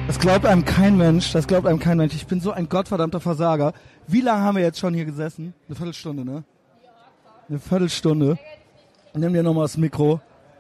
Das glaubt einem kein Mensch, Ich bin so ein gottverdammter Versager. Wie lange haben wir jetzt schon hier gesessen? Eine Viertelstunde, ne? Eine Viertelstunde. Nimm dir nochmal das Mikro.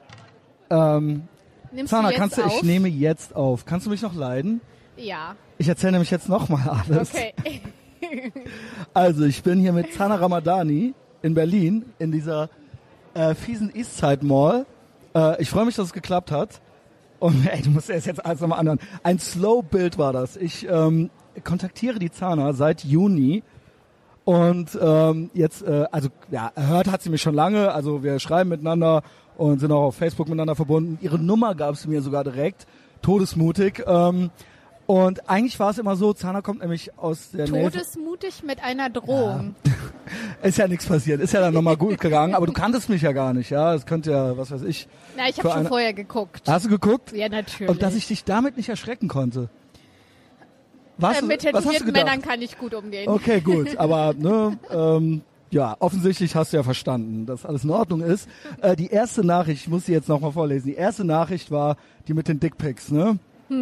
Nimmst Zana, du jetzt auf? Ich nehme jetzt auf. Kannst du mich noch leiden? Ja. Ich erzähle nämlich jetzt nochmal alles. Okay. Also, ich bin hier mit Zana Ramadani in Berlin, in dieser fiesen Eastside Mall. Ich freue mich, dass es geklappt hat. Und du musst es jetzt alles nochmal anhören. Ein Slow-Bild war das. Ich kontaktiere die Zana seit Juni. Und jetzt, erhört hat sie mich schon lange. Also wir schreiben miteinander und sind auch auf Facebook miteinander verbunden. Ihre Nummer gab es mir sogar direkt. Todesmutig. Und eigentlich war es immer so, Zana kommt nämlich aus der Nähe. Todesmutig mit einer Drohung. Ja. Ist ja nichts passiert, ist ja dann nochmal gut gegangen, aber du kanntest mich ja gar nicht, ja, es könnte ja, was weiß ich. Na, ich habe schon vorher geguckt. Hast du geguckt? Ja, natürlich. Und dass ich dich damit nicht erschrecken konnte. Mit tätowierten Männern kann ich gut umgehen. Okay, gut, aber ja, offensichtlich hast du ja verstanden, dass alles in Ordnung ist. Die erste Nachricht, ich muss sie jetzt nochmal vorlesen, die erste Nachricht war die mit den Dickpics, ne?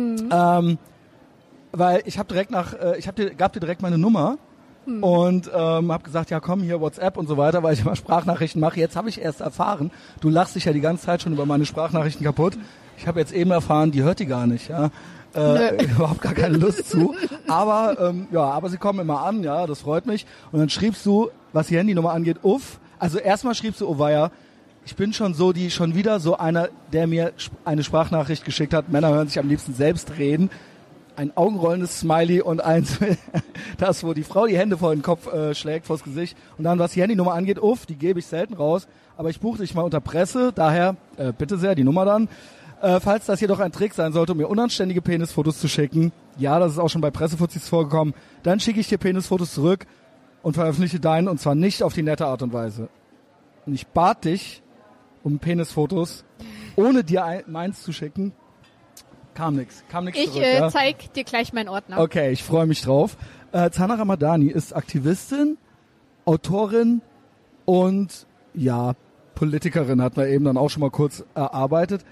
Weil ich habe gab dir direkt meine Nummer und habe gesagt, ja komm, hier WhatsApp und so weiter, weil ich immer Sprachnachrichten mache. Jetzt habe ich erst erfahren, du lachst dich ja die ganze Zeit schon über meine Sprachnachrichten kaputt. Ich habe jetzt eben erfahren, die hört die gar nicht, ja. Überhaupt gar keine Lust zu. Aber sie kommen immer an, ja, das freut mich. Und dann schriebst du, was die Handynummer angeht, also erstmal schriebst du, oh weia, ich bin schon wieder so einer, der mir eine Sprachnachricht geschickt hat. Männer hören sich am liebsten selbst reden. Ein augenrollendes Smiley und eins, das, wo die Frau die Hände vor den Kopf schlägt, vors Gesicht. Und dann, was die Handynummer angeht, die gebe ich selten raus. Aber ich buche dich mal unter Presse, daher bitte sehr, die Nummer dann. Falls das jedoch ein Trick sein sollte, um mir unanständige Penisfotos zu schicken, ja, das ist auch schon bei Pressefuzis vorgekommen, dann schicke ich dir Penisfotos zurück und veröffentliche deinen, und zwar nicht auf die nette Art und Weise. Und ich bat dich um Penisfotos, ohne dir meins zu schicken. Kam nix zurück. Ich zeig dir gleich meinen Ordner. Okay, ich freue mich drauf. Zana Ramadani ist Aktivistin, Autorin und ja, Politikerin, hat man eben dann auch schon mal kurz erarbeitet.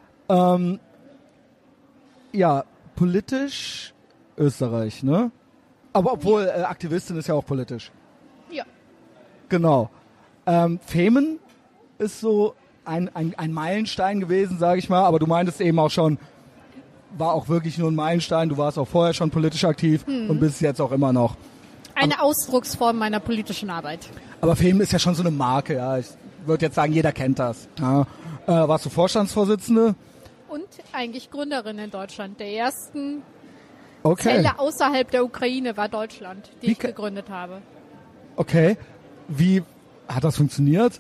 Ja, politisch Österreich, ne? Aber obwohl Aktivistin ist ja auch politisch. Ja. Genau. Femen ist so ein Meilenstein gewesen, sage ich mal, aber du meintest eben auch schon, war auch wirklich nur ein Meilenstein. Du warst auch vorher schon politisch aktiv und bist jetzt auch immer noch. Eine Ausdrucksform meiner politischen Arbeit. Aber Femen ist ja schon so eine Marke, ja. Ich würde jetzt sagen, jeder kennt das. Ja. Warst du Vorstandsvorsitzende? Und eigentlich Gründerin in Deutschland. Der ersten Zelle außerhalb der Ukraine war Deutschland, die ich gegründet habe. Okay. Wie hat das funktioniert?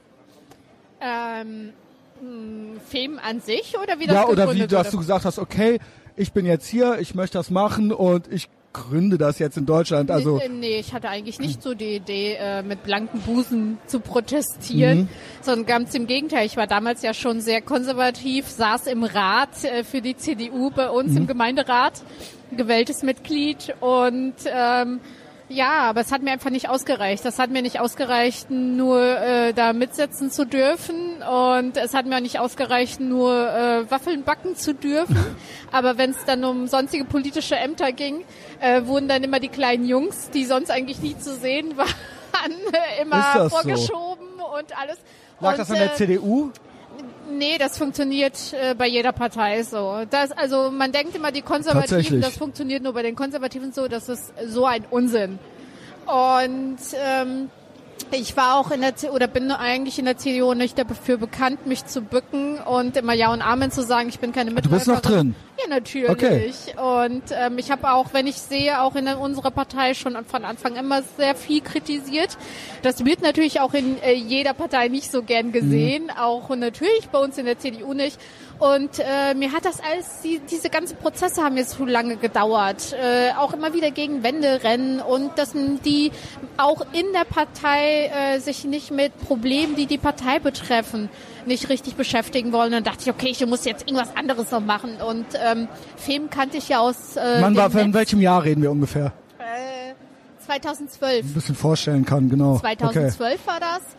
Femen an sich oder wie das gegründet wurde? Ja, oder wie, dass du gesagt hast, okay, ich bin jetzt hier, ich möchte das machen und ich gründe das jetzt in Deutschland. Also Nee, ich hatte eigentlich nicht so die Idee, mit blanken Busen zu protestieren, sondern ganz im Gegenteil. Ich war damals ja schon sehr konservativ, saß im Rat für die CDU bei uns im Gemeinderat, gewähltes Mitglied und ja, aber es hat mir einfach nicht ausgereicht. Das hat mir nicht ausgereicht, nur da mitsitzen zu dürfen und es hat mir auch nicht ausgereicht, nur Waffeln backen zu dürfen. Aber wenn es dann um sonstige politische Ämter ging, wurden dann immer die kleinen Jungs, die sonst eigentlich nie zu sehen waren, immer vorgeschoben so? Und alles. Lag das an der CDU? Nee, das funktioniert bei jeder Partei so. Also man denkt immer, die Konservativen, das funktioniert nur bei den Konservativen so, das ist so ein Unsinn. Und ich war auch bin eigentlich in der CDU nicht dafür bekannt, mich zu bücken und immer Ja und Amen zu sagen, ich bin keine Mitläuferin. Du bist noch drin? Ja, natürlich. Okay. Und ich habe auch, wenn ich sehe, auch in unserer Partei schon von Anfang immer sehr viel kritisiert. Das wird natürlich auch in jeder Partei nicht so gern gesehen, auch natürlich bei uns in der CDU nicht. Und mir hat das alles, diese ganzen Prozesse haben mir zu lange gedauert. Auch immer wieder gegen Wände rennen und dass die auch in der Partei sich nicht mit Problemen, die die Partei betreffen, nicht richtig beschäftigen wollen. Dann dachte ich, okay, ich muss jetzt irgendwas anderes noch machen. Und Femen kannte ich ja aus in welchem Jahr reden wir ungefähr? 2012. Ein bisschen vorstellen kann, genau. 2012 war das.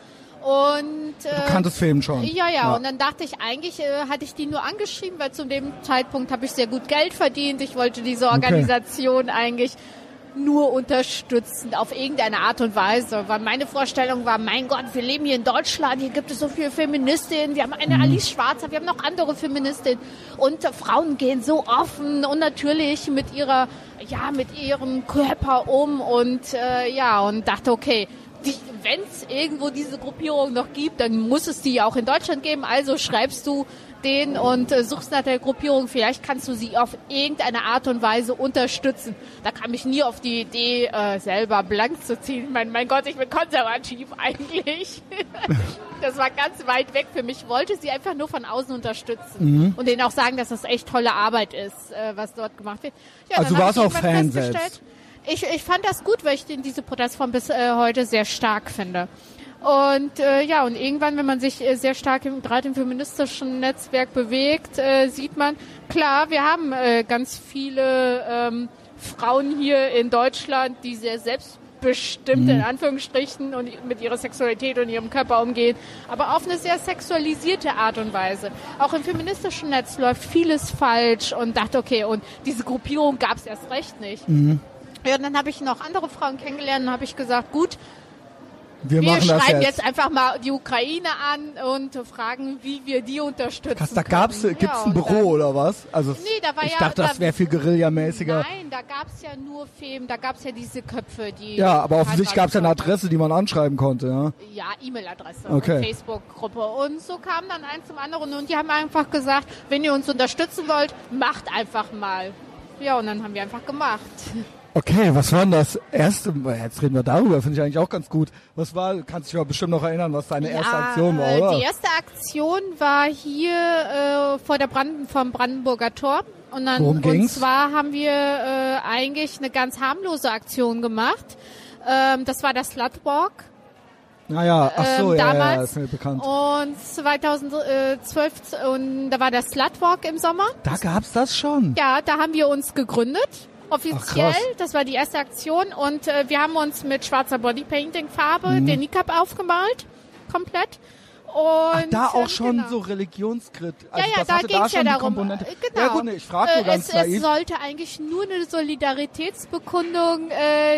Und du kanntest Film schon. Ja. Und dann dachte ich, eigentlich hatte ich die nur angeschrieben, weil zu dem Zeitpunkt habe ich sehr gut Geld verdient. Ich wollte diese Organisation eigentlich nur unterstützen, auf irgendeine Art und Weise. Weil meine Vorstellung war, mein Gott, wir leben hier in Deutschland, hier gibt es so viele Feministinnen, wir haben eine Alice Schwarzer, wir haben noch andere Feministinnen und Frauen gehen so offen und natürlich mit ihrem Körper um und und dachte, okay, wenn es irgendwo diese Gruppierung noch gibt, dann muss es die auch in Deutschland geben. Also schreibst du den und suchst nach der Gruppierung. Vielleicht kannst du sie auf irgendeine Art und Weise unterstützen. Da kam ich nie auf die Idee, selber blank zu ziehen. Mein Gott, ich bin konservativ eigentlich. Das war ganz weit weg für mich. Ich wollte sie einfach nur von außen unterstützen und denen auch sagen, dass das echt tolle Arbeit ist, was dort gemacht wird. Ja, also du warst auch Fan selbst. Ich fand das gut, weil ich diese Protestform bis heute sehr stark finde. Und und irgendwann, wenn man sich sehr stark gerade im feministischen Netzwerk bewegt, sieht man, klar, wir haben ganz viele Frauen hier in Deutschland, die sehr selbstbestimmt in Anführungsstrichen und mit ihrer Sexualität und ihrem Körper umgehen, aber auf eine sehr sexualisierte Art und Weise. Auch im feministischen Netz läuft vieles falsch und dachte, okay, und diese Gruppierung gab es erst recht nicht. Ja, und dann habe ich noch andere Frauen kennengelernt und habe ich gesagt, gut, wir schreiben jetzt einfach mal die Ukraine an und fragen, wie wir die unterstützen können. Gibt's ein Büro oder was? Also nee, da war ich dachte, das wäre viel guerillamäßiger. Nein, da gab's ja nur Film, da gab's ja diese Köpfe, die... Ja, aber offensichtlich gab's ja eine Adresse, die man anschreiben konnte, ja? Ja, E-Mail-Adresse und Facebook-Gruppe. Und so kam dann eins zum anderen und die haben einfach gesagt, wenn ihr uns unterstützen wollt, macht einfach mal. Ja, und dann haben wir einfach gemacht. Okay, was war denn das erste? Jetzt reden wir darüber, finde ich eigentlich auch ganz gut. Was war, kannst du dich bestimmt noch erinnern, was deine erste Aktion war, oder? Die erste Aktion war hier vom Brandenburger Tor. Und dann, worum ging's? Und zwar haben wir eigentlich eine ganz harmlose Aktion gemacht. Das war der Slutwalk. Naja, damals, ist mir bekannt. Und 2012, und da war der Slutwalk im Sommer. Da gab's das schon? Ja, da haben wir uns gegründet. Offiziell, das war die erste Aktion und wir haben uns mit schwarzer Bodypainting-Farbe den Niqab aufgemalt, komplett. Und da auch schon so Religionskritisch. Also ja, da ging es ja darum. Genau. Ja gut, ich frage nur ganz naiv. Es sollte eigentlich nur eine Solidaritätsbekundung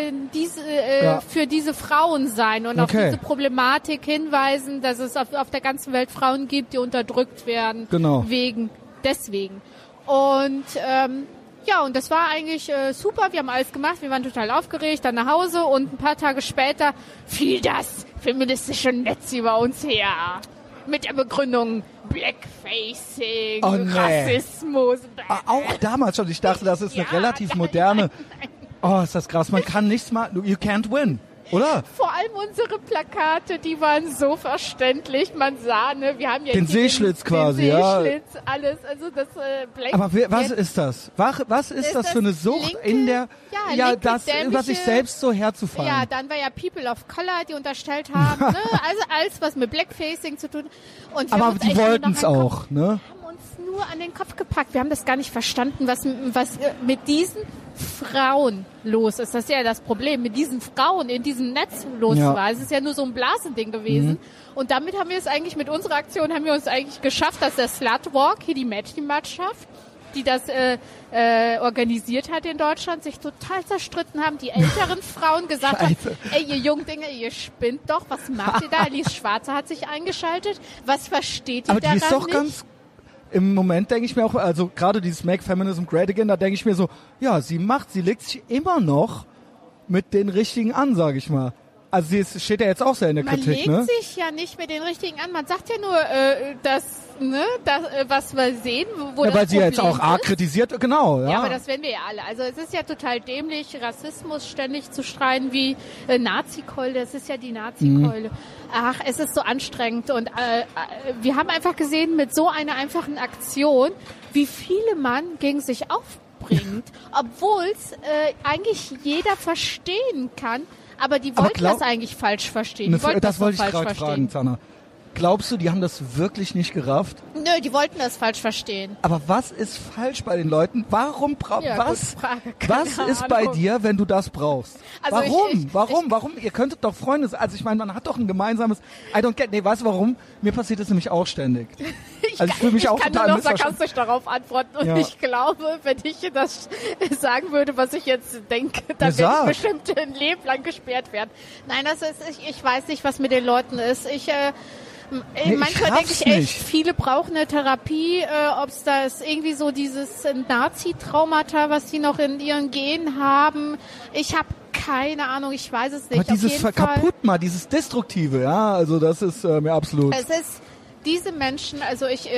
für diese Frauen sein und auf diese Problematik hinweisen, dass es auf der ganzen Welt Frauen gibt, die unterdrückt werden. Genau. Deswegen. Und und das war eigentlich super. Wir haben alles gemacht. Wir waren total aufgeregt. Dann nach Hause und ein paar Tage später fiel das feministische Netz über uns her. Mit der Begründung Blackfacing, Rassismus. Auch damals schon. Ich dachte, das ist eine relativ moderne... Oh, ist das krass. Man kann nichts mal... You can't win. Oder? Vor allem unsere Plakate, die waren so verständlich. Man sah, ne, wir haben ja den Seeschlitz quasi, Seeschlitz, alles, also das Black. Aber was ist das? Was ist das für eine Sucht in der, über sich selbst so herzufallen? Ja, dann war ja People of Color, die unterstellt haben, ne, also alles, was mit Blackfacing zu tun. Und aber die wollten es auch, ne? Haben uns nur an den Kopf gepackt. Wir haben das gar nicht verstanden, was mit diesen Frauen los ist. Das ist ja das Problem, mit diesen Frauen in diesem Netz los war. Es ist ja nur so ein Blasending gewesen. Und damit haben wir es eigentlich, mit unserer Aktion haben wir uns eigentlich geschafft, dass der Slutwalk, hier die Mädchenmannschaft, die das organisiert hat in Deutschland, sich total zerstritten haben. Die älteren Frauen gesagt haben, ey, ihr Jungdinger, ihr spinnt doch, was macht ihr da? Alice Schwarzer hat sich eingeschaltet. Was versteht ihr daran nicht? Aber die ist doch ganz... Im Moment denke ich mir auch, also gerade dieses Make Feminism Great Again, da denke ich mir so, ja, sie legt sich immer noch mit den richtigen an, sage ich mal. Also sie steht ja jetzt auch sehr in der Kritik, ne? Man legt sich ja nicht mit den richtigen an, man sagt ja nur, was wir sehen, wo das weil sie Problem jetzt auch arg kritisiert, genau. Ja, aber das werden wir ja alle. Also es ist ja total dämlich, Rassismus ständig zu schreien wie Nazi-Keule, das ist ja die Nazi-Keule. Ach, es ist so anstrengend und wir haben einfach gesehen, mit so einer einfachen Aktion, wie viele man gegen sich aufbringt, obwohl es eigentlich jeder verstehen kann, aber die wollten das eigentlich falsch verstehen. Das wollte ich gerade fragen, Zana. Glaubst du, die haben das wirklich nicht gerafft? Nee, Nö, die wollten das falsch verstehen. Aber was ist falsch bei den Leuten? Warum was ist bei dir, wenn du das brauchst? Also Warum? Ihr könntet doch Freunde sein. Also ich meine, man hat doch ein gemeinsames weißt du warum? Mir passiert das nämlich auch ständig. Ich kann nur noch sarkastisch darauf antworten und ich glaube, wenn ich das sagen würde, was ich jetzt denke, dann werde ich bestimmt ein Leben lang gesperrt werden. Nein, ich weiß nicht, was mit den Leuten ist. Manchmal denke ich echt, viele brauchen eine Therapie, ob es da ist irgendwie so dieses Nazi-Traumata, was die noch in ihren Genen haben. Ich habe keine Ahnung, ich weiß es nicht. Aber dieses Kaputtmachen, dieses Destruktive, ja, also das ist mir absolut... Es ist diese Menschen, also ich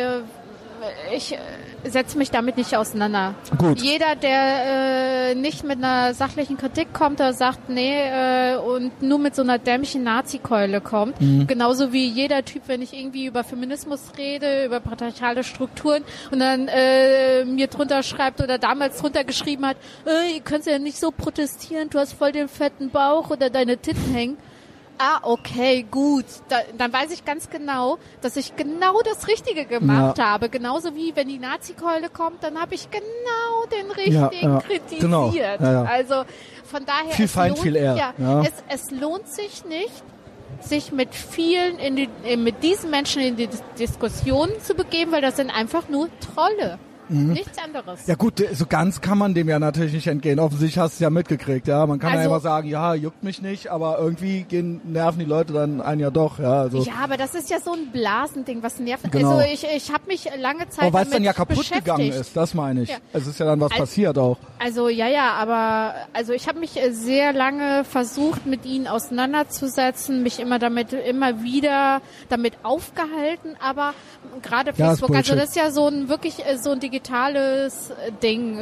setze mich damit nicht auseinander. Gut. Jeder, der nicht mit einer sachlichen Kritik kommt oder sagt, und nur mit so einer dämlichen Nazi-Keule kommt, genauso wie jeder Typ, wenn ich irgendwie über Feminismus rede, über patriarchale Strukturen und dann mir drunter schreibt oder damals drunter geschrieben hat, ihr könnt ja nicht so protestieren, du hast voll den fetten Bauch oder deine Titten hängen. Okay, gut. Dann weiß ich ganz genau, dass ich genau das Richtige gemacht habe. Genauso wie wenn die Nazi-Keule kommt, dann habe ich genau den Richtigen kritisiert. Genau. Ja. Also von daher es lohnt sich nicht, sich mit mit diesen Menschen in die Diskussion zu begeben, weil das sind einfach nur Trolle. Nichts anderes. Ja gut, so ganz kann man dem ja natürlich nicht entgehen. Offensichtlich hast du es ja mitgekriegt, ja. Man kann ja immer sagen, ja, juckt mich nicht, aber irgendwie nerven die Leute dann einen ja doch, ja. Also. Ja, aber das ist ja so ein Blasending, was nervt. Genau. Also ich habe mich lange Zeit weil es dann ja kaputt gegangen ist, das meine ich. Ja. Es ist ja dann was passiert auch. Also aber ich habe mich sehr lange versucht, mit ihnen auseinanderzusetzen, mich immer wieder damit aufgehalten, aber gerade Facebook, also das ist ja so ein digitales Ding,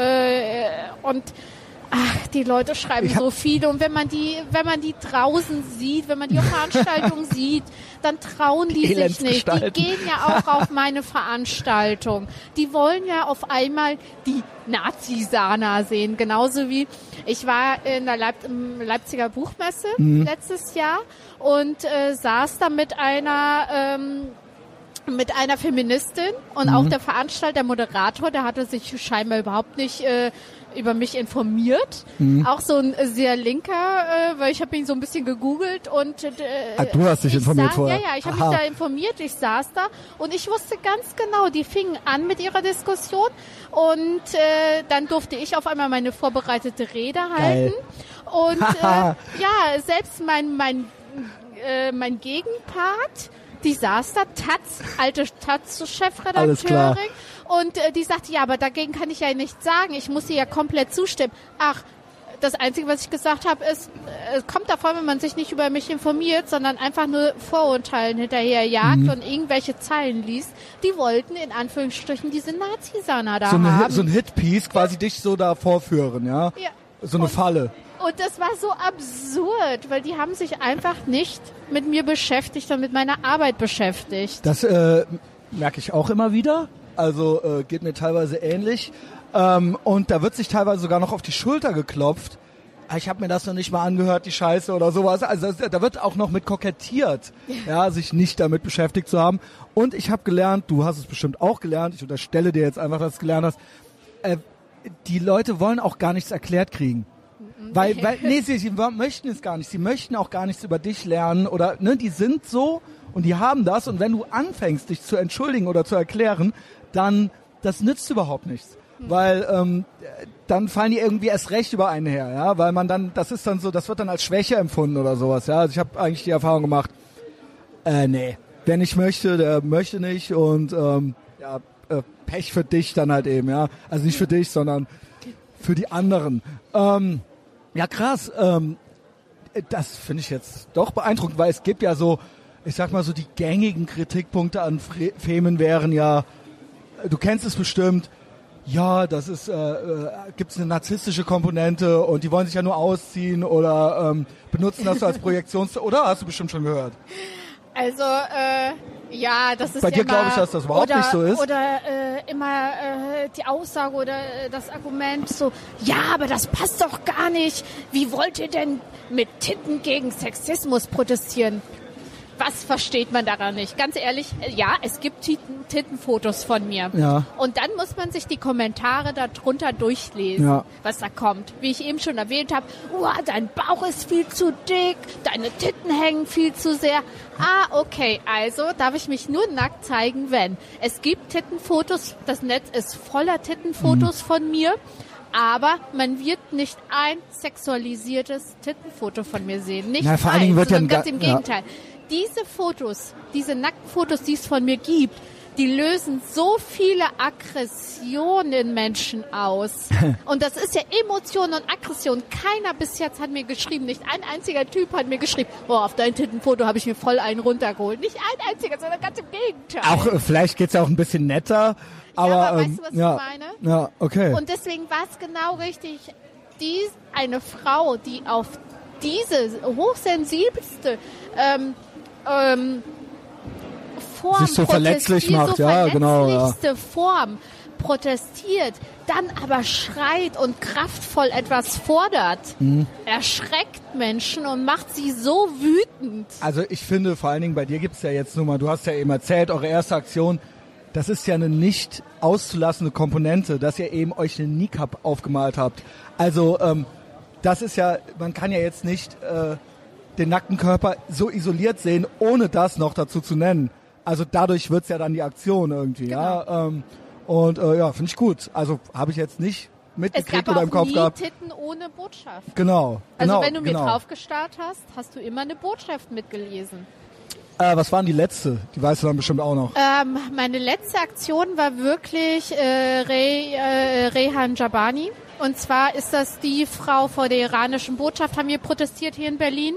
die Leute schreiben so viel und wenn man die draußen sieht, wenn man die auf Veranstaltungen sieht, dann trauen die sich nicht. Die gehen ja auch auf meine Veranstaltung. Die wollen ja auf einmal die Nazi-Sana sehen, genauso wie ich war in der Leipziger Buchmesse letztes Jahr und saß da mit einer Feministin und auch der Veranstalter, der Moderator, der hatte sich scheinbar überhaupt nicht über mich informiert. Auch so ein sehr linker, weil ich habe ihn so ein bisschen gegoogelt und du hast dich informiert vorher? Ja, ich habe mich da informiert, ich saß da und ich wusste ganz genau, die fingen an mit ihrer Diskussion und dann durfte ich auf einmal meine vorbereitete Rede halten. Und selbst mein Gegenpart, die saß da, alte Taz-Chefredakteurin, und die sagte, ja, aber dagegen kann ich ja nichts sagen, ich muss ihr ja komplett zustimmen. Ach, das Einzige, was ich gesagt habe, ist, es kommt davon, wenn man sich nicht über mich informiert, sondern einfach nur Vorurteilen hinterherjagt und irgendwelche Zeilen liest. Die wollten in Anführungsstrichen diese Nazi-Sana da haben. So ein Hitpiece, quasi dich so da vorführen, ja? Ja. So eine Falle. Und das war so absurd, weil die haben sich einfach nicht mit mir beschäftigt und mit meiner Arbeit beschäftigt. Das merke ich auch immer wieder. Also geht mir teilweise ähnlich. Und da wird sich teilweise sogar noch auf die Schulter geklopft. Ich habe mir das noch nicht mal angehört, die Scheiße oder sowas. Also da wird auch noch mit kokettiert, sich nicht damit beschäftigt zu haben. Und ich habe gelernt, du hast es bestimmt auch gelernt, ich unterstelle dir jetzt einfach, dass du es gelernt hast, die Leute wollen auch gar nichts erklärt kriegen. Sie möchten es gar nicht. Sie möchten auch gar nichts über dich lernen oder, die sind so und die haben das und wenn du anfängst, dich zu entschuldigen oder zu erklären, dann, das nützt überhaupt nichts. Weil, dann fallen die irgendwie erst recht über einen her, ja, weil man dann, das ist dann so, das wird dann als Schwäche empfunden oder sowas, ja. Also ich habe eigentlich die Erfahrung gemacht, wer nicht möchte, der möchte nicht und, Pech für dich dann halt eben, ja. Also nicht für dich, sondern für die anderen. Ja, krass. Das finde ich jetzt doch beeindruckend, weil es gibt ja so, ich sag mal so, die gängigen Kritikpunkte an Femen wären ja, du kennst es bestimmt, ja, das ist, gibt's eine narzisstische Komponente und die wollen sich ja nur ausziehen oder benutzen das so als oder? Hast du bestimmt schon gehört? Also, ja, das ist bei dir glaube ich, dass das überhaupt nicht so ist. Oder immer die Aussage oder das Argument so, ja, aber das passt doch gar nicht. Wie wollt ihr denn mit Titten gegen Sexismus protestieren? Was versteht man daran nicht? Ganz ehrlich, ja, es gibt Tittenfotos von mir. Ja. Und dann muss man sich die Kommentare darunter durchlesen, was da kommt. Wie ich eben schon erwähnt habe, dein Bauch ist viel zu dick, deine Titten hängen viel zu sehr. Okay, also darf ich mich nur nackt zeigen, wenn. Es gibt Tittenfotos, das Netz ist voller Tittenfotos von mir. Aber man wird nicht ein sexualisiertes Tittenfoto von mir sehen. Nicht vor allen Dingen wird sondern ganz im Gegenteil. Diese Fotos, diese nackten Fotos, die es von mir gibt, die lösen so viele Aggressionen in Menschen aus. Und das ist ja Emotion und Aggression. Keiner bis jetzt hat mir geschrieben, nicht ein einziger Typ hat mir geschrieben, auf dein Tittenfoto habe ich mir voll einen runtergeholt. Nicht ein einziger, sondern ganz im Gegenteil. Auch vielleicht geht's ja auch ein bisschen netter. Aber weißt du, was ich meine? Ja, okay. Und deswegen war es genau richtig, eine Frau, die auf diese hochsensibelste Form sich so verletzlich macht, Form protestiert, dann aber schreit und kraftvoll etwas fordert, erschreckt Menschen und macht sie so wütend. Also ich finde, vor allen Dingen bei dir gibt's ja jetzt nur mal, du hast ja eben erzählt, eure erste Aktion, das ist ja eine nicht auszulassende Komponente, dass ihr eben euch einen Niqab aufgemalt habt. Also das ist ja, man kann ja jetzt nicht den nackten Körper so isoliert sehen, ohne das noch dazu zu nennen. Also dadurch wird's ja dann die Aktion irgendwie. Genau. Ja, finde ich gut. Also habe ich jetzt nicht mitgekriegt oder im Kopf gehabt. Es gab auch nie Titten ohne Botschaft. Genau. Also wenn du mir draufgestarrt hast, hast du immer eine Botschaft mitgelesen. Was war denn die letzte? Die weißt du dann bestimmt auch noch. Meine letzte Aktion war wirklich Rehan Jabani. Und zwar ist das die Frau vor der iranischen Botschaft, haben wir protestiert hier in Berlin.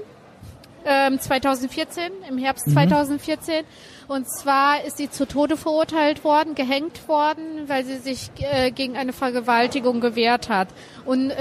2014, im Herbst 2014. Und zwar ist sie zu Tode verurteilt worden, gehängt worden, weil sie sich gegen eine Vergewaltigung gewehrt hat. Und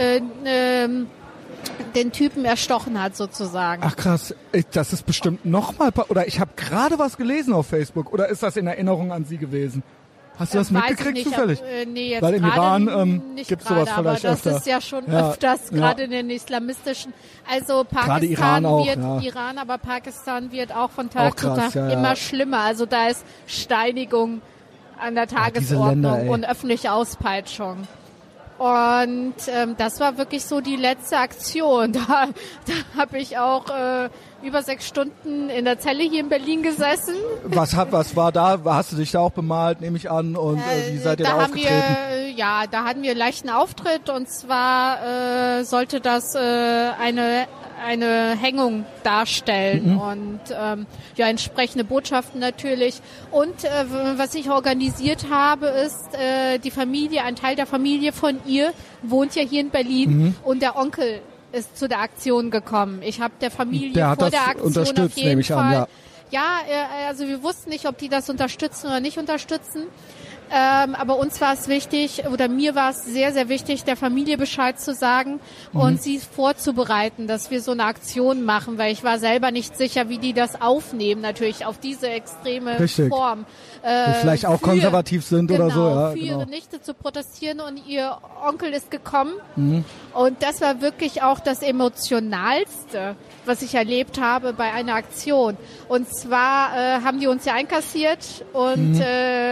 den Typen erstochen hat sozusagen. Ach krass, das ist bestimmt nochmal, oder ich habe gerade was gelesen auf Facebook, oder ist das in Erinnerung an sie gewesen? Hast du das mitgekriegt zufällig? Nee, jetzt weil im Iran gibt es sowas vielleicht öfter. Das ist ja schon öfters, gerade in den islamistischen, also Pakistan Iran, aber Pakistan wird auch von Tag zu Tag immer schlimmer. Also da ist Steinigung an der Tagesordnung und öffentliche Auspeitschung. Und das war wirklich so die letzte Aktion. Da habe ich auch über 6 Stunden in der Zelle hier in Berlin gesessen. Was war da? Hast du dich da auch bemalt, nehme ich an? Und wie seid ihr da aufgetreten? Da hatten wir einen leichten Auftritt. Und zwar sollte das eine Hängung darstellen und entsprechende Botschaften natürlich. Und was ich organisiert habe, ist die Familie, ein Teil der Familie von ihr wohnt ja hier in Berlin und der Onkel ist zu der Aktion gekommen. Ich habe der Familie vor der Aktion auf jeden Fall. Also wir wussten nicht, ob die das unterstützen oder nicht unterstützen. Aber uns war es wichtig, oder mir war es sehr, sehr wichtig, der Familie Bescheid zu sagen und sie vorzubereiten, dass wir so eine Aktion machen, weil ich war selber nicht sicher, wie die das aufnehmen, natürlich auf diese extreme Form. Die vielleicht auch konservativ sind oder so. Ja, für ihre Nichte zu protestieren und ihr Onkel ist gekommen. Und das war wirklich auch das Emotionalste, was ich erlebt habe bei einer Aktion. Und zwar haben die uns ja einkassiert und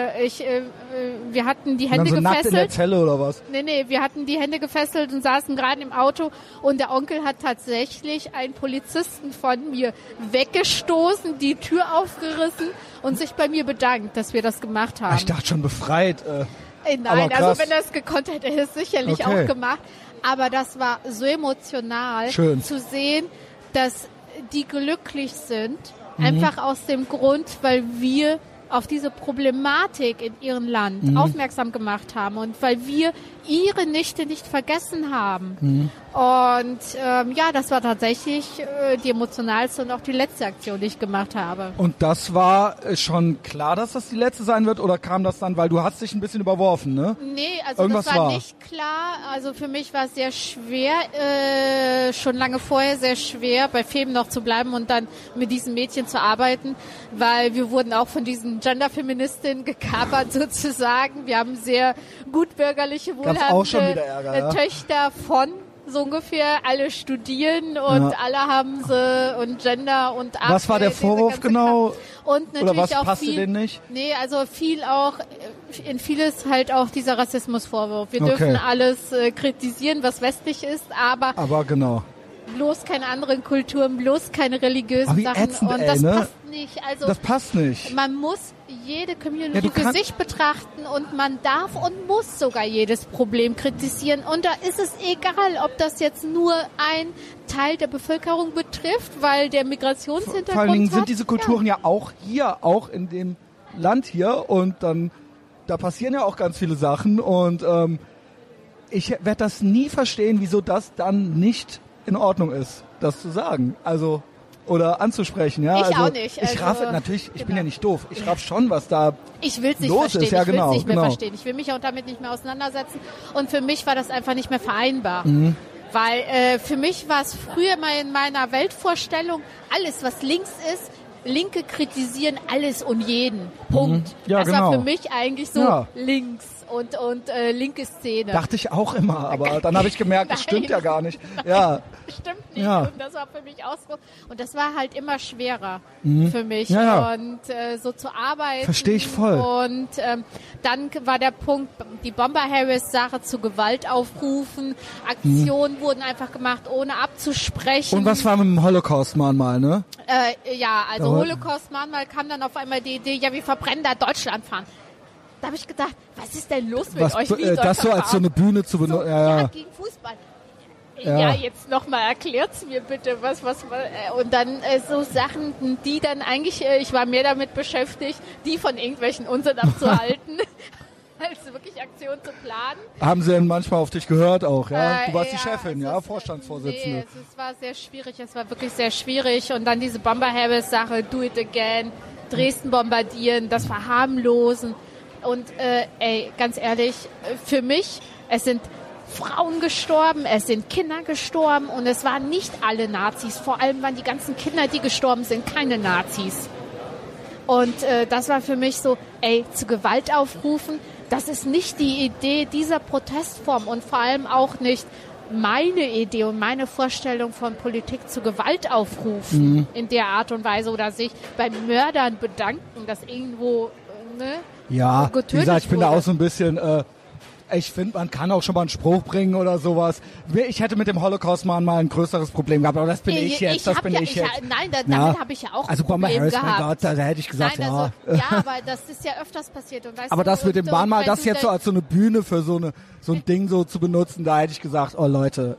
wir hatten die Hände gefesselt. Nackt in der Zelle oder was? Nee, wir hatten die Hände gefesselt und saßen gerade im Auto und der Onkel hat tatsächlich einen Polizisten von mir weggestoßen, die Tür aufgerissen und sich bei mir bedankt, dass wir das gemacht haben. Ich dachte schon befreit. Nein, also wenn er es gekonnt hätte, hätte er es sicherlich auch gemacht. Aber das war so emotional zu sehen, dass die glücklich sind, einfach aus dem Grund, weil wir auf diese Problematik in ihrem Land aufmerksam gemacht haben und weil wir ihre Nichte nicht vergessen haben. Und das war tatsächlich die emotionalste und auch die letzte Aktion, die ich gemacht habe. Und das war schon klar, dass das die letzte sein wird, oder kam das dann, weil du hast dich ein bisschen überworfen, ne? Nee, also das war nicht klar. Also für mich war es sehr schwer, schon lange vorher sehr schwer, bei Fem noch zu bleiben und dann mit diesen Mädchen zu arbeiten, weil wir wurden auch von diesen Genderfeministinnen gekapert sozusagen. Wir haben sehr gutbürgerliche, wohlhabende Töchter von so ungefähr. Alle studieren und alle haben sie und Gender und Was war der Vorwurf genau? Und natürlich oder was auch passte viel, denen nicht? Nee, also viel auch, in vieles halt auch dieser Rassismusvorwurf. Wir dürfen alles kritisieren, was westlich ist, aber genau. bloß keine anderen Kulturen, bloß keine religiösen Sachen. Ätzend, und das ne? passt nicht. Also das passt nicht. Man muss jede Community für sich betrachten und man darf und muss sogar jedes Problem kritisieren. Und da ist es egal, ob das jetzt nur ein Teil der Bevölkerung betrifft, weil der Migrationshintergrund Vor allen Dingen sind hat. diese Kulturen ja auch hier, auch in dem Land hier und dann, da passieren ja auch ganz viele Sachen und ich werde das nie verstehen, wieso das dann nicht in Ordnung ist, das zu sagen. Also, oder anzusprechen, ja. Ich also, auch nicht. Ich raffe natürlich, ich bin ja nicht doof. Ich raff schon, was da Ich will es nicht los verstehen. ist. Ja, ich will es nicht mehr genau. verstehen. Ich will mich auch damit nicht mehr auseinandersetzen. Und für mich war das einfach nicht mehr vereinbar. Weil für mich war es früher mal in meiner Weltvorstellung, alles, was links ist, Linke kritisieren alles und jeden. Punkt. Ja, das war für mich eigentlich so links und linke Szene. Dachte ich auch immer, aber dann habe ich gemerkt, das stimmt ja gar nicht. Ja. Stimmt nicht. Ja. Und das war für mich auch so. Und das war halt immer schwerer für mich. Ja. Und so zu arbeiten. Verstehe ich voll. Und dann war der Punkt, die Bomber-Harris-Sache zu Gewalt aufrufen. Aktionen wurden einfach gemacht, ohne abzusprechen. Und was war mit dem Holocaust-Mahnmal, ne? Ja, also Holocaust-Mahnmal kam dann auf einmal die Idee, ja, wir verbrennen da Deutschland fahren. Da habe ich gedacht, was ist denn los mit euch? Wie das so als so eine Bühne zu benutzen. So, ja, gegen Fußball. Ja, jetzt nochmal erklärt's mir bitte, was und dann so Sachen, die dann eigentlich, ich war mehr damit beschäftigt, die von irgendwelchen Unsinn abzuhalten, als wirklich Aktionen zu planen. Haben sie denn manchmal auf dich gehört auch, ja? Du warst die Chefin, ja, Vorstandsvorsitzende. Nee, es war sehr schwierig, es war wirklich sehr schwierig und dann diese Bomber-Harris-Sache, do it again, Dresden bombardieren, das Verharmlosen und ganz ehrlich, für mich, es sind Frauen gestorben, es sind Kinder gestorben und es waren nicht alle Nazis. Vor allem waren die ganzen Kinder, die gestorben sind, keine Nazis. Und das war für mich so, zu Gewalt aufrufen, das ist nicht die Idee dieser Protestform und vor allem auch nicht meine Idee und meine Vorstellung von Politik zu Gewalt aufrufen in der Art und Weise oder sich bei Mördern bedanken, dass irgendwo ja, getötet wie gesagt, ich bin wurde. da auch so ein bisschen... ich finde, man kann auch schon mal einen Spruch bringen oder sowas. Ich hätte mit dem Holocaust-Mahnmal ein größeres Problem gehabt, aber das bin ich jetzt. Nein, damit habe ich ja auch also ein Problem Harris, gehabt. Mein Gott, da hätte ich gesagt, Nein, ja. Also, ja, aber das ist ja öfters passiert. Und weißt aber du, das mit dem Mahnmal, das jetzt so dann, als so eine Bühne für so ein Ding so zu benutzen, da hätte ich gesagt, oh Leute.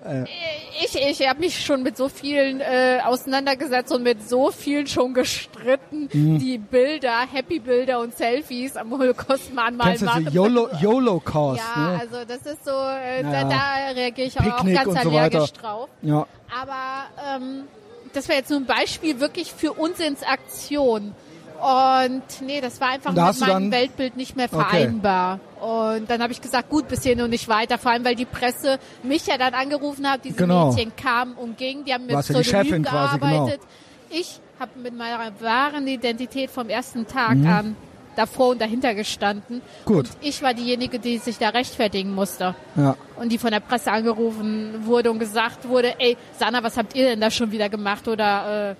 Ich habe mich schon mit so vielen auseinandergesetzt und mit so vielen schon gestritten, die Bilder, Happy-Bilder und Selfies am Holocaust-Mahnmal machen. Kennst du YOLO-Cause? Ja, ne? also das ist so, da reagiere ich auch Picknick ganz so allergisch drauf. Ja. Aber das war jetzt nur ein Beispiel wirklich für Unsinnsaktion. Und nee, das war einfach mit meinem Weltbild nicht mehr vereinbar. Okay. Und dann habe ich gesagt, gut, bis hierhin und nicht weiter. Vor allem, weil die Presse mich ja dann angerufen hat, diese Mädchen kamen und gingen, die haben mit Pseudonym gearbeitet. Ich habe mit meiner wahren Identität vom ersten Tag an davor und dahinter gestanden. Gut. Und ich war diejenige, die sich da rechtfertigen musste. Ja. Und die von der Presse angerufen wurde und gesagt wurde, Sanna, was habt ihr denn da schon wieder gemacht? Oder,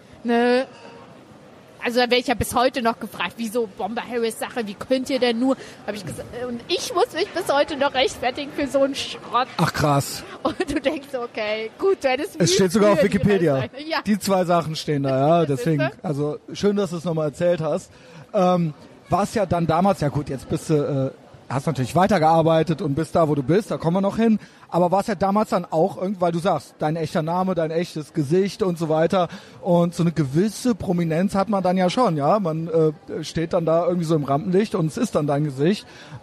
Also da werde ich ja bis heute noch gefragt, wieso Bomber-Harris-Sache, wie könnt ihr denn nur? Hab ich gesagt, und ich muss mich bis heute noch rechtfertigen für so einen Schrott. Ach krass. Und du denkst, okay, gut, du hättest es steht sogar auf Wikipedia. Ja. Die 2 Sachen stehen da, ja, deswegen. Also schön, dass du es nochmal erzählt hast. War es ja dann damals, ja gut, jetzt bist du, hast natürlich weitergearbeitet und bist da, wo du bist, da kommen wir noch hin. Aber war es ja damals dann auch irgendwie, weil du sagst, dein echter Name, dein echtes Gesicht und so weiter. Und so eine gewisse Prominenz hat man dann ja schon, ja. Man steht dann da irgendwie so im Rampenlicht und es ist dann dein Gesicht.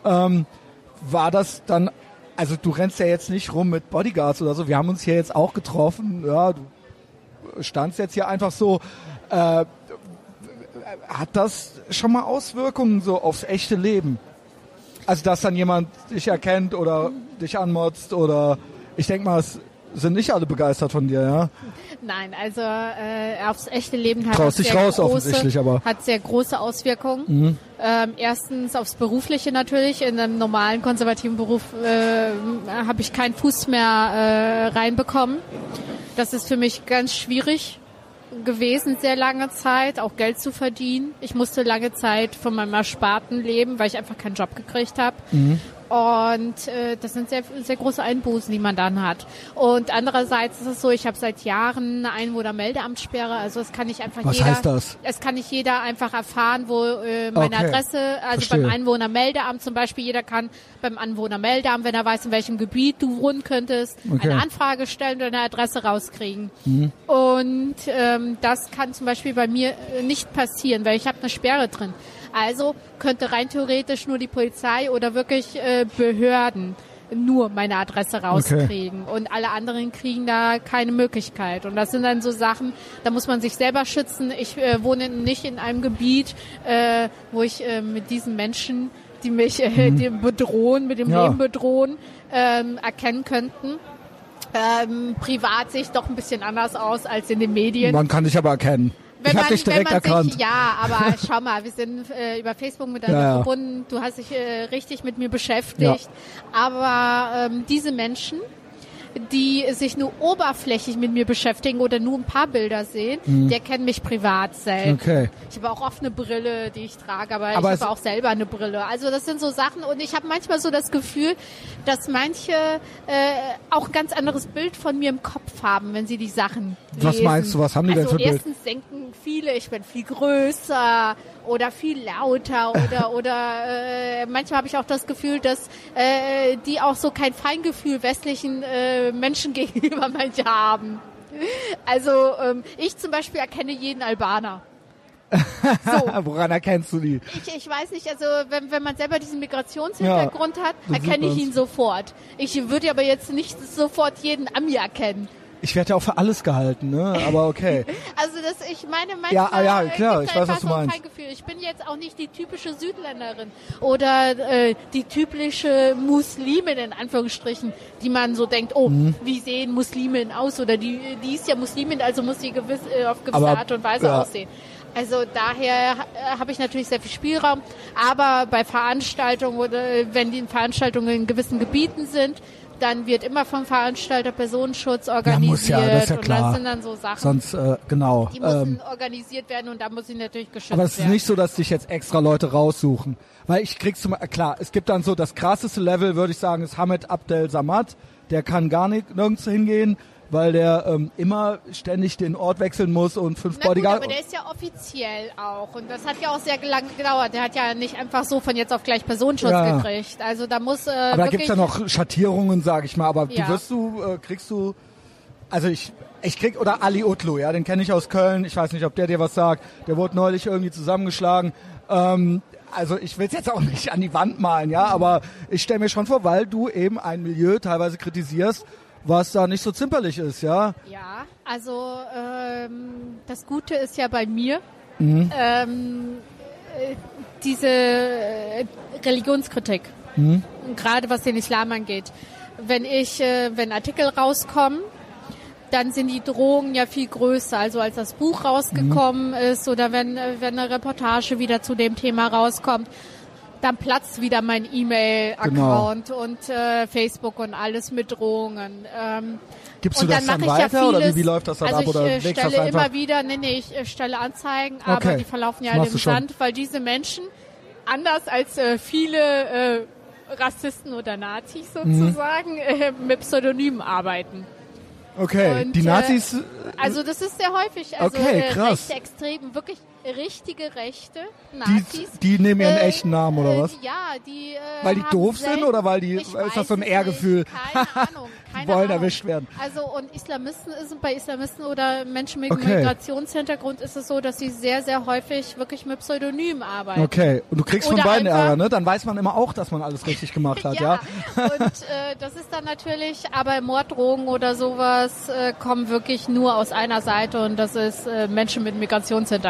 War das dann, also du rennst ja jetzt nicht rum mit Bodyguards oder so. Wir haben uns hier jetzt auch getroffen. Ja, du standst jetzt hier einfach so. Hat das schon mal Auswirkungen so aufs echte Leben? Also, dass dann jemand dich erkennt oder dich anmotzt oder ich denke mal, sind nicht alle begeistert von dir, ja? Nein, also aufs echte Leben Traust dich raus offensichtlich, aber hat sehr große Auswirkungen. Erstens aufs Berufliche natürlich. In einem normalen konservativen Beruf habe ich keinen Fuß mehr reinbekommen. Das ist für mich ganz schwierig gewesen, sehr lange Zeit, auch Geld zu verdienen. Ich musste lange Zeit von meinem Ersparten leben, weil ich einfach keinen Job gekriegt habe. Und das sind sehr, sehr große Einbußen, die man dann hat. Und andererseits ist es so, ich habe seit Jahren eine Einwohnermeldeamtssperre. Also es kann nicht einfach Was heißt das? Es kann nicht jeder einfach erfahren, wo meine Adresse, also verstehe. beim Einwohnermeldeamt zum Beispiel, jeder kann beim Einwohnermeldeamt, wenn er weiß, in welchem Gebiet du wohnen könntest, eine Anfrage stellen und eine Adresse rauskriegen. Und das kann zum Beispiel bei mir nicht passieren, weil ich habe eine Sperre drin. Also könnte rein theoretisch nur die Polizei oder wirklich Behörden nur meine Adresse rauskriegen. Und alle anderen kriegen da keine Möglichkeit. Und das sind dann so Sachen, da muss man sich selber schützen. Ich wohne nicht in einem Gebiet, wo ich mit diesen Menschen, die mich die bedrohen, mit dem Leben bedrohen, erkennen könnten. Privat sehe ich doch ein bisschen anders aus als in den Medien. Man kann dich aber erkennen. Ich habe dich direkt erkannt. Ja, aber schau mal, wir sind über Facebook miteinander verbunden. Du hast dich richtig mit mir beschäftigt. Ja. Aber diese Menschen, die sich nur oberflächlich mit mir beschäftigen oder nur ein paar Bilder sehen, der kennt mich privat selbst. Okay. Ich habe auch oft eine Brille, die ich trage, aber ich habe auch selber eine Brille. Also das sind so Sachen und ich habe manchmal so das Gefühl, dass manche auch ein ganz anderes Bild von mir im Kopf haben, wenn sie die Sachen lesen. Was meinst du, was haben die denn für Bild? Erstens denken viele, ich bin viel größer oder viel lauter oder manchmal habe ich auch das Gefühl, dass die auch so kein Feingefühl westlichen Menschen gegenüber manche haben. Also ich zum Beispiel erkenne jeden Albaner. So. Woran erkennst du die? Ich weiß nicht, also wenn man selber diesen Migrationshintergrund hat, erkenne ich ihn sofort. Ich würde aber jetzt nicht sofort jeden Ami erkennen. Ich werde ja auch für alles gehalten, ne? Aber okay. Also ich meine manchmal ja, klar, ich weiß, was du meinst. Gefühl. Ich bin jetzt auch nicht die typische Südländerin oder die typische Muslimin in Anführungsstrichen, die man so denkt, wie sehen Muslimen aus oder die ist ja Muslimin, also muss sie auf gewisse Art und Weise aussehen. Also daher habe ich natürlich sehr viel Spielraum, aber bei Veranstaltungen oder wenn die Veranstaltungen in gewissen Gebieten sind, dann wird immer vom Veranstalter Personenschutz organisiert. Ja, das ist ja klar. Und das sind dann so Sachen, sonst, genau. Die müssen organisiert werden und da muss ich natürlich geschützt werden. Aber es ist nicht so, dass sich jetzt extra Leute raussuchen. Weil klar, es gibt dann so das krasseste Level, würde ich sagen, ist Hamed Abdel Samad. Der kann gar nirgends hingehen, weil der immer ständig den Ort wechseln muss und 5 Bodyguards. Aber der ist ja offiziell auch und das hat ja auch sehr lange gedauert. Der hat ja nicht einfach so von jetzt auf gleich Personenschutz gekriegt. Also da muss aber da gibt's ja noch Schattierungen, sag ich mal. Aber kriegst du, also ich krieg, oder Ali Utlu, ja, den kenne ich aus Köln. Ich weiß nicht, ob der dir was sagt. Der wurde neulich irgendwie zusammengeschlagen. Also ich will es jetzt auch nicht an die Wand malen, ja, aber ich stelle mir schon vor, weil du eben ein Milieu teilweise kritisierst, was da nicht so zimperlich ist, ja? Ja, also das Gute ist ja bei mir, diese Religionskritik, gerade was den Islam angeht. Wenn Artikel rauskommen, dann sind die Drohungen ja viel größer, also als das Buch rausgekommen ist oder wenn eine Reportage wieder zu dem Thema rauskommt. Dann platzt wieder mein E-Mail-Account und Facebook und alles mit Drohungen. Gibst du das dann weiter oder wie läuft das dann ab? Oder ich stelle immer wieder, ich stelle Anzeigen, aber die verlaufen ja alle im Sand, weil diese Menschen, anders als viele Rassisten oder Nazis sozusagen, mit Pseudonymen arbeiten. Okay, und, die Nazis... also das ist sehr häufig, also krass. Rechtsextremen, wirklich richtige Rechte, Nazis. Die nehmen ihren echten Namen, oder was? Ja, die weil die doof sind oder weil die, ist das so ein Ehrgefühl? Keine Ahnung. Die wollen erwischt werden. Also und bei Islamisten oder Menschen mit Migrationshintergrund ist es so, dass sie sehr, sehr häufig wirklich mit Pseudonymen arbeiten. Okay, und du kriegst von beiden Ärger, ne? Dann weiß man immer auch, dass man alles richtig gemacht hat, ja? Und das ist dann natürlich, aber Morddrohungen oder sowas kommen wirklich nur aus einer Seite und das ist Menschen mit Migrationshintergrund. Okay.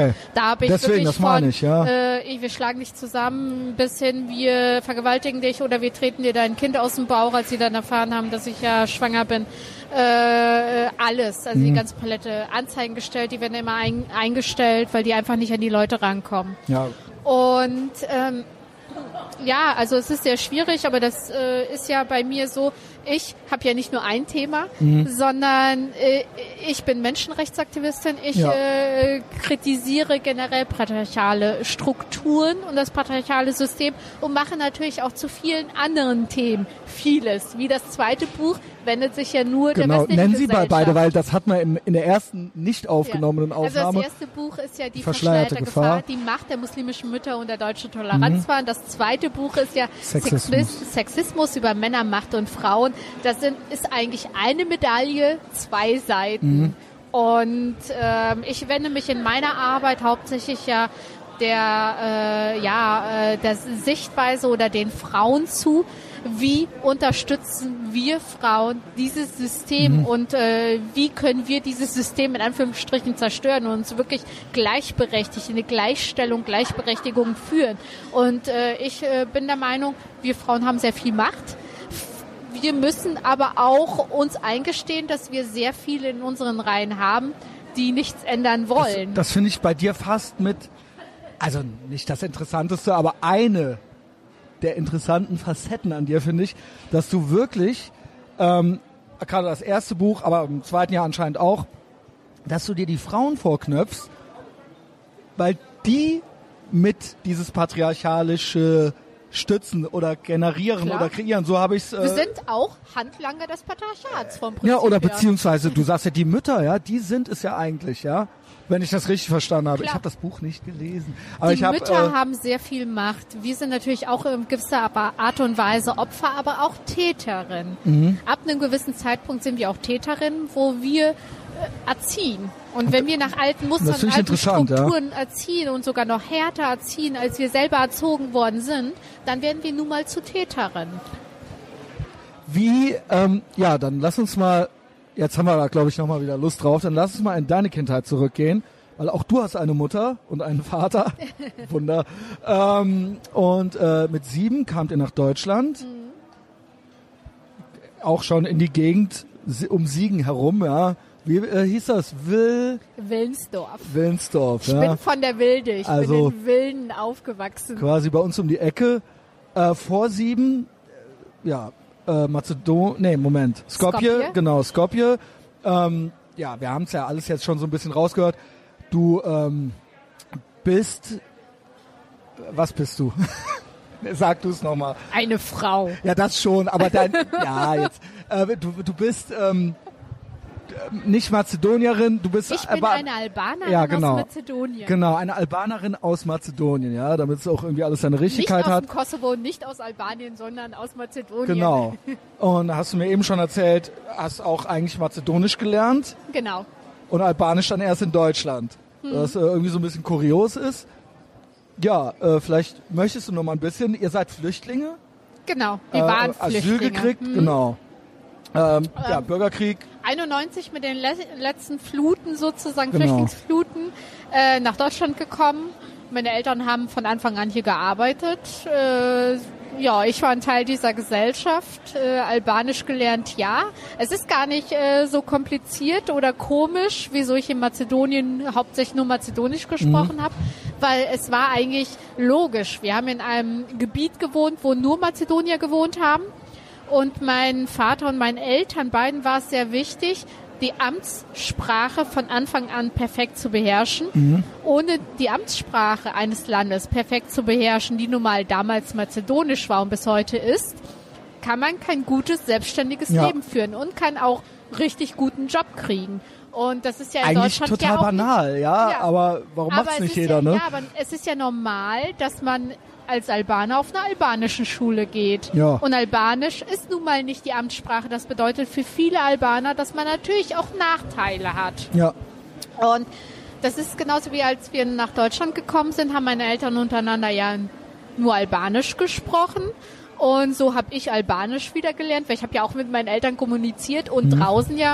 Okay. Da habe ich Deswegen, wirklich das meine ich, ja. Wir schlagen dich zusammen, bis hin, wir vergewaltigen dich oder wir treten dir dein Kind aus dem Bauch, als sie dann erfahren haben, dass ich ja schwanger bin. Alles, also die ganze Palette, Anzeigen gestellt, die werden immer eingestellt, weil die einfach nicht an die Leute rankommen. Ja. Und ja, also es ist sehr schwierig, aber das ist ja bei mir so, ich habe ja nicht nur ein Thema, sondern ich bin Menschenrechtsaktivistin, ich kritisiere generell patriarchale Strukturen und das patriarchale System und mache natürlich auch zu vielen anderen Themen vieles. Wie das zweite Buch wendet sich ja nur der westlichen Nennen Sie Gesellschaft. beide, weil das hat man in der ersten nicht aufgenommenen Aufnahme. Also das erste Buch ist ja die verschleierte Gefahr, die Macht der muslimischen Mütter und der deutschen Toleranzwahn. Das zweite Buch ist ja Sexismus über Männer, Macht und Frauen. Das ist eigentlich eine Medaille, zwei Seiten. Und ich wende mich in meiner Arbeit hauptsächlich ja der Sichtweise oder den Frauen zu. Wie unterstützen wir Frauen dieses System und wie können wir dieses System in Anführungsstrichen zerstören und uns wirklich gleichberechtigt, in eine Gleichstellung, Gleichberechtigung führen. Und ich bin der Meinung, wir Frauen haben sehr viel Macht. Wir müssen aber auch uns eingestehen, dass wir sehr viele in unseren Reihen haben, die nichts ändern wollen. Das finde ich bei dir fast also nicht das Interessanteste, aber eine der interessanten Facetten an dir, finde ich, dass du wirklich, gerade das erste Buch, aber im zweiten Jahr anscheinend auch, dass du dir die Frauen vorknöpfst, weil die mit dieses patriarchalische stützen oder generieren Klar. oder kreieren. So habe ich es. Wir sind auch Handlanger des Patriarchats vom Prinzip Ja, oder her. beziehungsweise, du sagst ja, die Mütter, ja, die sind es ja eigentlich, ja. Wenn ich das richtig verstanden habe. Klar. Ich habe das Buch nicht gelesen. Aber Die Mütter haben sehr viel Macht. Wir sind natürlich auch in gewisser Art und Weise Opfer, aber auch Täterin. Ab einem gewissen Zeitpunkt sind wir auch Täterinnen, wo wir erziehen. Und wenn wir nach alten Mustern, alten Strukturen erziehen und sogar noch härter erziehen, als wir selber erzogen worden sind, dann werden wir nun mal zu Täterinnen. Dann lass uns mal, jetzt haben wir da, glaube ich, nochmal wieder Lust drauf, dann lass uns mal in deine Kindheit zurückgehen, weil auch du hast eine Mutter und einen Vater. Wunder. Mit 7 kamt ihr nach Deutschland. Auch schon in die Gegend um Siegen herum, ja. Wie hieß das? Willensdorf. Willensdorf, ja. Ich bin von der Wilde. Ich bin in Wilden aufgewachsen. Quasi bei uns um die Ecke. Vor 7, Skopje. Genau, Skopje. Wir haben es ja alles jetzt schon so ein bisschen rausgehört. Du bist, was bist du? Sag du es nochmal. Eine Frau. Ja, das schon, aber du bist nicht Mazedonierin, du bist... Ich bin eine Albanerin aus Mazedonien. Genau, eine Albanerin aus Mazedonien, ja, damit es auch irgendwie alles seine Richtigkeit hat. Nicht aus dem Kosovo, nicht aus Albanien, sondern aus Mazedonien. Genau. Und hast du mir eben schon erzählt, hast auch eigentlich Mazedonisch gelernt. Genau. Und Albanisch dann erst in Deutschland. Was irgendwie so ein bisschen kurios ist. Ja, vielleicht möchtest du noch mal ein bisschen, ihr seid Flüchtlinge? Genau, wir waren Flüchtlinge. Asyl gekriegt, genau. Bürgerkrieg. 91 mit den letzten Fluten sozusagen, Flüchtlingsfluten, nach Deutschland gekommen. Meine Eltern haben von Anfang an hier gearbeitet. Ich war ein Teil dieser Gesellschaft. Albanisch gelernt, ja. Es ist gar nicht so kompliziert oder komisch, wieso ich in Mazedonien hauptsächlich nur Mazedonisch gesprochen habe, weil es war eigentlich logisch. Wir haben in einem Gebiet gewohnt, wo nur Mazedonier gewohnt haben. Und mein Vater und meinen Eltern, beiden war es sehr wichtig, die Amtssprache von Anfang an perfekt zu beherrschen. Ohne die Amtssprache eines Landes perfekt zu beherrschen, die nun mal damals mazedonisch war und bis heute ist, kann man kein gutes, selbstständiges Leben führen und kann auch richtig guten Job kriegen. Und das ist ja in eigentlich Deutschland total ja auch banal, nicht, aber warum macht es nicht jeder, ne? Ja, aber es ist ja normal, dass man als Albaner auf einer albanischen Schule geht. Ja. Und Albanisch ist nun mal nicht die Amtssprache. Das bedeutet für viele Albaner, dass man natürlich auch Nachteile hat. Ja. Und das ist genauso wie als wir nach Deutschland gekommen sind, haben meine Eltern untereinander ja nur Albanisch gesprochen. Und so habe ich Albanisch wieder gelernt, weil ich habe ja auch mit meinen Eltern kommuniziert und draußen ja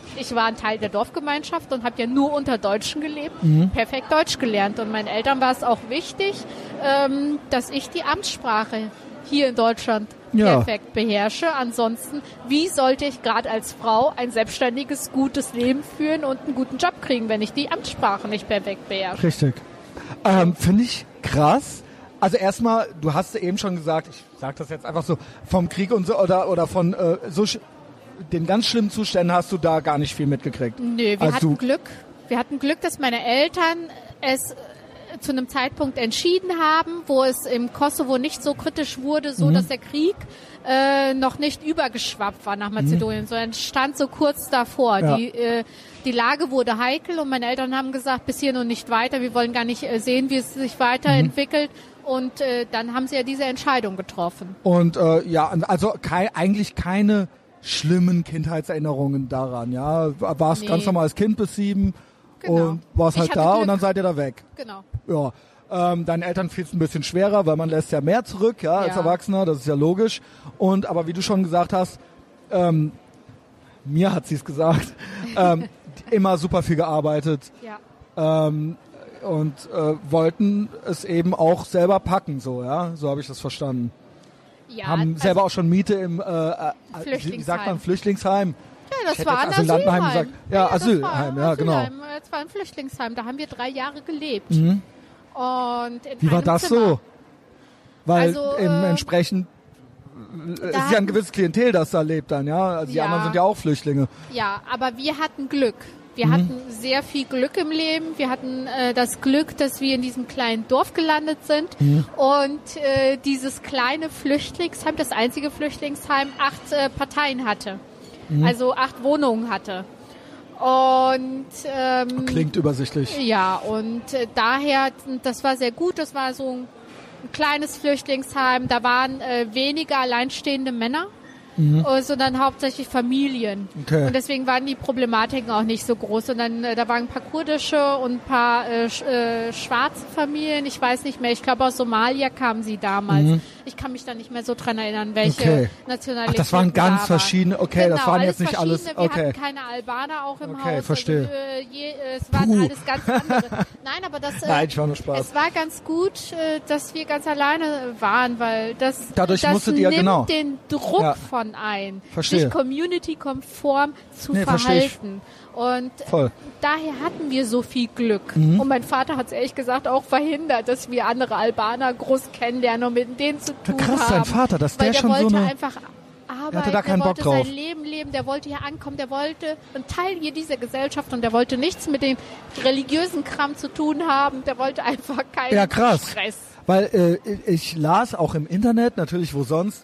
ich war ein Teil der Dorfgemeinschaft und habe ja nur unter Deutschen gelebt, perfekt Deutsch gelernt. Und meinen Eltern war es auch wichtig, dass ich die Amtssprache hier in Deutschland perfekt beherrsche. Ansonsten, wie sollte ich gerade als Frau ein selbstständiges, gutes Leben führen und einen guten Job kriegen, wenn ich die Amtssprache nicht perfekt beherrsche? Richtig. Finde ich krass. Also erstmal, du hast eben schon gesagt, ich sag das jetzt einfach so, vom Krieg und so oder von den ganz schlimmen Zuständen hast du da gar nicht viel mitgekriegt. Nö, wir hatten Glück. Wir hatten Glück, dass meine Eltern es zu einem Zeitpunkt entschieden haben, wo es im Kosovo nicht so kritisch wurde, so dass der Krieg noch nicht übergeschwappt war nach Mazedonien, sondern stand so kurz davor. Ja. Die Lage wurde heikel und meine Eltern haben gesagt, bis hier und nicht weiter, wir wollen gar nicht sehen, wie es sich weiterentwickelt. Und dann haben sie ja diese Entscheidung getroffen. Und also eigentlich keine schlimmen Kindheitserinnerungen daran, ja? Warst ganz normal als Kind bis 7 und warst halt da Glück. Und dann seid ihr da weg. Genau. Ja. Deinen Eltern fiel es ein bisschen schwerer, weil man lässt ja mehr zurück, ja, als Erwachsener, das ist ja logisch. Aber wie du schon gesagt hast, mir hat sie es gesagt, immer super viel gearbeitet. Ja. Und wollten es eben auch selber packen, so, ja, so habe ich das verstanden. Ja, haben selber auch schon Miete im wie sagt man, Flüchtlingsheim. Ja, das war ein Asylheim. Asylheim, genau. Das war ein Flüchtlingsheim, da haben wir 3 Jahre gelebt. Mhm. Und wie war das Zimmer. so? Weil entsprechend es ist ja ein gewisses Klientel, das da lebt dann, ja. Also die anderen sind ja auch Flüchtlinge. Ja, aber wir hatten Glück. Wir hatten sehr viel Glück im Leben. Wir hatten das Glück, dass wir in diesem kleinen Dorf gelandet sind. Und dieses kleine Flüchtlingsheim, das einzige Flüchtlingsheim, 8 Parteien hatte. Also 8 Wohnungen hatte. Und klingt übersichtlich. Ja, und daher, das war sehr gut. Das war so ein kleines Flüchtlingsheim. Da waren weniger alleinstehende Männer. Sondern hauptsächlich Familien. Okay. Und deswegen waren die Problematiken auch nicht so groß. Und dann, da waren ein paar kurdische und ein paar schwarze Familien. Ich weiß nicht mehr. Ich glaube, aus Somalia kamen sie damals. Ich kann mich da nicht mehr so dran erinnern, welche Nationalitäten. Ach, das waren ganz verschiedene. Okay, genau, das waren jetzt nicht alles. Wir hatten keine Albaner auch im Haus. Okay, verstehe. Also, es waren alles ganz andere. Nein, aber das. Nein, ich war nur Spaß. Es war ganz gut, dass wir ganz alleine waren, weil das musstet ihr nimmt den Druck von ein, sich community-konform zu verhalten. Und daher hatten wir so viel Glück. Und mein Vater hat es ehrlich gesagt auch verhindert, dass wir andere Albaner groß kennenlernen und mit denen zu tun haben. Krass, dein Vater, dass der schon so eine... Weil der wollte einfach arbeiten, hatte da keinen Bock drauf. Sein Leben leben, der wollte hier ankommen, der wollte ein Teil hier dieser Gesellschaft und der wollte nichts mit dem religiösen Kram zu tun haben. Der wollte einfach keinen Stress. Weil ich las auch im Internet, natürlich wo sonst,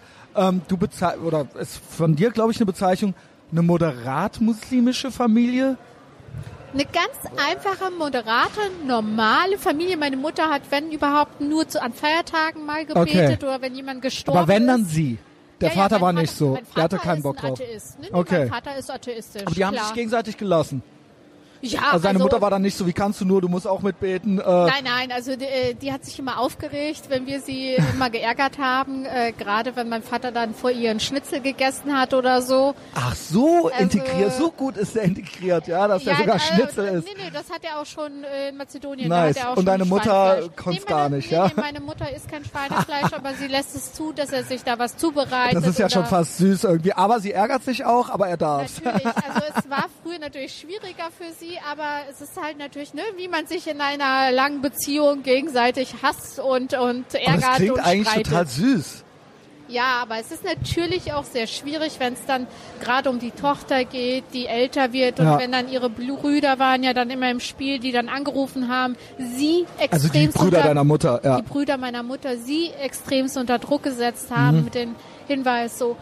oder ist von dir, glaube ich, eine Bezeichnung, eine moderat muslimische Familie? Eine ganz einfache, moderate, normale Familie. Meine Mutter hat, wenn überhaupt, nur an Feiertagen mal gebetet oder wenn jemand gestorben ist. Aber wenn dann sie? Der Vater war nicht so. Der hatte keinen Bock drauf. Nee, mein Vater ist atheistisch. Aber die haben sich gegenseitig gelassen. Ja, also deine Mutter war dann nicht so, wie kannst du nur, du musst auch mitbeten. Nein, also die hat sich immer aufgeregt, wenn wir sie immer geärgert haben, gerade wenn mein Vater dann vor ihr einen Schnitzel gegessen hat oder so. Ach so, integriert, so gut ist er integriert, ja, dass er sogar Schnitzel ist. Nee, das hat er auch schon in Mazedonien. Nice. Da hat er auch und schon deine Mutter konnte es gar nicht, ja? Nee, meine Mutter isst kein Schweinefleisch, aber sie lässt es zu, dass er sich da was zubereitet. Das ist ja schon fast süß irgendwie, aber sie ärgert sich auch, aber er darf. Natürlich, also es war früher natürlich schwieriger für sie, aber es ist halt natürlich, wie man sich in einer langen Beziehung gegenseitig hasst und ärgert und streitet. Das klingt eigentlich total süß. Ja, aber es ist natürlich auch sehr schwierig, wenn es dann gerade um die Tochter geht, die älter wird und wenn dann ihre Brüder waren ja dann immer im Spiel, die dann angerufen haben, sie extrem... Also die Brüder deiner Mutter, ja. Die Brüder meiner Mutter, sie extremst unter Druck gesetzt haben mit dem Hinweis so,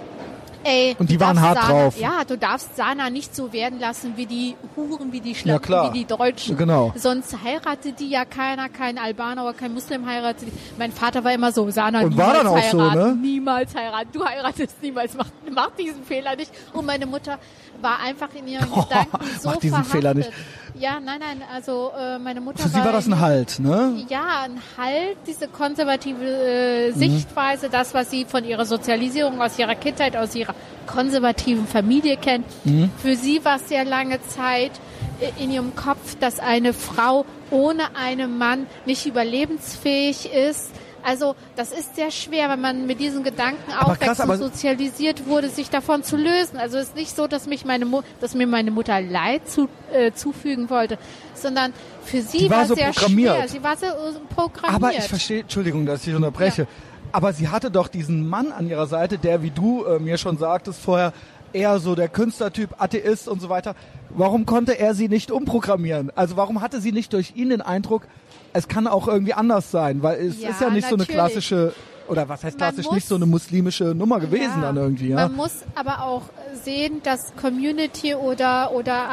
ey, und die waren hart drauf. Ja, du darfst Sana nicht so werden lassen wie die Huren, wie die Schlampen, wie die Deutschen. Genau. Sonst heiratet die ja keiner, kein Albaner oder kein Muslim heiratet. Mein Vater war immer so, Sana, und niemals war dann auch heiraten, so, ne? niemals heiraten. Du heiratest niemals, mach diesen Fehler nicht. Und meine Mutter war einfach in ihren Gedanken so mach diesen verhaftet. Fehler nicht. Ja, nein, also meine Mutter Für sie war das ein Halt, ne? Ja, ein Halt, diese konservative Sichtweise, das, was sie von ihrer Sozialisierung, aus ihrer Kindheit, aus ihrer konservativen Familie kennt. Für sie war es sehr lange Zeit in ihrem Kopf, dass eine Frau ohne einen Mann nicht überlebensfähig ist. Also das ist sehr schwer, wenn man mit diesen Gedanken aufwächst und sozialisiert wurde, sich davon zu lösen. Also es ist nicht so, dass mir meine Mutter Leid zufügen wollte, sondern für sie war es so sehr schwer. Sie war so programmiert. Aber ich verstehe, Entschuldigung, dass ich unterbreche, aber sie hatte doch diesen Mann an ihrer Seite, der, wie du mir schon sagtest vorher, eher so der Künstlertyp, Atheist und so weiter. Warum konnte er sie nicht umprogrammieren? Also warum hatte sie nicht durch ihn den Eindruck, es kann auch irgendwie anders sein, weil es ist ja nicht so eine klassische, oder was heißt klassisch, nicht so eine muslimische Nummer gewesen dann irgendwie. Ja. Man muss aber auch sehen, dass Community oder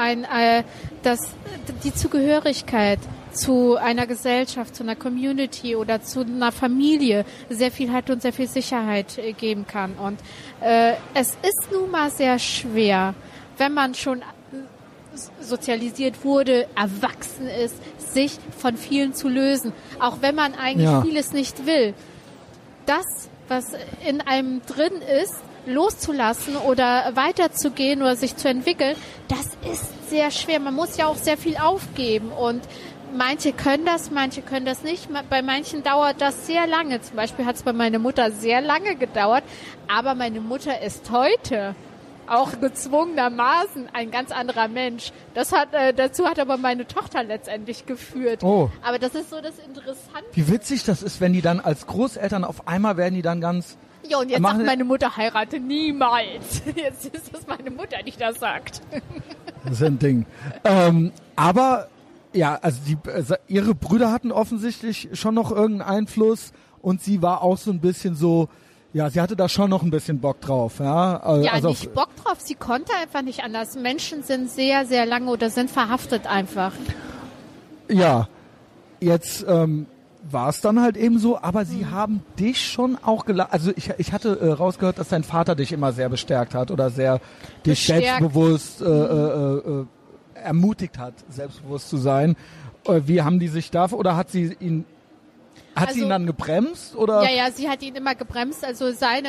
die Zugehörigkeit zu einer Gesellschaft, zu einer Community oder zu einer Familie sehr viel Halt und sehr viel Sicherheit geben kann. Und es ist nun mal sehr schwer, wenn man schon sozialisiert wurde, erwachsen ist, sich von vielen zu lösen, auch wenn man eigentlich vieles nicht will. Das, was in einem drin ist, loszulassen oder weiterzugehen oder sich zu entwickeln, das ist sehr schwer. Man muss ja auch sehr viel aufgeben und manche können das nicht. Bei manchen dauert das sehr lange. Zum Beispiel hat es bei meiner Mutter sehr lange gedauert, aber meine Mutter ist heute auch gezwungenermaßen ein ganz anderer Mensch. Dazu hat aber meine Tochter letztendlich geführt. Oh. Aber das ist so das Interessante. Wie witzig das ist, wenn die dann als Großeltern auf einmal werden die dann ganz... Ja, und jetzt sagt meine Mutter, heirate niemals. Jetzt ist es meine Mutter, die das sagt. Das ist ein Ding. Aber, ja, also ihre Brüder hatten offensichtlich schon noch irgendeinen Einfluss und sie war auch so ein bisschen so... Ja, sie hatte da schon noch ein bisschen Bock drauf, ja. Ja, nicht Bock drauf, sie konnte einfach nicht anders. Menschen sind sehr, sehr lange oder sind verhaftet einfach. Ja, jetzt war es dann halt eben so, aber sie haben dich schon auch also ich hatte rausgehört, dass dein Vater dich immer sehr bestärkt hat oder sehr dich selbstbewusst ermutigt hat, selbstbewusst zu sein. Wie haben die sich dafür, oder hat sie ihn... sie ihn dann gebremst, oder? Ja, sie hat ihn immer gebremst. Also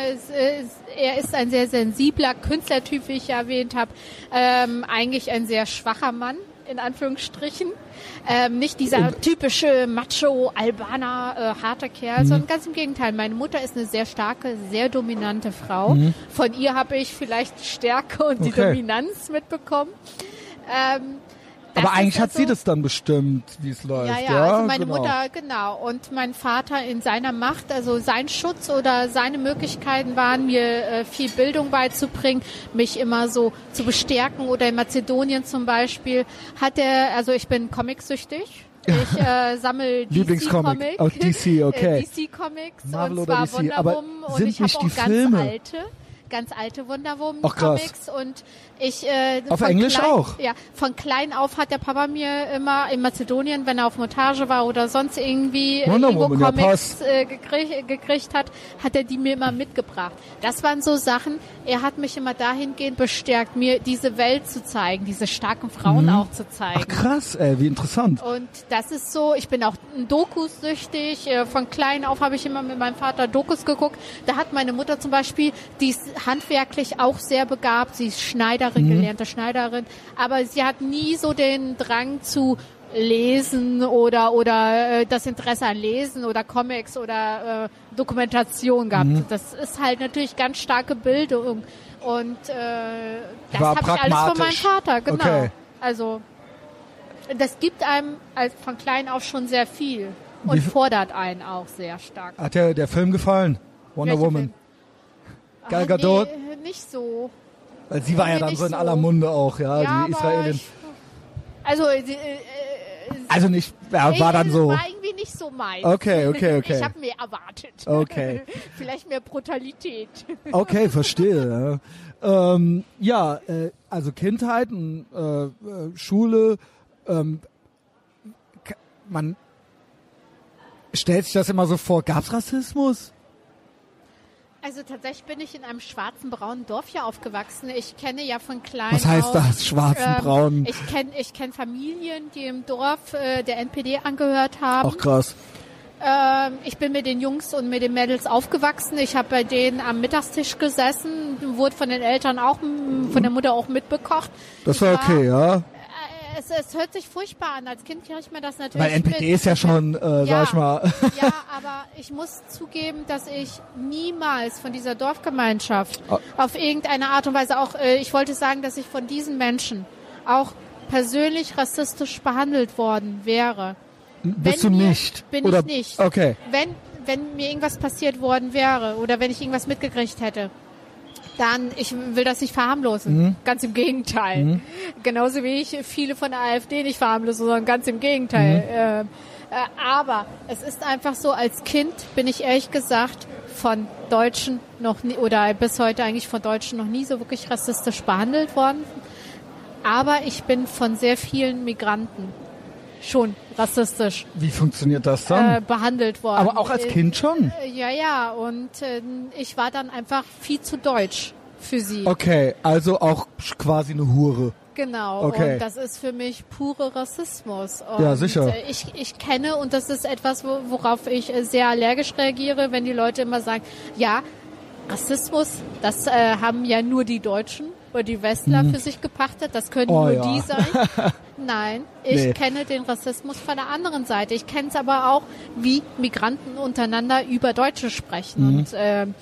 er ist ein sehr sensibler Künstlertyp, wie ich ja erwähnt habe. Eigentlich ein sehr schwacher Mann, in Anführungsstrichen. Nicht dieser typische Macho-Albaner, harte Kerl, sondern ganz im Gegenteil. Meine Mutter ist eine sehr starke, sehr dominante Frau. Von ihr habe ich vielleicht Stärke und die Dominanz mitbekommen. Aber eigentlich hat sie das dann bestimmt, wie es läuft. Ja, also meine Mutter, genau. Und mein Vater in seiner Macht, also sein Schutz oder seine Möglichkeiten waren, mir viel Bildung beizubringen, mich immer so zu bestärken. Oder in Mazedonien zum Beispiel also ich bin comicsüchtig. Ich sammle DC-Comics. Auch DC, okay. DC-Comics, Marvel und zwar oder DC. Wonder Aber Woman, und sind ich habe auch ganz alte Wonder Woman Comics. Und ich auf Englisch auch? Ja, von klein auf hat der Papa mir immer in Mazedonien, wenn er auf Montage war oder sonst irgendwie irgendwo Comics gekriegt hat er die mir immer mitgebracht. Das waren so Sachen, er hat mich immer dahingehend bestärkt, mir diese Welt zu zeigen, diese starken Frauen auch zu zeigen. Ach krass, wie interessant. Und das ist so, ich bin auch Dokus süchtig. Von klein auf habe ich immer mit meinem Vater Dokus geguckt. Da hat meine Mutter zum Beispiel, die ist handwerklich auch sehr begabt, sie ist Schneiderin, gelernte Schneiderin, aber sie hat nie so den Drang zu lesen oder das Interesse an Lesen oder Comics oder Dokumentation gehabt. Das ist halt natürlich ganz starke Bildung und das habe ich alles von meinem Vater, genau. Okay. Also das gibt einem von klein auf schon sehr viel und fordert einen auch sehr stark. Hat dir der Film gefallen? Wonder Woman? Gal Gadot? Nee, nicht so. Weil sie war ja dann so in aller Munde auch, ja die Israelin. Also nicht, war dann so. War irgendwie nicht so meins. Okay. Ich habe mehr erwartet. Okay. Vielleicht mehr Brutalität. Okay, verstehe. Also Kindheit, Schule, man stellt sich das immer so vor. Gab's Rassismus? Also tatsächlich bin ich in einem schwarzen-braunen Dorf hier aufgewachsen. Ich kenne ja von klein Was heißt auf, das, schwarzen-braun? Ich kenn Familien, die im Dorf der NPD angehört haben. Auch krass. Ich bin mit den Jungs und mit den Mädels aufgewachsen. Ich habe bei denen am Mittagstisch gesessen, wurde von den Eltern auch, von der Mutter auch mitbekocht. Das war okay, ja? Es hört sich furchtbar an. Als Kind kriege ich mir das natürlich Weil NPD ist ja schon, sag ich mal. Ja, aber ich muss zugeben, dass ich niemals von dieser Dorfgemeinschaft auf irgendeine Art und Weise auch, ich wollte sagen, dass ich von diesen Menschen auch persönlich rassistisch behandelt worden wäre. Bist du nicht? Bin oder? Ich nicht. Okay. Wenn mir irgendwas passiert worden wäre oder wenn ich irgendwas mitgekriegt hätte, dann, ich will das nicht verharmlosen. Ganz im Gegenteil. Genauso wie ich viele von der AfD nicht verharmlose, sondern ganz im Gegenteil. Aber es ist einfach so, als Kind bin ich ehrlich gesagt von Deutschen noch nie, oder bis heute eigentlich von Deutschen noch nie so wirklich rassistisch behandelt worden. Aber ich bin von sehr vielen Migranten schon rassistisch. Wie funktioniert das dann? Behandelt worden. Aber auch als Kind schon? Ja, und ich war dann einfach viel zu deutsch für sie. Okay, also auch quasi eine Hure. Genau, okay. Und das ist für mich pure Rassismus. Und ja, sicher. Ich kenne, und das ist etwas, worauf ich sehr allergisch reagiere, wenn die Leute immer sagen, ja, Rassismus, das haben ja nur die Deutschen oder die Westler für sich gepachtet, das können nur die sein. Nein, ich kenne den Rassismus von der anderen Seite. Ich kenne es aber auch, wie Migranten untereinander über Deutsche sprechen. Und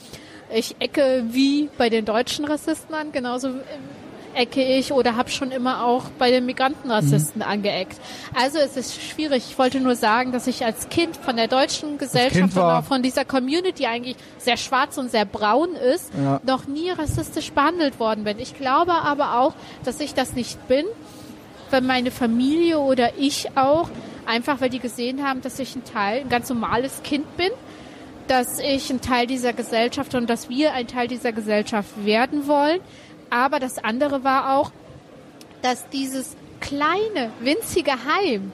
ich ecke wie bei den deutschen Rassisten an, genauso ecke ich oder habe schon immer auch bei den Migrantenrassisten angeeckt. Also es ist schwierig. Ich wollte nur sagen, dass ich als Kind von der deutschen Gesellschaft und auch von dieser Community eigentlich sehr schwarz und sehr braun ist, noch nie rassistisch behandelt worden bin. Ich glaube aber auch, dass ich das nicht bin, weil meine Familie oder ich auch, einfach weil die gesehen haben, dass ich ein ganz normales Kind bin, dass ich ein Teil dieser Gesellschaft und dass wir ein Teil dieser Gesellschaft werden wollen. Aber das andere war auch, dass dieses kleine, winzige Heim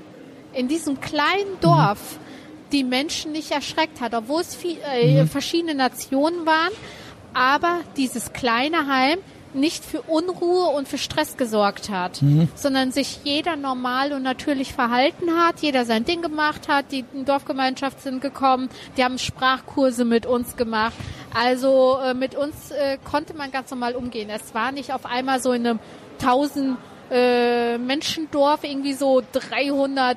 in diesem kleinen Dorf die Menschen nicht erschreckt hat, obwohl es verschiedene Nationen waren, aber dieses kleine Heim nicht für Unruhe und für Stress gesorgt hat, sondern sich jeder normal und natürlich verhalten hat, jeder sein Ding gemacht hat, die Dorfgemeinschaft sind gekommen, die haben Sprachkurse mit uns gemacht, also mit uns konnte man ganz normal umgehen. Es war nicht auf einmal so in einem 1000 Menschendorf irgendwie so 300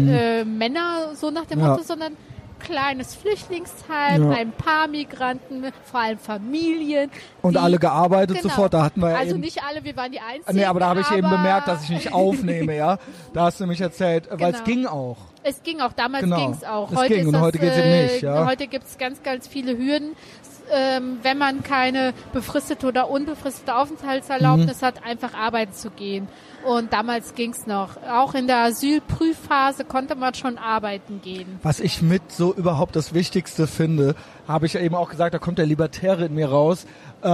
Männer, so nach dem Motto, sondern kleines Flüchtlingsheim, ein paar Migranten, vor allem Familien. Und alle gearbeitet sofort, da hatten wir ja also eben... nicht alle, wir waren die Einzigen. Nee, aber da habe ich eben bemerkt, dass ich nicht aufnehme, ja. Da hast du nämlich erzählt, weil es ging auch. Es ging auch, damals ging es auch. Heute ging, und heute geht es eben nicht, ja. Heute gibt es ganz, ganz viele Hürden. Wenn man keine befristete oder unbefristete Aufenthaltserlaubnis hat, einfach arbeiten zu gehen. Und damals ging's noch. Auch in der Asylprüfphase konnte man schon arbeiten gehen. Was ich mit so überhaupt das Wichtigste finde, habe ich ja eben auch gesagt, da kommt der Libertäre in mir raus.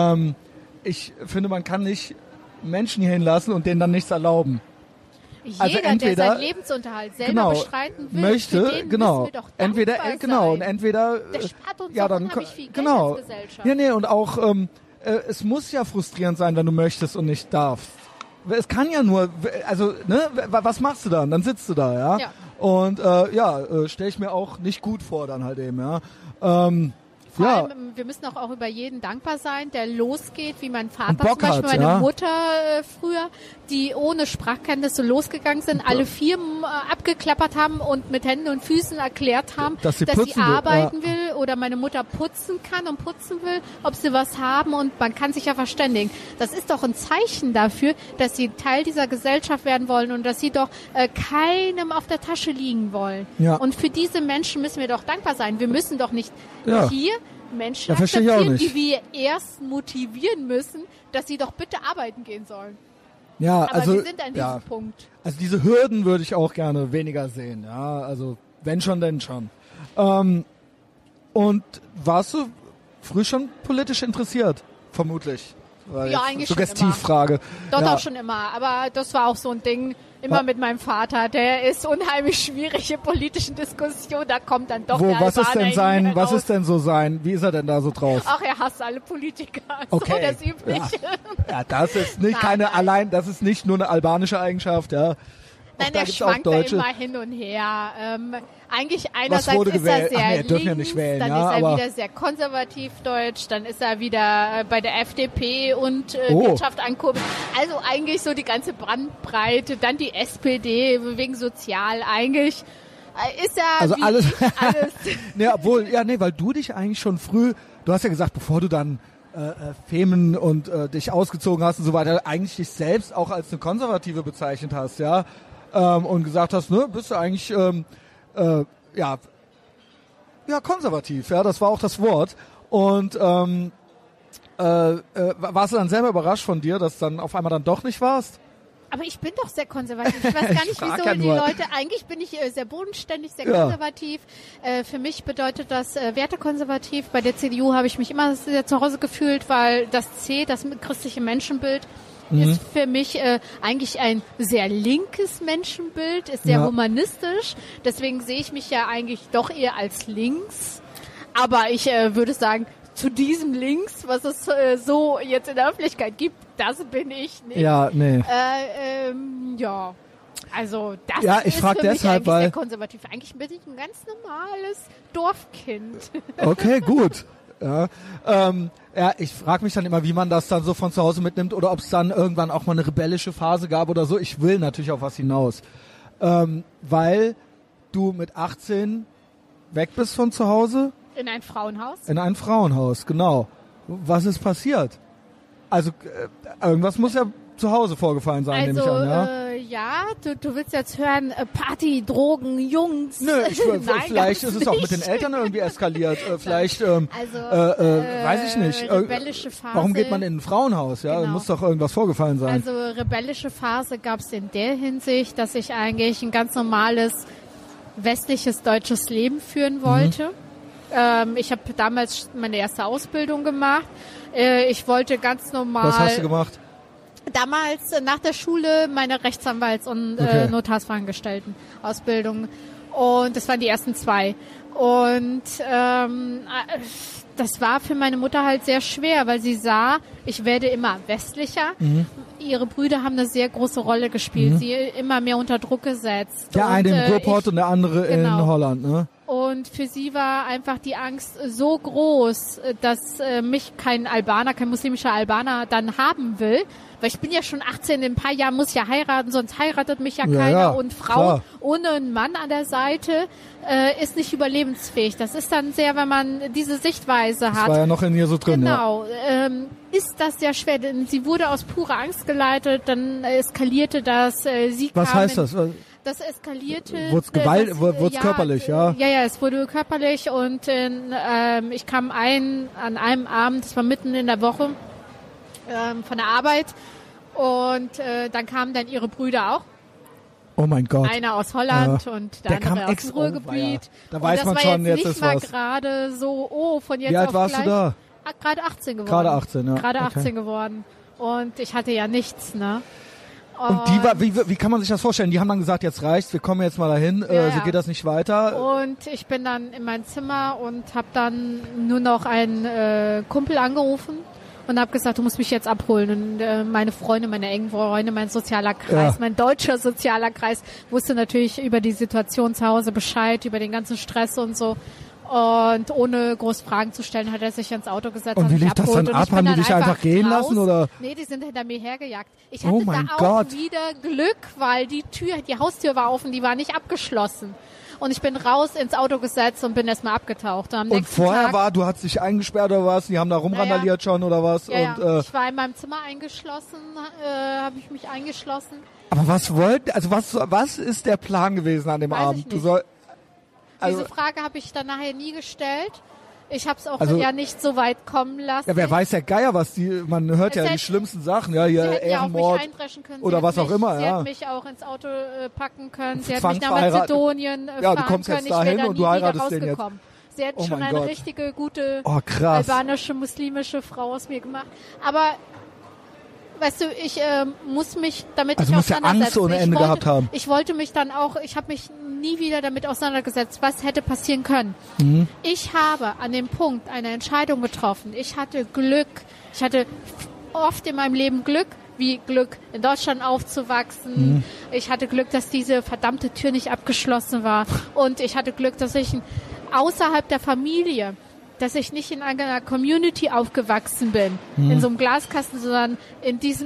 Ich finde, man kann nicht Menschen hier hinlassen und denen dann nichts erlauben. Jeder, also entweder, der seinen Lebensunterhalt selber bestreiten will, möchte, für den müssen wir doch entweder sein. Und entweder der spart uns ja, doch dann unheimlich viel Geld als Gesellschaft. Nee, und auch es muss ja frustrierend sein, wenn du möchtest und nicht darfst. Es kann ja nur, also ne, was machst du dann? Dann sitzt du da, ja. Und stelle ich mir auch nicht gut vor dann halt eben, ja. Vor allem, wir müssen auch über jeden dankbar sein, der losgeht, wie mein Vater, zum Beispiel meine Mutter früher, die ohne Sprachkenntnisse losgegangen sind, alle Firmen abgeklappert haben und mit Händen und Füßen erklärt haben, dass sie arbeiten will oder meine Mutter putzen kann und putzen will, ob sie was haben, und man kann sich ja verständigen. Das ist doch ein Zeichen dafür, dass sie Teil dieser Gesellschaft werden wollen und dass sie doch keinem auf der Tasche liegen wollen. Ja. Und für diese Menschen müssen wir doch dankbar sein. Wir müssen doch nicht hier Menschen akzeptieren, die wir erst motivieren müssen, dass sie doch bitte arbeiten gehen sollen. Ja, aber also wir sind an diesem Punkt. Also diese Hürden würde ich auch gerne weniger sehen. Ja, also wenn schon, denn schon. Und warst du früh schon politisch interessiert? Vermutlich. Ja, eigentlich Suggestivfrage. Doch, auch schon immer. Aber das war auch so ein Ding. Immer mit meinem Vater. Der ist unheimlich schwierig in politischen Diskussionen. Da kommt dann doch der was ist denn Albaner was ist denn so sein? Wie ist er denn da so drauf? Ach, er hasst alle Politiker. Okay. So das Übliche. Ja, das ist nicht das ist nicht nur eine albanische Eigenschaft, ja. Nein, er schwankt da immer hin und her. Eigentlich einerseits ist er sehr dürfen ja nicht wählen, dann ist er wieder sehr konservativ deutsch, dann ist er wieder bei der FDP und Wirtschaft ankurbeln. Also eigentlich so die ganze Bandbreite, dann die SPD wegen sozial. Eigentlich ist er also alles. alles. Weil du dich eigentlich schon früh, du hast ja gesagt, bevor du dann Femen und dich ausgezogen hast und so weiter, eigentlich dich selbst auch als eine Konservative bezeichnet hast, ja. Und gesagt hast, ne, bist du eigentlich konservativ, ja, das war auch das Wort. Und warst du dann selber überrascht von dir, dass dann auf einmal dann doch nicht warst? Aber ich bin doch sehr konservativ. Ich weiß gar nicht, wieso die Leute, eigentlich bin ich sehr bodenständig, sehr konservativ. Für mich bedeutet das wertekonservativ. Bei der CDU habe ich mich immer sehr zu Hause gefühlt, weil das christliche Menschenbild, ist für mich eigentlich ein sehr linkes Menschenbild, ist sehr humanistisch. Deswegen sehe ich mich ja eigentlich doch eher als links. Aber ich würde sagen, zu diesem Links, was es so jetzt in der Öffentlichkeit gibt, das bin ich nicht. Ja, nee. Also das ich ist frag für deshalb, mich eigentlich sehr konservativ. Eigentlich bin ich ein ganz normales Dorfkind. Okay, gut. Ja, ich frage mich dann immer, wie man das dann so von zu Hause mitnimmt oder ob es dann irgendwann auch mal eine rebellische Phase gab oder so. Ich will natürlich auf was hinaus. Weil du mit 18 weg bist von zu Hause. In ein Frauenhaus? In ein Frauenhaus, genau. Was ist passiert? Also irgendwas muss ja zu Hause vorgefallen sein, nehme ich an, ja? Du willst jetzt hören, Party, Drogen, Jungs. Nö, vielleicht ist es auch mit den Eltern irgendwie eskaliert. Vielleicht, weiß ich nicht. Rebellische Phase. Warum geht man in ein Frauenhaus? Ja, genau. Muss doch irgendwas vorgefallen sein. Also rebellische Phase gab es in der Hinsicht, dass ich eigentlich ein ganz normales westliches deutsches Leben führen wollte. Ich habe damals meine erste Ausbildung gemacht. Ich wollte ganz normal... Was hast du gemacht? Damals nach der Schule meine Rechtsanwalts- und Notarsfachangestellten-Ausbildung. Und das waren die ersten 2. Und das war für meine Mutter halt sehr schwer, weil sie sah, ich werde immer westlicher. Ihre Brüder haben eine sehr große Rolle gespielt, sie immer mehr unter Druck gesetzt. Der eine im Ruhrpott und der andere in Holland, ne? Und für sie war einfach die Angst so groß, dass mich kein muslimischer Albaner dann haben will. Weil ich bin ja schon 18, in ein paar Jahren muss ich ja heiraten, sonst heiratet mich ja keiner. Ja, und Frau ohne einen Mann an der Seite ist nicht überlebensfähig. Das ist dann sehr, wenn man diese Sichtweise hat. Das war ja noch in ihr so drin, genau, ist das sehr schwer, denn sie wurde aus purer Angst geleitet, dann eskalierte das. Was heißt das? Das eskalierte. Wurde es körperlich, ja? Ja, es wurde körperlich und ich kam an einem Abend, das war mitten in der Woche, von der Arbeit und dann kamen dann ihre Brüder auch. Oh mein Gott. Einer aus Holland und der andere aus dem Ruhrgebiet. Da weiß man schon, jetzt ist was. Das war gerade so, von jetzt auf gleich. Wie alt warst du da? Gerade 18 geworden. Gerade 18, ja. Gerade 18 geworden. Und ich hatte ja nichts, ne? Und wie kann man sich das vorstellen? Die haben dann gesagt, jetzt reicht's, wir kommen jetzt mal dahin, so geht das nicht weiter. Und ich bin dann in mein Zimmer und habe dann nur noch einen Kumpel angerufen und habe gesagt, du musst mich jetzt abholen. Und meine Freunde, meine engen Freunde, mein sozialer Kreis, mein deutscher sozialer Kreis wusste natürlich über die Situation zu Hause Bescheid, über den ganzen Stress und so. Und ohne groß Fragen zu stellen, hat er sich ins Auto gesetzt. Und wie lief das dann ab? Haben die dich einfach gehen lassen, oder? Nee, die sind hinter mir hergejagt. Ich hatte auch wieder Glück, weil die Haustür war offen, die war nicht abgeschlossen. Und ich bin raus ins Auto gesetzt und bin erstmal abgetaucht. Und vorher du hast dich eingesperrt oder was? Die haben da rumrandaliert schon oder was? Ja, ich war in meinem Zimmer eingeschlossen, habe ich mich eingeschlossen. Aber was ist der Plan gewesen an dem Abend? Diese Frage habe ich dann nachher nie gestellt. Ich habe es auch nicht so weit kommen lassen. Ja, wer weiß der Geier, man hört ja die schlimmsten Sachen, ja, hier Ehrenmord oder was auch immer. Sie hätte mich auch ins Auto packen können, sie hätte mich nach Mazedonien fahren können. Ja, du kommst jetzt dahin und du heiratest den jetzt. Sie hätte schon eine richtige, gute albanische, muslimische Frau aus mir gemacht. Aber weißt du, ich muss mich damit also nicht musst ja Angst ohne Ende gehabt haben. Ich wollte mich dann auch, ich habe mich nie wieder damit auseinandergesetzt, was hätte passieren können. Ich habe an dem Punkt eine Entscheidung getroffen. Ich hatte Glück. Ich hatte oft in meinem Leben Glück, wie Glück, in Deutschland aufzuwachsen. Ich hatte Glück, dass diese verdammte Tür nicht abgeschlossen war. Und ich hatte Glück, dass ich außerhalb der Familie, dass ich nicht in einer Community aufgewachsen bin, in so einem Glaskasten, sondern in diesem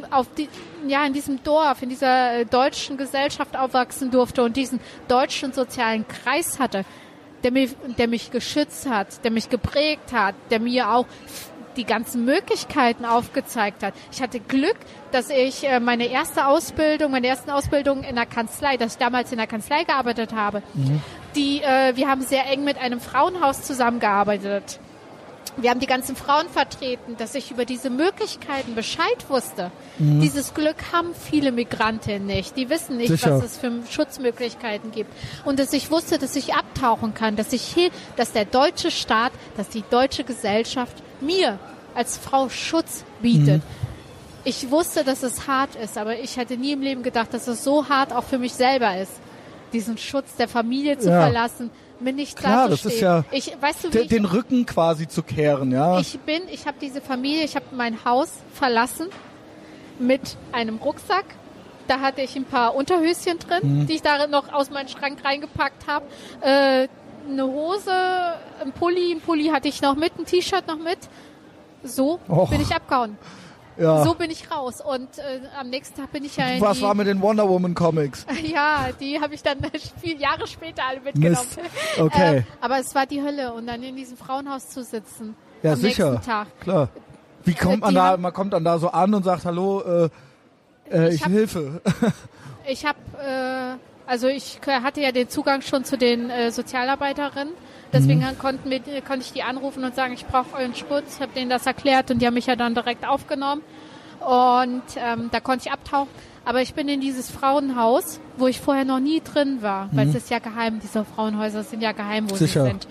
Dorf, in dieser deutschen Gesellschaft aufwachsen durfte und diesen deutschen sozialen Kreis hatte, der mich geschützt hat, der mich geprägt hat, der mir auch die ganzen Möglichkeiten aufgezeigt hat. Ich hatte Glück, dass ich meine erste Ausbildung in der Kanzlei, dass ich damals in der Kanzlei gearbeitet habe, wir haben sehr eng mit einem Frauenhaus zusammengearbeitet. Wir haben die ganzen Frauen vertreten, dass ich über diese Möglichkeiten Bescheid wusste. Dieses Glück haben viele Migrantinnen nicht. Die wissen nicht, was es für Schutzmöglichkeiten gibt. Und dass ich wusste, dass ich abtauchen kann, dass der deutsche Staat, dass die deutsche Gesellschaft mir als Frau Schutz bietet. Ich wusste, dass es hart ist, aber ich hätte nie im Leben gedacht, dass es so hart auch für mich selber ist, diesen Schutz der Familie zu verlassen, mir nicht klar, das ist ja den Rücken Rücken quasi zu kehren, ja. Ich habe diese Familie, ich habe mein Haus verlassen mit einem Rucksack. Da hatte ich ein paar Unterhöschen drin, die ich da noch aus meinem Schrank reingepackt habe. Eine Hose, ein Pulli hatte ich noch mit, ein T-Shirt noch mit. So bin ich abgehauen. Ja. So bin ich raus. Und am nächsten Tag bin ich ja Was war mit den Wonder Woman Comics? Ja, die habe ich dann viele Jahre später alle mitgenommen. Mist. Okay. Aber es war die Hölle. Und dann in diesem Frauenhaus zu sitzen. Ja, am sicher. nächsten Tag. Klar. Wie kommt man da? Man kommt dann da so an und sagt, hallo, ich Hilfe. Ich hatte ja den Zugang schon zu den Sozialarbeiterinnen. Deswegen konnte ich die anrufen und sagen, ich brauche euren Schutz. Ich habe denen das erklärt und die haben mich ja dann direkt aufgenommen. Und da konnte ich abtauchen. Aber ich bin in dieses Frauenhaus, wo ich vorher noch nie drin war. Weil es ist ja geheim. Diese Frauenhäuser sind ja geheim, wo Sicher. sie sind.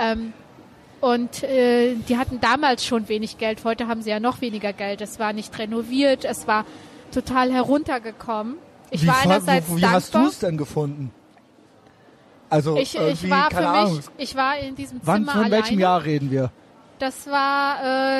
Und die hatten damals schon wenig Geld. Heute haben sie ja noch weniger Geld. Es war nicht renoviert. Es war total heruntergekommen. Ich war einerseits wie dankbar. hast du es denn gefunden? Also ich war in diesem Zimmer alleine. Von welchem Jahr reden wir? Das war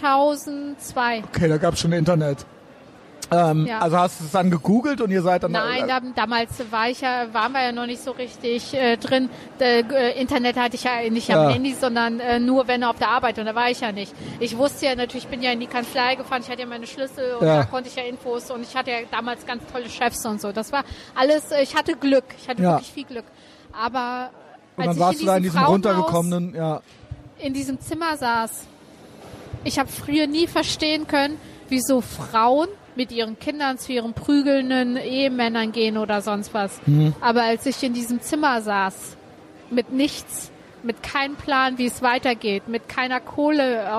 2002. Okay, da gab es schon Internet. Ja. Also hast du es dann gegoogelt und ihr seid dann... Nein, damals waren wir ja noch nicht so richtig drin. Internet hatte ich ja nicht am Handy, sondern nur wenn auf der Arbeit. Und da war ich ja nicht. Ich wusste ja natürlich, ich bin ja in die Kanzlei gefahren, ich hatte ja meine Schlüssel und da konnte ich ja Infos und ich hatte ja damals ganz tolle Chefs und so. Das war alles, ich hatte Glück. Ich hatte wirklich viel Glück. Aber und dann warst du da in diesem runtergekommenen... in diesem Zimmer saß. Ich habe früher nie verstehen können, wieso Frauen mit ihren Kindern zu ihren prügelnden Ehemännern gehen oder sonst was. Aber als ich in diesem Zimmer saß, mit nichts, mit keinem Plan, wie es weitergeht, mit keiner Kohle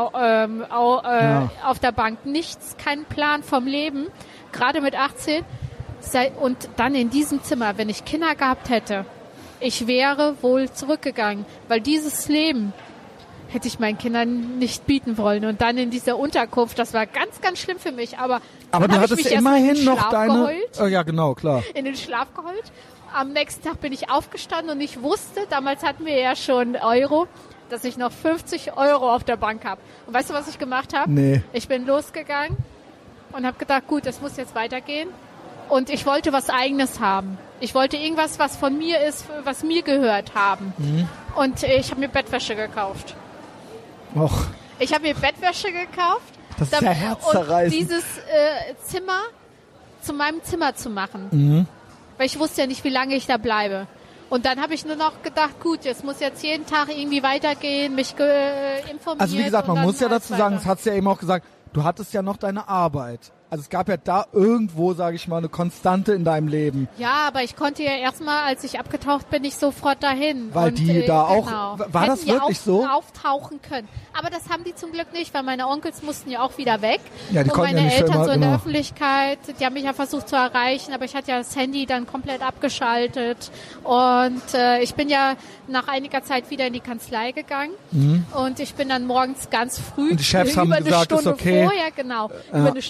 auf der Bank, nichts, kein Plan vom Leben, gerade mit 18, und dann in diesem Zimmer, wenn ich Kinder gehabt hätte, ich wäre wohl zurückgegangen, weil dieses Leben hätte ich meinen Kindern nicht bieten wollen. Und dann in dieser Unterkunft, das war ganz, ganz schlimm für mich. Aber du hattest immerhin noch deine... ja, genau, klar. In den Schlaf geheult. Am nächsten Tag bin ich aufgestanden und ich wusste, damals hatten wir ja schon Euro, dass ich noch 50 Euro auf der Bank habe. Und weißt du, was ich gemacht habe? Nee. Ich bin losgegangen und habe gedacht, gut, das muss jetzt weitergehen. Und ich wollte was Eigenes haben. Ich wollte irgendwas, was von mir ist, was mir gehört haben. Und ich habe mir Bettwäsche gekauft. Och. Ich habe mir Bettwäsche gekauft. Das ist ja herzzerreißend. Und dieses Zimmer zu meinem Zimmer zu machen. Weil ich wusste ja nicht, wie lange ich da bleibe. Und dann habe ich nur noch gedacht, gut, jetzt muss jetzt jeden Tag irgendwie weitergehen, mich informieren. Also wie gesagt, man muss ja dazu sagen, das hast du ja eben auch gesagt, du hattest ja noch deine Arbeit. Also es gab ja da irgendwo, sage ich mal, eine Konstante in deinem Leben. Ja, aber ich konnte ja erstmal, als ich abgetaucht bin, nicht sofort dahin. Weil und, die da auch, genau, war das wirklich so? Auftauchen können. Aber das haben die zum Glück nicht, weil meine Onkels mussten ja auch wieder weg. Ja, die und konnten meine ja nicht Eltern immer, so in der Öffentlichkeit, die haben mich ja versucht zu erreichen, aber ich hatte ja das Handy dann komplett abgeschaltet. Und ich bin ja nach einiger Zeit wieder in die Kanzlei gegangen. Und ich bin dann morgens ganz früh, und die Chefs haben über eine gesagt, Stunde ist okay. vorher, genau, über eine Stunde vorher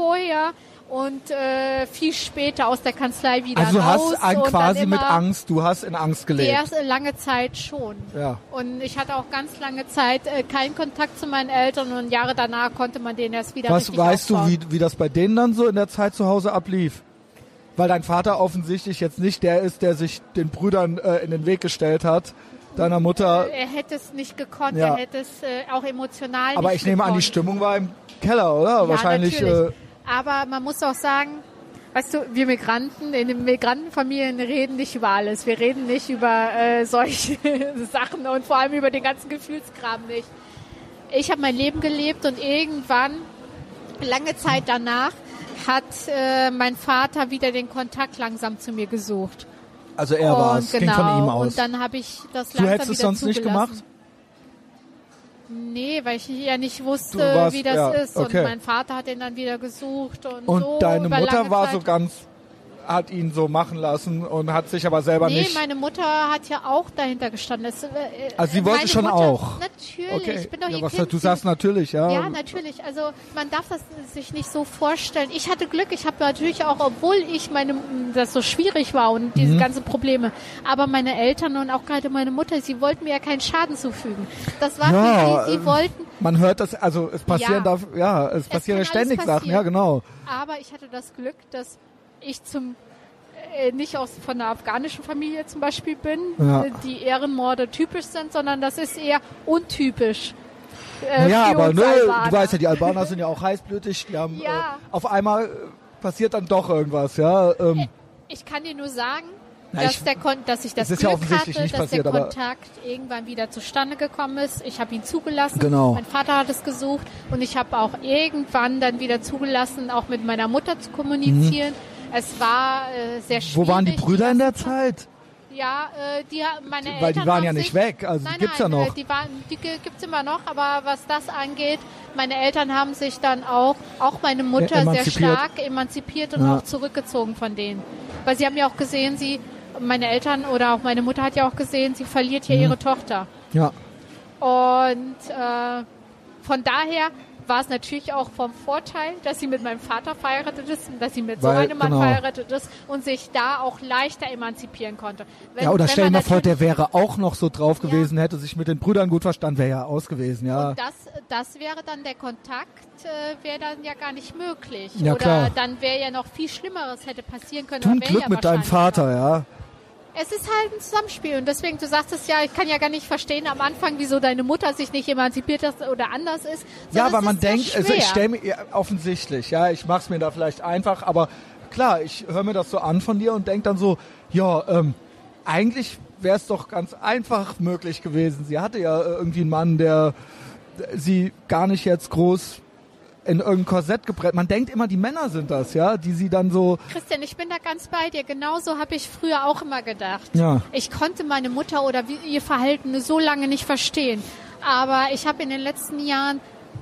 vorher und viel später aus der Kanzlei wieder also raus. Du hast und quasi mit Angst, du hast in Angst gelebt. Die erste lange Zeit schon. Ja. Und ich hatte auch ganz lange Zeit keinen Kontakt zu meinen Eltern und Jahre danach konnte man den erst wieder richtig weißt aufbauen. du, wie das bei denen dann so in der Zeit zu Hause ablief? Weil dein Vater offensichtlich jetzt nicht der ist, der sich den Brüdern in den Weg gestellt hat. Deiner Mutter. Er hätte es nicht gekonnt, Ja. er hätte es auch emotional Aber nicht ich nehme an, die gekonnt. Stimmung war im Keller, oder? Ja, Wahrscheinlich. natürlich. Aber man muss auch sagen, weißt du, wir Migranten, in den Migrantenfamilien reden nicht über alles. Wir reden nicht über solche Sachen und vor allem über den ganzen Gefühlskram nicht. Ich habe mein Leben gelebt und irgendwann, lange Zeit danach, hat mein Vater wieder den Kontakt langsam zu mir gesucht. Also er war es, ging von ihm aus. Und dann habe ich das Du langsam hättest es wieder sonst nicht zugelassen. gemacht? Nee, weil ich ja nicht wusste, warst- wie das ja, ist. okay. Und mein Vater hat ihn dann wieder gesucht. Und so Deine über Mutter lange war Zeit. so ganz, hat ihn so machen lassen und hat sich aber selber Nee, nicht. meine Mutter hat ja auch dahinter gestanden. Also sie wollte meine schon Mutter, auch. Natürlich, Okay. ich bin doch Ja, ihr was, Kind. du sagst natürlich, ja. Ja, natürlich. Also man darf das sich nicht so vorstellen. Ich hatte Glück. Ich habe natürlich auch, obwohl das so schwierig war und diese ganzen Probleme, aber meine Eltern und auch gerade meine Mutter, sie wollten mir ja keinen Schaden zufügen. Das war für sie wollten. Man hört das, also es passieren Ja. es passieren ja kann alles ständig Sachen, passieren. ja genau. Aber ich hatte das Glück, dass ich nicht von einer afghanischen Familie zum Beispiel bin, Ja. die Ehrenmorde typisch sind, sondern das ist eher untypisch. Ja, für aber uns ne, Albaner. du weißt ja, die Albaner sind ja auch heißblütig, die haben Ja. auf einmal passiert dann doch irgendwas, ja. Ich kann dir nur sagen, Na, dass ich das es ist ja Glück offensichtlich hatte, nicht dass passiert, der aber- Kontakt irgendwann wieder zustande gekommen ist. Ich habe ihn zugelassen. Genau. Mein Vater hat es gesucht und ich habe auch irgendwann dann wieder zugelassen, auch mit meiner Mutter zu kommunizieren. Es war sehr schwierig. Wo waren die Brüder in der erste Zeit? Ja, meine Eltern Weil die waren haben ja nicht sich, weg, also nein, die gibt's nein, ja noch. Die gibt's immer noch, aber was das angeht, meine Eltern haben sich dann auch meine Mutter sehr Emanzipiert. stark emanzipiert und Ja. auch zurückgezogen von denen. Weil sie haben ja auch gesehen, meine Eltern oder auch meine Mutter hat ja auch gesehen, sie verliert hier ihre Tochter. Ja. Und von daher war es natürlich auch vom Vorteil, dass sie mit meinem Vater verheiratet ist, dass sie mit so Weil, einem Mann genau. verheiratet ist und sich da auch leichter emanzipieren konnte. Ja, oder stell dir mal vor, der natürlich- wäre auch noch so drauf gewesen, hätte sich mit den Brüdern gut verstanden, wäre ja aus gewesen, ja. Und das wäre dann der Kontakt, wäre dann ja gar nicht möglich. Ja, Oder klar. dann wäre ja noch viel Schlimmeres hätte passieren können. Tu ein oder wäre Glück ja mit deinem wahrscheinlich Vater, noch. ja. Es ist halt ein Zusammenspiel und deswegen, du sagst es ja, ich kann ja gar nicht verstehen am Anfang, wieso deine Mutter sich nicht emanzipiert hat oder anders ist. Ja, sondern aber es man ist sehr denkt, also ich schwer. stelle mir, ja, offensichtlich, ja, ich mach's mir da vielleicht einfach, aber klar, ich höre mir das so an von dir und denk dann so, ja, eigentlich wäre es doch ganz einfach möglich gewesen. Sie hatte ja irgendwie einen Mann, der sie gar nicht jetzt groß in irgendein Korsett gepresst. Man denkt immer, die Männer sind das, ja, die sie dann so, Christian, ich bin da ganz bei dir. Genauso habe ich früher auch immer gedacht. Ja. Ich konnte meine Mutter oder ihr Verhalten so lange nicht verstehen. Aber ich habe in den letzten Jahren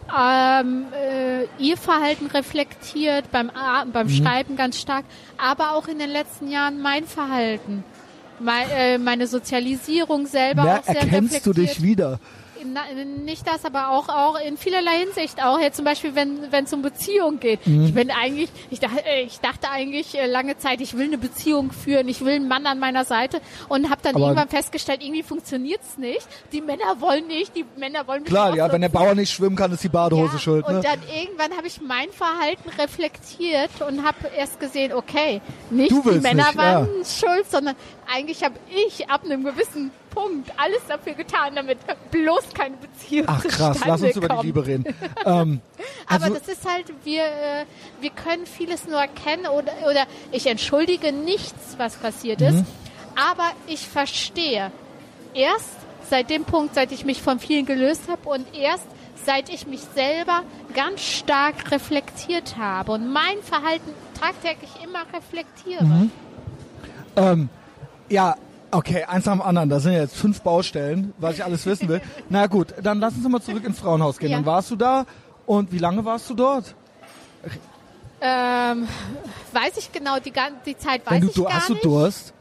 ihr Verhalten reflektiert, beim Schreiben ganz stark, aber auch in den letzten Jahren mein Verhalten. Meine Sozialisierung selber ja, auch sehr erkennst du reflektiert. dich wieder. Nicht das, aber auch in vielerlei Hinsicht. Auch jetzt zum Beispiel, wenn es um Beziehung geht. Ich dachte eigentlich lange Zeit, ich will eine Beziehung führen, ich will einen Mann an meiner Seite und habe dann Aber- irgendwann festgestellt, irgendwie funktioniert's nicht. Die Männer wollen nicht, die Männer wollen mich Klar, ja, wenn der ausnutzen. Bauer nicht schwimmen kann, ist die Badehose schuld, ne? Und dann irgendwann habe ich mein Verhalten reflektiert und habe erst gesehen, okay, nicht Du die willst Männer nicht, waren schuld, sondern eigentlich habe ich ab einem gewissen Punkt alles dafür getan, damit bloß keine Beziehung Ach krass, zustande lass uns über die kommt. Liebe reden. Aber also- das ist halt, wir können vieles nur erkennen oder ich entschuldige nichts, was passiert ist, aber ich verstehe erst seit dem Punkt, seit ich mich von vielen gelöst habe und erst seit ich mich selber ganz stark reflektiert habe und mein Verhalten tagtäglich immer reflektiere. Ja, okay, eins nach dem anderen. Da sind ja jetzt 5 Baustellen, was ich alles wissen will. Na gut, dann lass uns mal zurück ins Frauenhaus gehen. Ja. Dann warst du da und wie lange warst du dort? Weiß ich genau, die Zeit weiß Wenn ich gar hast du nicht. Durst?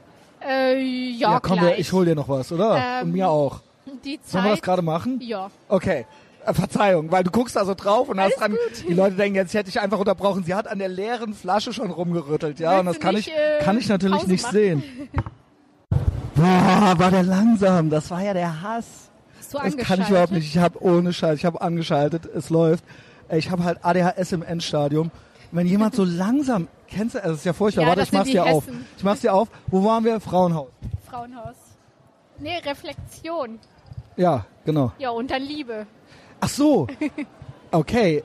Ja, komm, gleich. ich hol dir noch was, oder? Und mir auch. Die Sollen wir das Zeit, gerade machen? ja. Okay. Verzeihung, weil du guckst da so drauf und hast dran, die Leute denken, jetzt hätte ich einfach unterbrochen. Sie hat an der leeren Flasche schon rumgerüttelt, ja, und das kann ich natürlich Pause nicht machen? sehen. Boah, war der langsam, das war ja der Hass. Hast du Das angeschaltet? kann ich überhaupt nicht, ich habe ohne Scheiß, ich habe angeschaltet, es läuft. Ich habe halt ADHS im Endstadium. Wenn jemand so langsam, kennst du, das ist ja furchtbar, Ja, warte, das ich mach's sind die dir auf. Hessen. Ich mach's dir auf. Wo waren wir? Frauenhaus. Frauenhaus. Nee, Reflexion. Ja, genau. Ja, und dann Liebe. Ach so. Okay.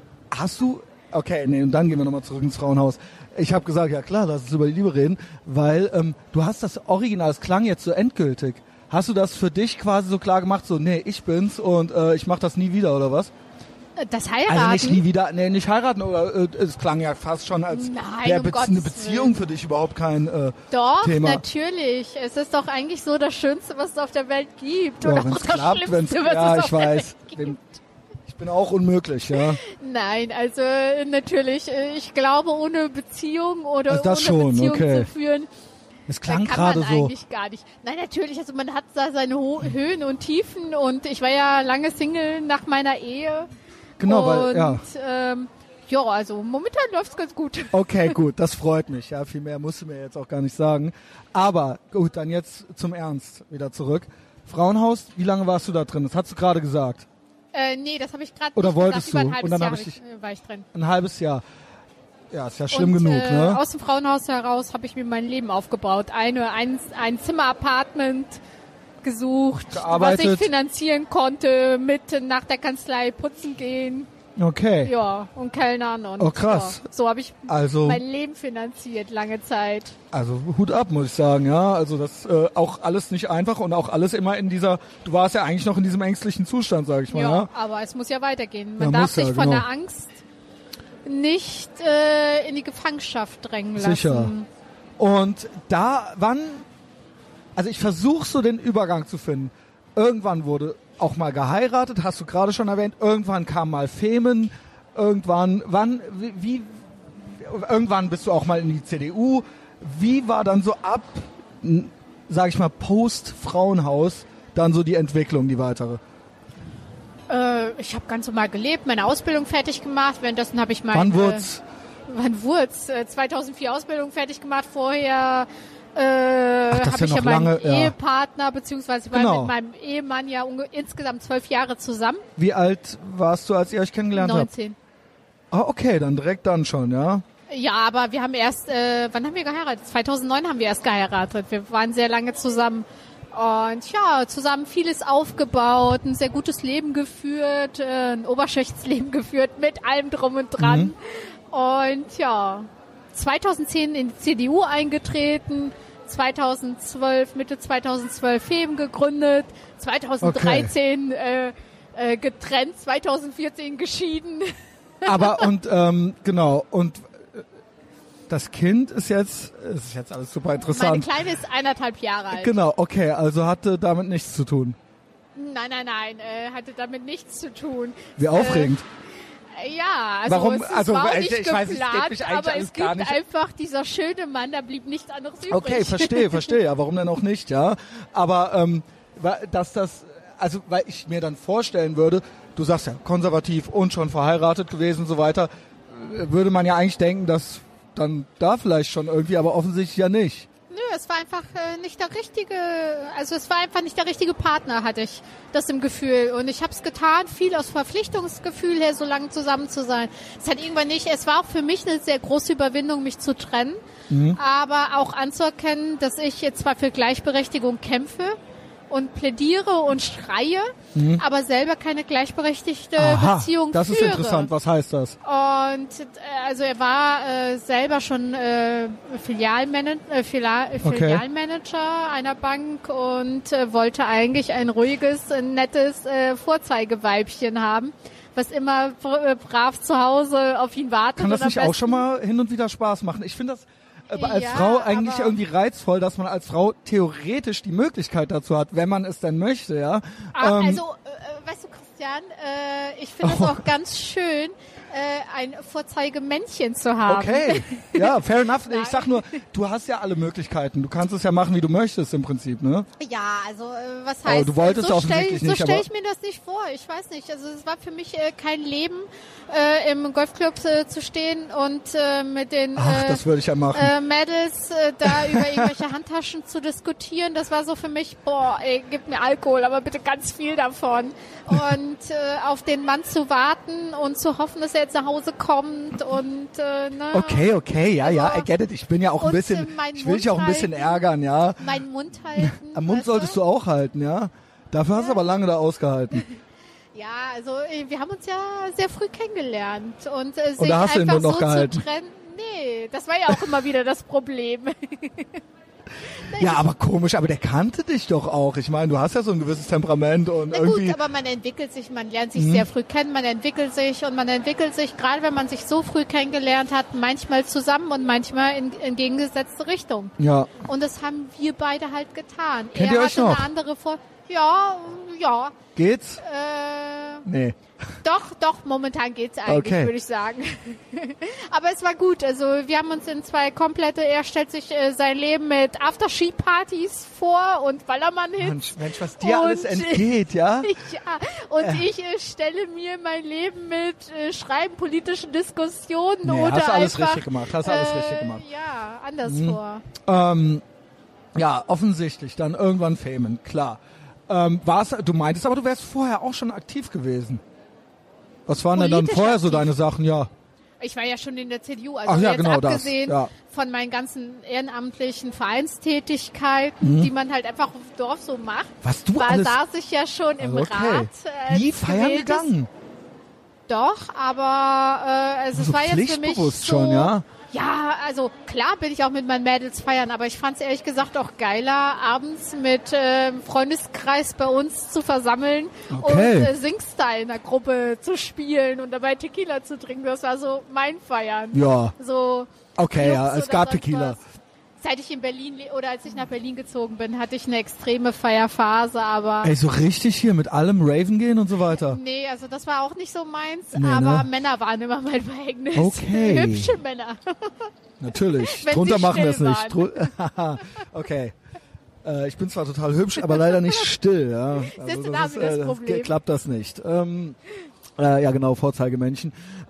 Okay, und dann gehen wir nochmal zurück ins Frauenhaus. Ich habe gesagt, ja klar, lass uns über die Liebe reden, weil du hast das Original, es klang jetzt so endgültig. Hast du das für dich quasi so klar gemacht, so, nee, ich bin's und ich mach das nie wieder, oder was? Das Heiraten? Also nicht nie wieder, nee, nicht heiraten, oder es klang ja fast schon, als wäre eine Beziehung für dich überhaupt kein Doch, Thema. natürlich. Es ist doch eigentlich so das Schönste, was es auf der Welt gibt. Ja, Oder wenn's auch das klappt, Schlimmste, was ja, es auf ich der weiß. Welt gibt. Ich bin auch unmöglich, ja. Nein, also natürlich, ich glaube, ohne Beziehung oder Also das ohne schon, Beziehung okay. zu führen, Es da klang kann gerade man so. eigentlich gar nicht. Nein, natürlich, also man hat da seine Höhen und Tiefen und ich war ja lange Single nach meiner Ehe. Genau, und, weil, ja. Ja, also momentan läuft's ganz gut. Okay, gut, das freut mich. Ja, viel mehr musst du mir jetzt auch gar nicht sagen. Aber gut, dann jetzt zum Ernst wieder zurück. Frauenhaus, wie lange warst du da drin? Das hast du gerade gesagt. Nee, das habe ich gerade Oder nicht wolltest gesagt. Über du? ein halbes Und dann Jahr hab ich war ich drin. Ein halbes Jahr. Ja, ist ja schlimm und, genug, ne? Aus dem Frauenhaus heraus habe ich mir mein Leben aufgebaut. Ein Zimmer-Apartment gesucht, Gearbeitet. was ich finanzieren konnte, mit nach der Kanzlei putzen gehen, Okay. ja, und Kellnern. Und, Oh, krass. Ja, so habe ich Also, mein Leben finanziert, lange Zeit. also Hut ab, muss ich sagen, ja. Also das auch alles nicht einfach und auch alles immer in dieser, du warst ja eigentlich noch in diesem ängstlichen Zustand, sag ich mal, ja. Aber es muss ja weitergehen. Ja, Man darf muss ja, sich von genau. der Angst nicht in die Gefangenschaft drängen lassen. Sicher. Und da, also ich versuche so den Übergang zu finden. Irgendwann wurde auch mal geheiratet, hast du gerade schon erwähnt. Irgendwann kam mal Femen. Irgendwann bist du auch mal in die CDU. Wie war dann so ab, sag ich mal, Post-Frauenhaus dann so die Entwicklung, die weitere? Ich habe ganz normal gelebt, meine Ausbildung fertig gemacht. Währenddessen habe ich meine... Wann wurd's? 2004 Ausbildung fertig gemacht. Vorher das ist habe ich ja ja noch meinen lange, ja. Ehepartner, beziehungsweise war Genau. mit meinem Ehemann ja insgesamt 12 Jahre zusammen. Wie alt warst du, als ihr euch kennengelernt habt? 19. Ah, okay, dann direkt dann schon, ja. Ja, aber wir haben erst, wann haben wir geheiratet? 2009 haben wir erst geheiratet. Wir waren sehr lange zusammen. Und ja, zusammen vieles aufgebaut, ein sehr gutes Leben geführt, ein Oberschichtsleben geführt mit allem drum und dran. Und ja, 2010 in die CDU eingetreten, 2012, Mitte 2012 Femen gegründet, 2013 getrennt, 2014 geschieden. Aber und genau, und das Kind ist jetzt alles super Meine interessant. Kleine ist 1,5 Jahre alt. Genau, okay, also hatte damit nichts zu tun. Nein, hatte damit nichts zu tun. Wie aufregend. Ja, also Warum? es Also, war ich nicht weiß, es geht geplant, mich eigentlich aber alles es gar gibt nicht. einfach dieser schöne Mann, da blieb nichts anderes übrig. Okay, verstehe, ja, warum denn auch nicht, ja. Aber weil ich mir dann vorstellen würde, du sagst ja, konservativ und schon verheiratet gewesen und so weiter, würde man ja eigentlich denken, dass dann da vielleicht schon irgendwie, aber offensichtlich ja nicht. Nö, es war einfach nicht der richtige, also es war einfach nicht der richtige Partner, hatte ich das im Gefühl. Und ich habe es getan, viel aus Verpflichtungsgefühl her, so lange zusammen zu sein. Es hat irgendwann nicht, es war auch für mich eine sehr große Überwindung, mich zu trennen, aber auch anzuerkennen, dass ich jetzt zwar für Gleichberechtigung kämpfe und plädiere und schreie, aber selber keine gleichberechtigte Beziehung das ist führe. interessant, was heißt das? Und also er war selber schon Filialmanager einer Bank und wollte eigentlich ein ruhiges, nettes Vorzeigeweibchen haben, was immer brav zu Hause auf ihn wartet. Kann das und nicht auch schon mal hin und wieder Spaß machen? Ich finde das als Ja, Frau eigentlich aber- irgendwie reizvoll, dass man als Frau theoretisch die Möglichkeit dazu hat, wenn man es denn möchte, ja. Also, weißt du, Christian, ich finde es auch ganz schön, ein Vorzeigemännchen zu haben. Okay, ja, fair enough. Ich sag nur, du hast ja alle Möglichkeiten. Du kannst es ja machen, wie du möchtest im Prinzip, ne? Ja, also was heißt, aber du wolltest offensichtlich nicht. So stelle ich mir das nicht vor. Ich weiß nicht. Also es war für mich kein Leben, im Golfclub zu stehen und mit den das würde ich ja machen. Mädels da über irgendwelche Handtaschen zu diskutieren. Das war so für mich, gib mir Alkohol, aber bitte ganz viel davon. Und auf den Mann zu warten und zu hoffen, dass er jetzt nach Hause kommt und ne. Okay, ja, I get it. Ich bin ja auch ein bisschen, ich will dich auch ein bisschen ärgern, ja. Meinen Mund halten. Am Mund solltest du auch halten, ja. Dafür hast du aber lange da ausgehalten. Ja, also wir haben uns ja sehr früh kennengelernt und sich da hast du den einfach Mund noch so gehalten. zu trennen. Nee, das war ja auch immer wieder das Problem. Ja, aber komisch, aber der kannte dich doch auch. Ich meine, du hast ja so ein gewisses Temperament und Na irgendwie... gut, aber man entwickelt sich, man lernt sich sehr früh kennen, man entwickelt sich, gerade wenn man sich so früh kennengelernt hat, manchmal zusammen und manchmal in entgegengesetzte Richtung. Ja. Und das haben wir beide halt getan. Kennt ihr euch noch? Eine andere Ja. Geht's? Nee. Doch, momentan geht's eigentlich, Okay. würde ich sagen. Aber es war gut. Also wir haben uns in 2 komplette, er stellt sich sein Leben mit After-Ski-Partys vor und Ballermann-Hits. Mensch, was dir alles entgeht, ja? Ja, und ich stelle mir mein Leben mit Schreiben, politischen Diskussionen oder hast du alles einfach, richtig gemacht, richtig gemacht. Ja, anders vor. Ja, offensichtlich, dann irgendwann Famen, klar. Du meintest aber, du wärst vorher auch schon aktiv gewesen. Was waren denn dann Politisch vorher so aktiv. deine Sachen, ja? Ich war ja schon in der CDU, also Ach ja, jetzt genau abgesehen das, ja. von meinen ganzen ehrenamtlichen Vereinstätigkeiten, die man halt einfach auf dem Dorf so macht. Was du alles... saß ich ja schon im Okay. Rat. Nie feiern gegangen? Doch, aber es So war jetzt für mich pflichtbewusst so... schon, ja? Ja, also klar bin ich auch mit meinen Mädels feiern, aber ich fand es ehrlich gesagt auch geiler, abends mit Freundeskreis bei uns zu versammeln Okay. und Singstar in der Gruppe zu spielen und dabei Tequila zu trinken. Das war so mein Feiern. Ja. So Okay, Clubs ja, es oder gab sonst Tequila. was. Seit ich in Berlin als ich nach Berlin gezogen bin, hatte ich eine extreme Feierphase, aber Ey, so richtig hier mit allem Raven gehen und so weiter. nee, also das war auch nicht so meins, Nee, aber ne? Männer waren immer mein Verhängnis. Okay. Hübsche Männer. Natürlich. Wenn Drunter sie machen wir es still nicht. Okay. Ich bin zwar total hübsch, aber leider nicht still. Ja. Siehst du, da haben wir das Problem. Klappt das nicht. Ja, genau, Vorzeigemännchen.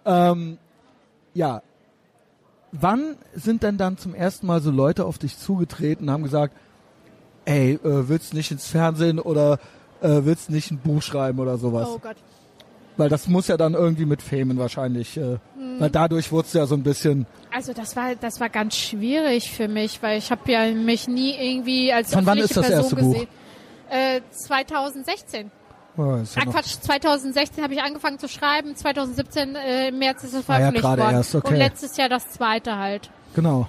Ja. Wann sind denn dann zum ersten Mal so Leute auf dich zugetreten und haben gesagt, ey, willst du nicht ins Fernsehen oder willst du nicht ein Buch schreiben oder sowas? Oh Gott. Weil das muss ja dann irgendwie mit Famen wahrscheinlich, weil dadurch wurdest du ja so ein bisschen... Also das war ganz schwierig für mich, weil ich habe ja mich nie irgendwie als Von wann öffentliche ist das Person erste Buch? gesehen. 2016. Oh, ist ja noch- Quatsch, 2016 habe ich angefangen zu schreiben, 2017 im März ist es ja, veröffentlicht gerade worden. erst, okay. Und letztes Jahr das zweite halt. Genau.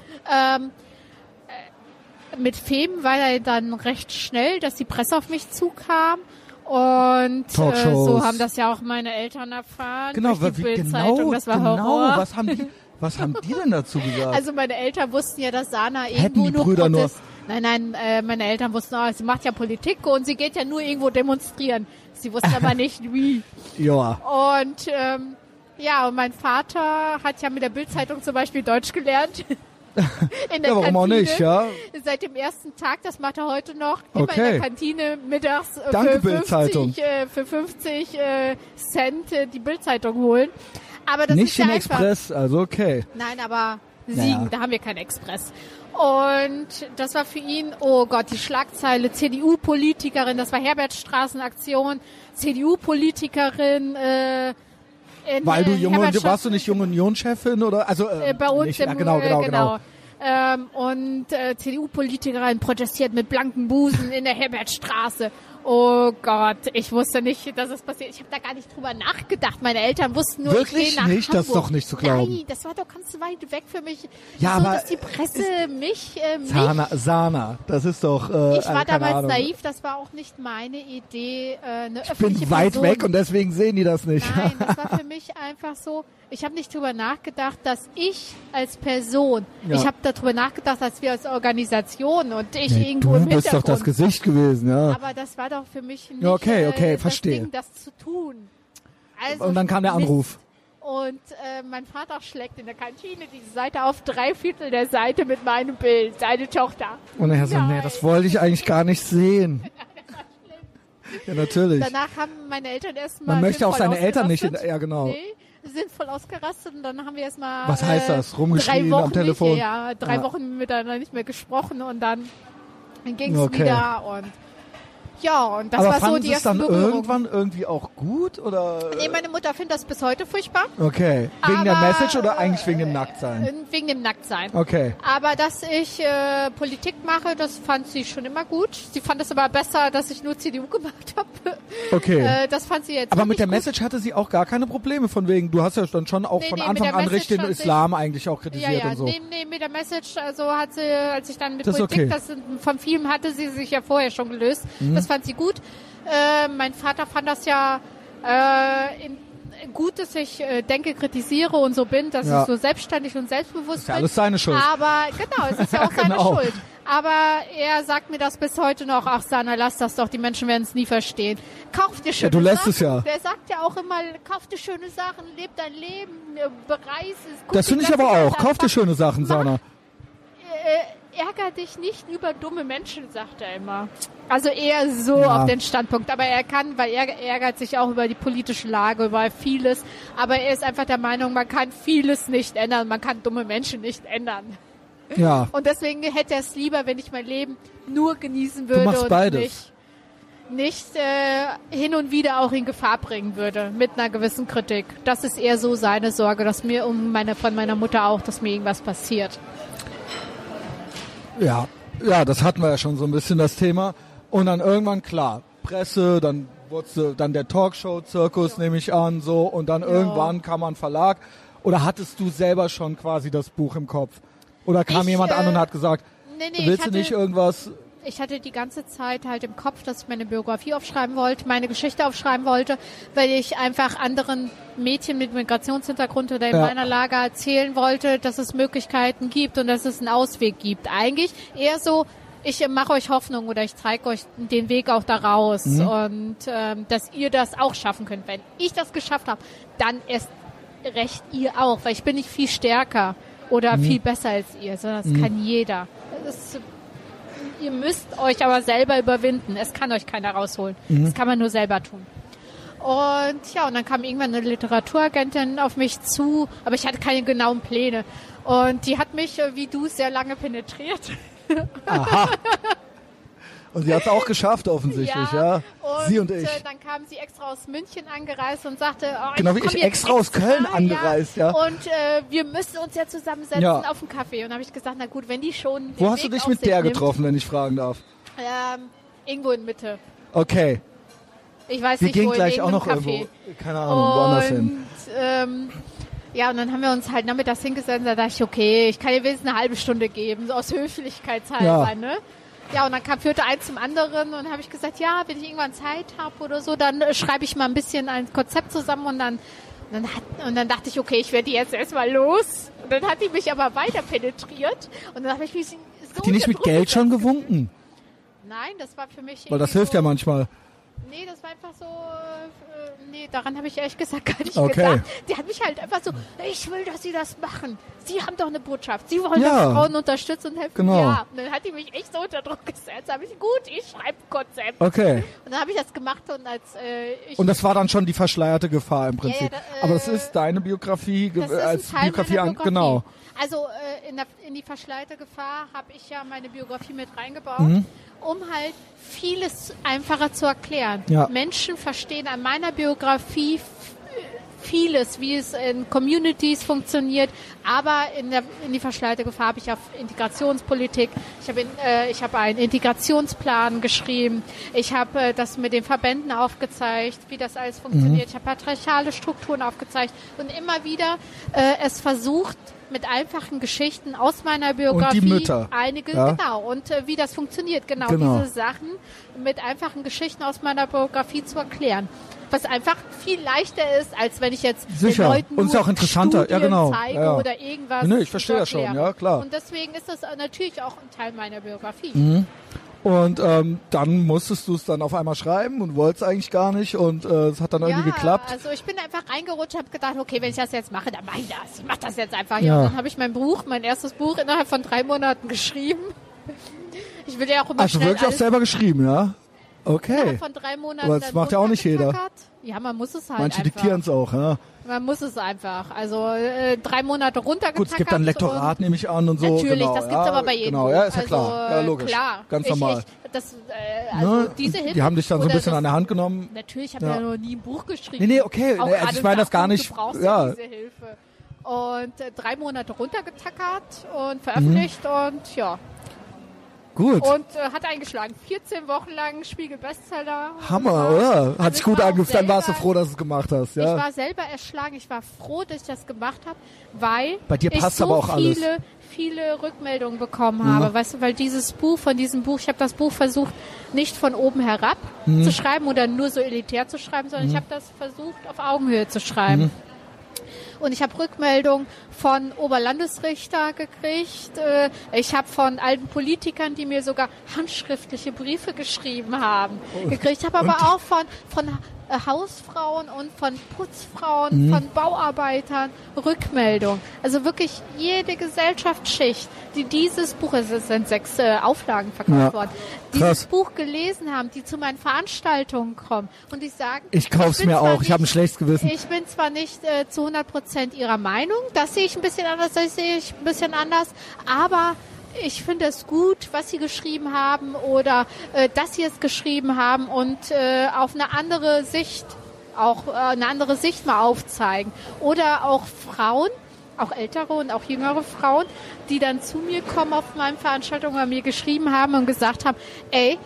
Mit Femen war ja dann recht schnell, dass die Presse auf mich zukam. Und Talkshows. so haben das ja auch meine Eltern erfahren. Genau, durch die wie, Bildzeitung, das war Horror. Was haben die denn dazu gesagt? Also meine Eltern wussten ja, dass Sana Hätten irgendwo die nur Brüder nur- Nein, meine Eltern wussten, sie macht ja Politik und sie geht ja nur irgendwo demonstrieren. Sie wussten aber nicht wie. Ja. Und und mein Vater hat ja mit der Bildzeitung zum Beispiel Deutsch gelernt. In der Ja, warum auch Kantine. nicht, ja? Seit dem ersten Tag, das macht er heute noch, immer Okay. in der Kantine mittags Danke, für Bild-Zeitung. 50 Cent die Bildzeitung holen. Aber das Nicht ist ja in einfach, Express, also okay. Nein, aber Siegen, Ja. da haben wir keinen Express. Und das war für ihn, oh Gott, die Schlagzeile, CDU-Politikerin, das war Herbertstraßenaktion, CDU-Politikerin, Weil du warst du nicht junge Union-Chefin oder? Also, bei uns nicht, im, ja, genau. CDU-Politikerin protestiert mit blanken Busen in der Herbertstraße. Oh Gott, ich wusste nicht, dass es passiert. Ich habe da gar nicht drüber nachgedacht. Meine Eltern wussten nur, Wirklich ich gehe nach nicht? Das ist Hamburg. doch nicht zu glauben. Nein, das war doch ganz weit weg für mich. Ja, so, aber dass die Presse mich Sana, das ist doch, ich war keine damals Ahnung. naiv, das war auch nicht meine Idee, eine Ich öffentliche bin weit Person. weg und deswegen sehen die das nicht. Nein, das war für mich einfach so, ich habe nicht drüber nachgedacht, dass ich als Person, Ja. ich habe darüber nachgedacht, dass wir als Organisation und ich Nee, irgendwo du im bist doch Hintergrund. das Gesicht gewesen, ja. Aber das war doch für mich nicht Ja, okay, das verstehe. Ding, das zu tun. Also Und dann kam der Mist. Anruf. Und mein Vater schlägt in der Kantine diese Seite auf, 3/4 der Seite mit meinem Bild, seine Tochter. Und er so, nee, das wollte ich eigentlich gar nicht sehen. Ja, natürlich. Danach haben meine Eltern erstmal... Man möchte auch seine Eltern nicht... Ja, genau. Nee, sind voll ausgerastet und dann haben wir erstmal... Was heißt das? Rumgeschrien am Telefon? Nicht, ja, 3 Wochen miteinander nicht mehr gesprochen und dann ging es wieder und... Ja, und das aber war so die erste dann Berührung. Irgendwann irgendwie auch gut, oder? Nee, meine Mutter findet das bis heute furchtbar. Okay. Wegen der Message oder eigentlich wegen dem Nacktsein? Wegen dem Nacktsein. Okay. Aber dass ich Politik mache, das fand sie schon immer gut. Sie fand es aber besser, dass ich nur CDU gemacht habe. Okay. Das fand sie jetzt aber mit der gut. Message hatte sie auch gar keine Probleme, von wegen, du hast ja dann schon auch von Anfang an richtig den Islam eigentlich auch kritisiert und so. Nee, mit der Message, also hat sie, als ich dann mit das Politik, von Film hatte sie sich ja vorher schon gelöst. Das fand sie gut. Mein Vater fand das ja gut, dass ich denke, kritisiere und so bin, dass ich so selbstständig und selbstbewusst bin. Ist ja alles seine Schuld. Aber genau, es ist ja auch seine Schuld. Aber er sagt mir das bis heute noch, ach Sana, lass das doch, die Menschen werden es nie verstehen. Kauf dir schöne Sachen. Du lässt es ja. Der sagt ja auch immer, kauf dir schöne Sachen, leb dein Leben, bereise es. Das finde ich aber auch. Kauf dir schöne Sachen, Sana. Ärger dich nicht über dumme Menschen, sagt er immer. Also eher so auf den Standpunkt. Aber er kann, weil er ärgert sich auch über die politische Lage, über vieles. Aber er ist einfach der Meinung, man kann vieles nicht ändern. Man kann dumme Menschen nicht ändern. Ja. Und deswegen hätte er es lieber, wenn ich mein Leben nur genießen würde. Du machst und beides. nicht hin und wieder auch in Gefahr bringen würde. Mit einer gewissen Kritik. Das ist eher so seine Sorge, dass mir von meiner Mutter auch, dass mir irgendwas passiert. Ja, das hatten wir ja schon so ein bisschen, das Thema. Und dann irgendwann, klar, Presse, dann der Talkshow-Zirkus, nehme ich an, so. Und dann irgendwann kam ein Verlag. Oder hattest du selber schon quasi das Buch im Kopf? Oder kam jemand an und hat gesagt, willst du nicht irgendwas... Ich hatte die ganze Zeit halt im Kopf, dass ich meine Biografie aufschreiben wollte, meine Geschichte aufschreiben wollte, weil ich einfach anderen Mädchen mit Migrationshintergrund oder in meiner Lage erzählen wollte, dass es Möglichkeiten gibt und dass es einen Ausweg gibt. Eigentlich eher so, ich mache euch Hoffnung oder ich zeige euch den Weg auch da raus und dass ihr das auch schaffen könnt. Wenn ich das geschafft habe, dann erst recht ihr auch, weil ich bin nicht viel stärker oder viel besser als ihr, sondern das kann jeder. Ihr müsst euch aber selber überwinden. Es kann euch keiner rausholen. Das kann man nur selber tun. Und ja, und dann kam irgendwann eine Literaturagentin auf mich zu, aber ich hatte keine genauen Pläne. Und die hat mich, wie du, sehr lange penetriert. Aha. Und sie hat es auch geschafft offensichtlich, ja. Sie und ich. Dann kam sie extra aus München angereist und sagte, genau wie ich extra aus Köln angereist, ja. Und wir müssen uns ja zusammensetzen auf einen Kaffee. Und habe ich gesagt, na gut, wenn die schon Wo hast du dich mit der getroffen, wenn ich fragen darf? Irgendwo in Mitte. Okay. Ich weiß wir nicht, gehen wo, gleich in auch noch Café. Irgendwo, keine Ahnung, woanders hin. Ja, und dann haben wir uns halt nachmittags hingesetzt, da dachte ich, okay, ich kann dir wenigstens eine halbe Stunde geben, so aus Höflichkeitshalber, ne? Ja, und dann führte eins zum anderen und habe ich gesagt, ja, wenn ich irgendwann Zeit habe oder so, dann schreibe ich mal ein bisschen ein Konzept zusammen und dann dachte ich, okay, ich werde die jetzt erstmal los. Und dann hat die mich aber weiter penetriert und dann habe ich mich so... Hat die nicht mit Geld schon gewunken? Nein, das war für mich... Weil das hilft ja manchmal. Nee, das war einfach so... Nee, daran habe ich ehrlich gesagt gar nicht gedacht. Die hat mich halt einfach so, ich will, dass Sie das machen. Sie haben doch eine Botschaft. Sie wollen doch Frauen unterstützen und helfen. Genau. Ja, und dann hat die mich echt so unter Druck gesetzt. Da habe ich, gut, ich schreibe ein Konzept. Okay. Und dann habe ich das gemacht und und das war dann schon die verschleierte Gefahr im Prinzip. Ja, aber das ist deine Biografie das ist als ein Teil Biografie an. Genau. Also in die verschleierte Gefahr habe ich ja meine Biografie mit reingebaut, um halt vieles einfacher zu erklären. Ja. Menschen verstehen an meiner Biografie vieles, wie es in Communities funktioniert, aber in die verschleierte Gefahr habe ich auf Integrationspolitik. Ich habe einen Integrationsplan geschrieben. Ich habe das mit den Verbänden aufgezeigt, wie das alles funktioniert. Ich habe patriarchale Strukturen aufgezeigt und immer wieder es versucht, mit einfachen Geschichten aus meiner Biografie und die Mütter. Und wie das funktioniert, diese Sachen mit einfachen Geschichten aus meiner Biografie zu erklären. Was einfach viel leichter ist, als wenn ich jetzt den Leuten nur und ist auch interessanter. Studien zeige oder irgendwas. Nee, ich verstehe das schon, ja klar. Und deswegen ist das natürlich auch ein Teil meiner Biografie. Und dann musstest du es dann auf einmal schreiben und wolltest eigentlich gar nicht und es hat dann irgendwie geklappt. Also ich bin einfach reingerutscht, habe gedacht, okay, wenn ich das jetzt mache, dann mache ich das. Ich mache das jetzt einfach. Ja. Und dann habe ich mein erstes Buch innerhalb von 3 Monaten geschrieben. Ich will ja auch immer Also schnell wirklich auch selber geschrieben, ja? Okay. innerhalb von 3 Monaten. Aber das macht ja auch nicht jeder. Ja, man muss es halt Manche einfach. diktieren es auch, ja. Man muss es einfach. Also 3 Monate runtergetackert. Gut, es gibt dann Lektorat, nehme ich an und so. Natürlich, genau, das gibt's aber bei jedem. Genau, ja, ist ja also, klar. Ja, logisch. Klar. Ganz normal. Diese Hilfe. Die haben dich dann so ein bisschen an der Hand genommen. Natürlich, ich habe ja noch nie ein Buch geschrieben. Nee, okay. Auch Also ich meine das gar nicht. Du brauchst ja diese Hilfe. Und 3 Monate runtergetackert und veröffentlicht und ja. Gut. Und hat eingeschlagen. 14 Wochen lang Spiegel-Bestseller. Hammer, oder? Hat sich gut angefühlt. Dann warst du selber- froh, dass du es gemacht hast, ja? Ich war selber erschlagen. Ich war froh, dass ich das gemacht habe, weil Bei dir passt ich so aber auch alles. viele Rückmeldungen bekommen habe. Weißt du, weil von diesem Buch, ich habe das Buch versucht, nicht von oben herab zu schreiben oder nur so elitär zu schreiben, sondern ich habe das versucht, auf Augenhöhe zu schreiben. Und ich habe Rückmeldungen von Oberlandesrichter gekriegt. Ich habe von alten Politikern, die mir sogar handschriftliche Briefe geschrieben haben, gekriegt. Ich habe aber auch von Hausfrauen und von Putzfrauen, von Bauarbeitern Rückmeldungen. Also wirklich jede Gesellschaftsschicht, die dieses Buch, es sind 6 Auflagen verkauft worden, dieses Buch gelesen haben, die zu meinen Veranstaltungen kommen und die sagen, ich kauf's mir auch, ich habe ein schlechtes Gewissen. Ich bin zwar nicht zu 100% ihrer Meinung, das sehe ich ein bisschen anders, das sehe ich ein bisschen anders, aber ich finde es gut, was sie geschrieben haben oder dass sie es geschrieben haben und auf eine andere Sicht, mal aufzeigen. Oder auch Frauen, auch ältere und auch jüngere Frauen, die dann zu mir kommen auf meinen Veranstaltungen oder mir geschrieben haben und gesagt haben, ey,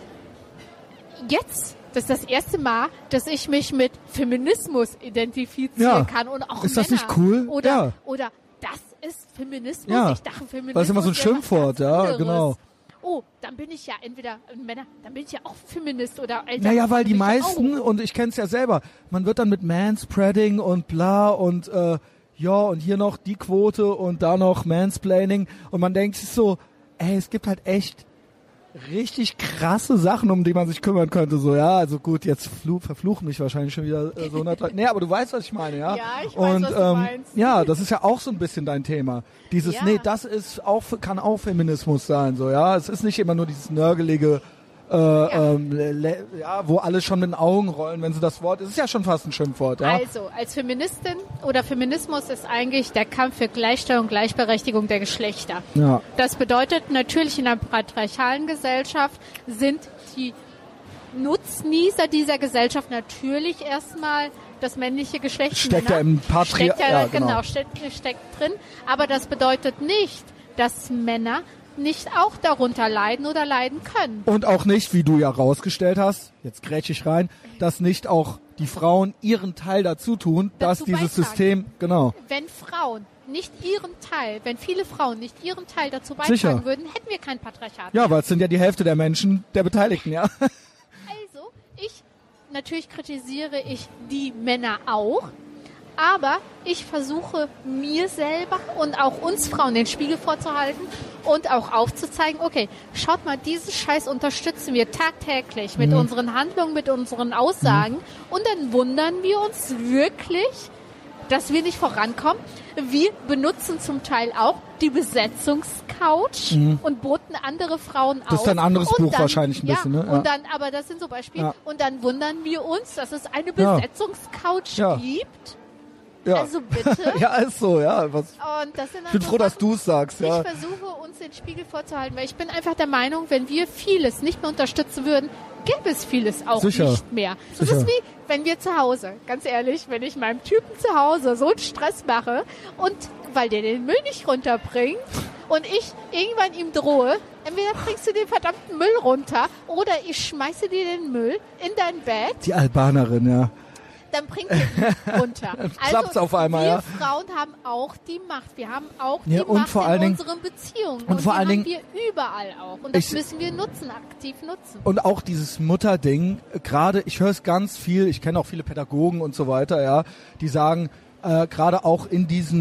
jetzt, das ist das erste Mal, dass ich mich mit Feminismus identifizieren kann und auch ist Männer. Das nicht cool? Oder das ist Feminismus. Ja. Ich dachte, Feminismus Das ist immer so ein wäre was Schimpfwort, ganz ja, anderes. genau. Oh, dann bin ich ja entweder Männer, dann bin ich ja auch Feminist oder älter. Naja, weil die bin ich ja meisten, und ich kenn's ja selber, man wird dann mit Manspreading und bla und und hier noch die Quote und da noch Mansplaining und man denkt sich so, es gibt halt echt richtig krasse Sachen, um die man sich kümmern könnte, so, ja, also gut, jetzt verfluchen mich wahrscheinlich schon wieder so 100 Leute. Nee, aber du weißt, was ich meine, ja? Ja, ich weiß, was du meinst. Ja, das ist ja auch so ein bisschen dein Thema. Dieses, das ist auch, kann auch Feminismus sein, so, ja, es ist nicht immer nur dieses nörgelige, wo alle schon mit den Augen rollen, wenn sie das Wort, es ist ja schon fast ein Schimpfwort, ja. Also, als Feministin oder Feminismus ist eigentlich der Kampf für Gleichstellung und Gleichberechtigung der Geschlechter. Ja. Das bedeutet natürlich, in einer patriarchalen Gesellschaft sind die Nutznießer dieser Gesellschaft natürlich erstmal das männliche Geschlecht. Steckt ja im Genau, steckt drin. Aber das bedeutet nicht, dass Männer nicht auch darunter leiden oder leiden können. Und auch nicht, wie du ja rausgestellt hast, jetzt grätsch ich rein, dass nicht auch die Frauen ihren Teil dazu tun, dass dieses System, genau. Wenn viele Frauen nicht ihren Teil dazu beitragen würden, hätten wir kein Patriarchat. Ja, weil es sind ja die Hälfte der Menschen, der Beteiligten, ja. Also, natürlich kritisiere ich die Männer auch, aber ich versuche mir selber und auch uns Frauen den Spiegel vorzuhalten und auch aufzuzeigen, okay, schaut mal, diesen Scheiß unterstützen wir tagtäglich mit unseren Handlungen, mit unseren Aussagen und dann wundern wir uns wirklich, dass wir nicht vorankommen. Wir benutzen zum Teil auch die Besetzungscouch und boten andere Frauen auf. Das ist ein anderes Buch wahrscheinlich ein bisschen, ne? Ja. Und dann, aber das sind so Beispiele. Ja. Und dann wundern wir uns, dass es eine Besetzungscouch gibt. Ja. Also bitte. Ja, ist so, ja. Und das sind ich bin froh, dass du es sagst, ja. Ich versuche, uns den Spiegel vorzuhalten, weil ich bin einfach der Meinung, wenn wir vieles nicht mehr unterstützen würden, gäbe es vieles auch nicht mehr. Das ist wie, wenn wir zu Hause, ganz ehrlich, wenn ich meinem Typen zu Hause so einen Stress mache und weil der den Müll nicht runterbringt und ich irgendwann ihm drohe, entweder bringst du den verdammten Müll runter oder ich schmeiße dir den Müll in dein Bett. Die Albanerin, ja. Dann bringt ihr ihn runter. Klappt's auf einmal, wir Frauen haben auch die Macht. Wir haben auch die und Macht vor allen in Dingen, unseren Beziehungen. Und vor allen Dingen, haben wir überall auch. Und das müssen wir aktiv nutzen. Und auch dieses Mutterding, gerade, ich höre es ganz viel, ich kenne auch viele Pädagogen und so weiter, ja, die sagen, gerade auch in diesen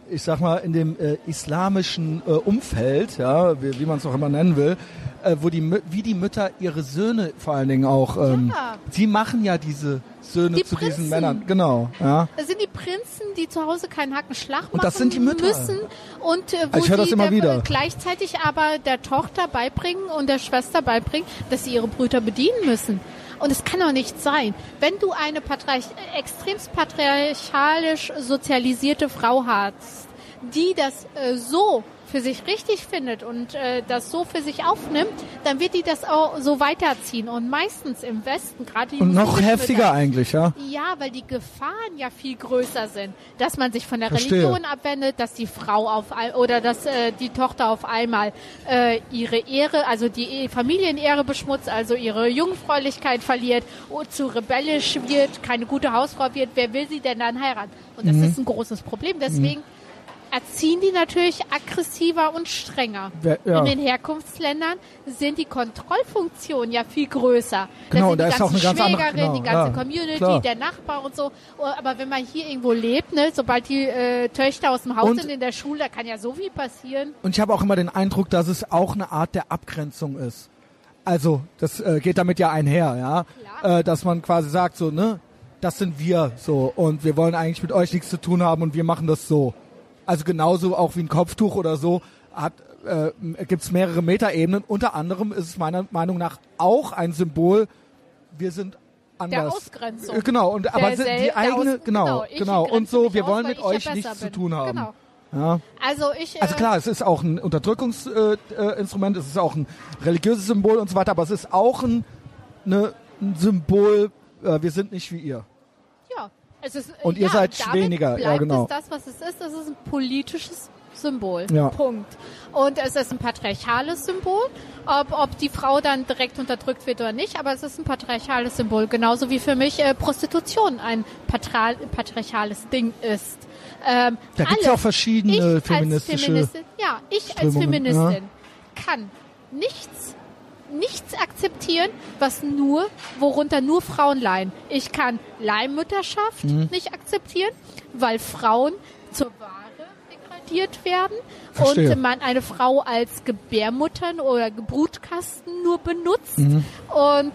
ich sag mal, in dem islamischen Umfeld, ja, wie man es auch immer nennen will, wie die Mütter ihre Söhne vor allen Dingen auch, sie machen ja diese Söhne die zu Prinzen. diesen Männern, genau. Ja. Das sind die Prinzen, die zu Hause keinen Hackenschlag machen Und das sind die Mütter. müssen und wo ich höre das immer wieder. Gleichzeitig aber der Tochter beibringen und der Schwester beibringen, dass sie ihre Brüder bedienen müssen. Und es kann doch nicht sein, wenn du eine extremst patriarchalisch sozialisierte Frau hast, die das so für sich richtig findet und das so für sich aufnimmt, dann wird die das auch so weiterziehen. Und meistens im Westen, gerade die und noch heftiger Mütter, eigentlich, ja? Ja, weil die Gefahren ja viel größer sind. Dass man sich von der Verstehe. Religion abwendet, dass die Frau oder dass die Tochter auf einmal ihre Ehre, also die Familienehre beschmutzt, also ihre Jungfräulichkeit verliert, zu rebellisch wird, keine gute Hausfrau wird. Wer will sie denn dann heiraten? Und das ist ein großes Problem. Deswegen erziehen die natürlich aggressiver und strenger. Ja. In den Herkunftsländern sind die Kontrollfunktionen ja viel größer. Genau, da da sind ist auch eine die ganz ganzen andere, Schwägerin, die ganze Community, klar. der Nachbar und so. Aber wenn man hier irgendwo lebt, ne, sobald die Töchter aus dem Haus Und- sind in der Schule, da kann ja so viel passieren. Und ich habe auch immer den Eindruck, dass es auch eine Art der Abgrenzung ist. Also, das geht damit ja einher, ja. Klar. Dass man quasi sagt, so, ne, das sind wir, so, und wir wollen eigentlich mit euch nichts zu tun haben und wir machen das so. Also genauso auch wie ein Kopftuch oder so gibt es mehrere Metaebenen. Unter anderem ist es meiner Meinung nach auch ein Symbol, wir sind anders. Der Ausgrenzung. Genau, und aber die eigene, genau. Ich Und grenze so, mich wir aus, wollen weil mit ich ja euch besser nichts zu bin. tun haben. Genau. Ja. Also klar, es ist auch ein Unterdrückungsinstrument, es ist auch ein religiöses Symbol und so weiter, aber es ist auch ein Symbol, wir sind nicht wie ihr. ja, es ist, Und ihr seid damit weniger, bleibt ja genau. es das, was es ist. Es ist ein politisches Symbol. Ja. Punkt. Und es ist ein patriarchales Symbol, ob die Frau dann direkt unterdrückt wird oder nicht, aber es ist ein patriarchales Symbol. Genauso wie für mich Prostitution ein patriarchales Ding ist. Da gibt es ja auch verschiedene feministische ich als Strömungen, Feministin kann nichts akzeptieren, worunter nur Frauen leiden. Ich kann Leihmutterschaft nicht akzeptieren, weil Frauen zur Ware degradiert werden. Verstehe. Und man eine Frau als Gebärmuttern oder Brutkasten nur benutzt. Und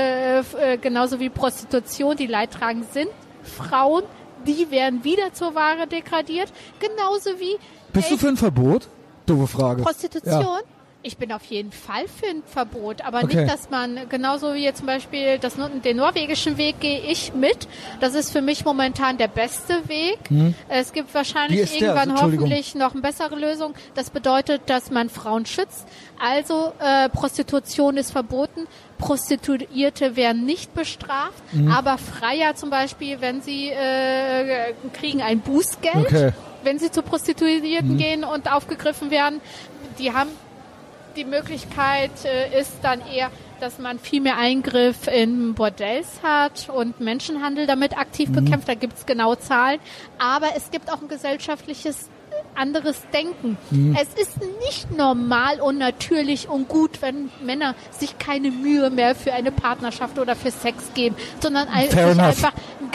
genauso wie Prostitution, die leidtragend sind, Frauen, die werden wieder zur Ware degradiert. Genauso wie Bist du für ein Verbot? Doofe Frage. Prostitution? Ja. Ich bin auf jeden Fall für ein Verbot, aber Okay. nicht, dass man, genauso wie jetzt zum Beispiel den norwegischen Weg gehe ich mit. Das ist für mich momentan der beste Weg. Es gibt Wie wahrscheinlich ist der? irgendwann Entschuldigung. hoffentlich noch eine bessere Lösung. Das bedeutet, dass man Frauen schützt. Also Prostitution ist verboten. Prostituierte werden nicht bestraft, aber Freier zum Beispiel, wenn sie kriegen ein Bußgeld, Okay. wenn sie zu Prostituierten gehen und aufgegriffen werden. Die haben die Möglichkeit ist dann eher, dass man viel mehr Eingriff in Bordells hat und Menschenhandel damit aktiv bekämpft. Da gibt es genaue Zahlen. Aber es gibt auch ein gesellschaftliches anderes Denken. Es ist nicht normal und natürlich und gut, wenn Männer sich keine Mühe mehr für eine Partnerschaft oder für Sex geben, sondern sich einfach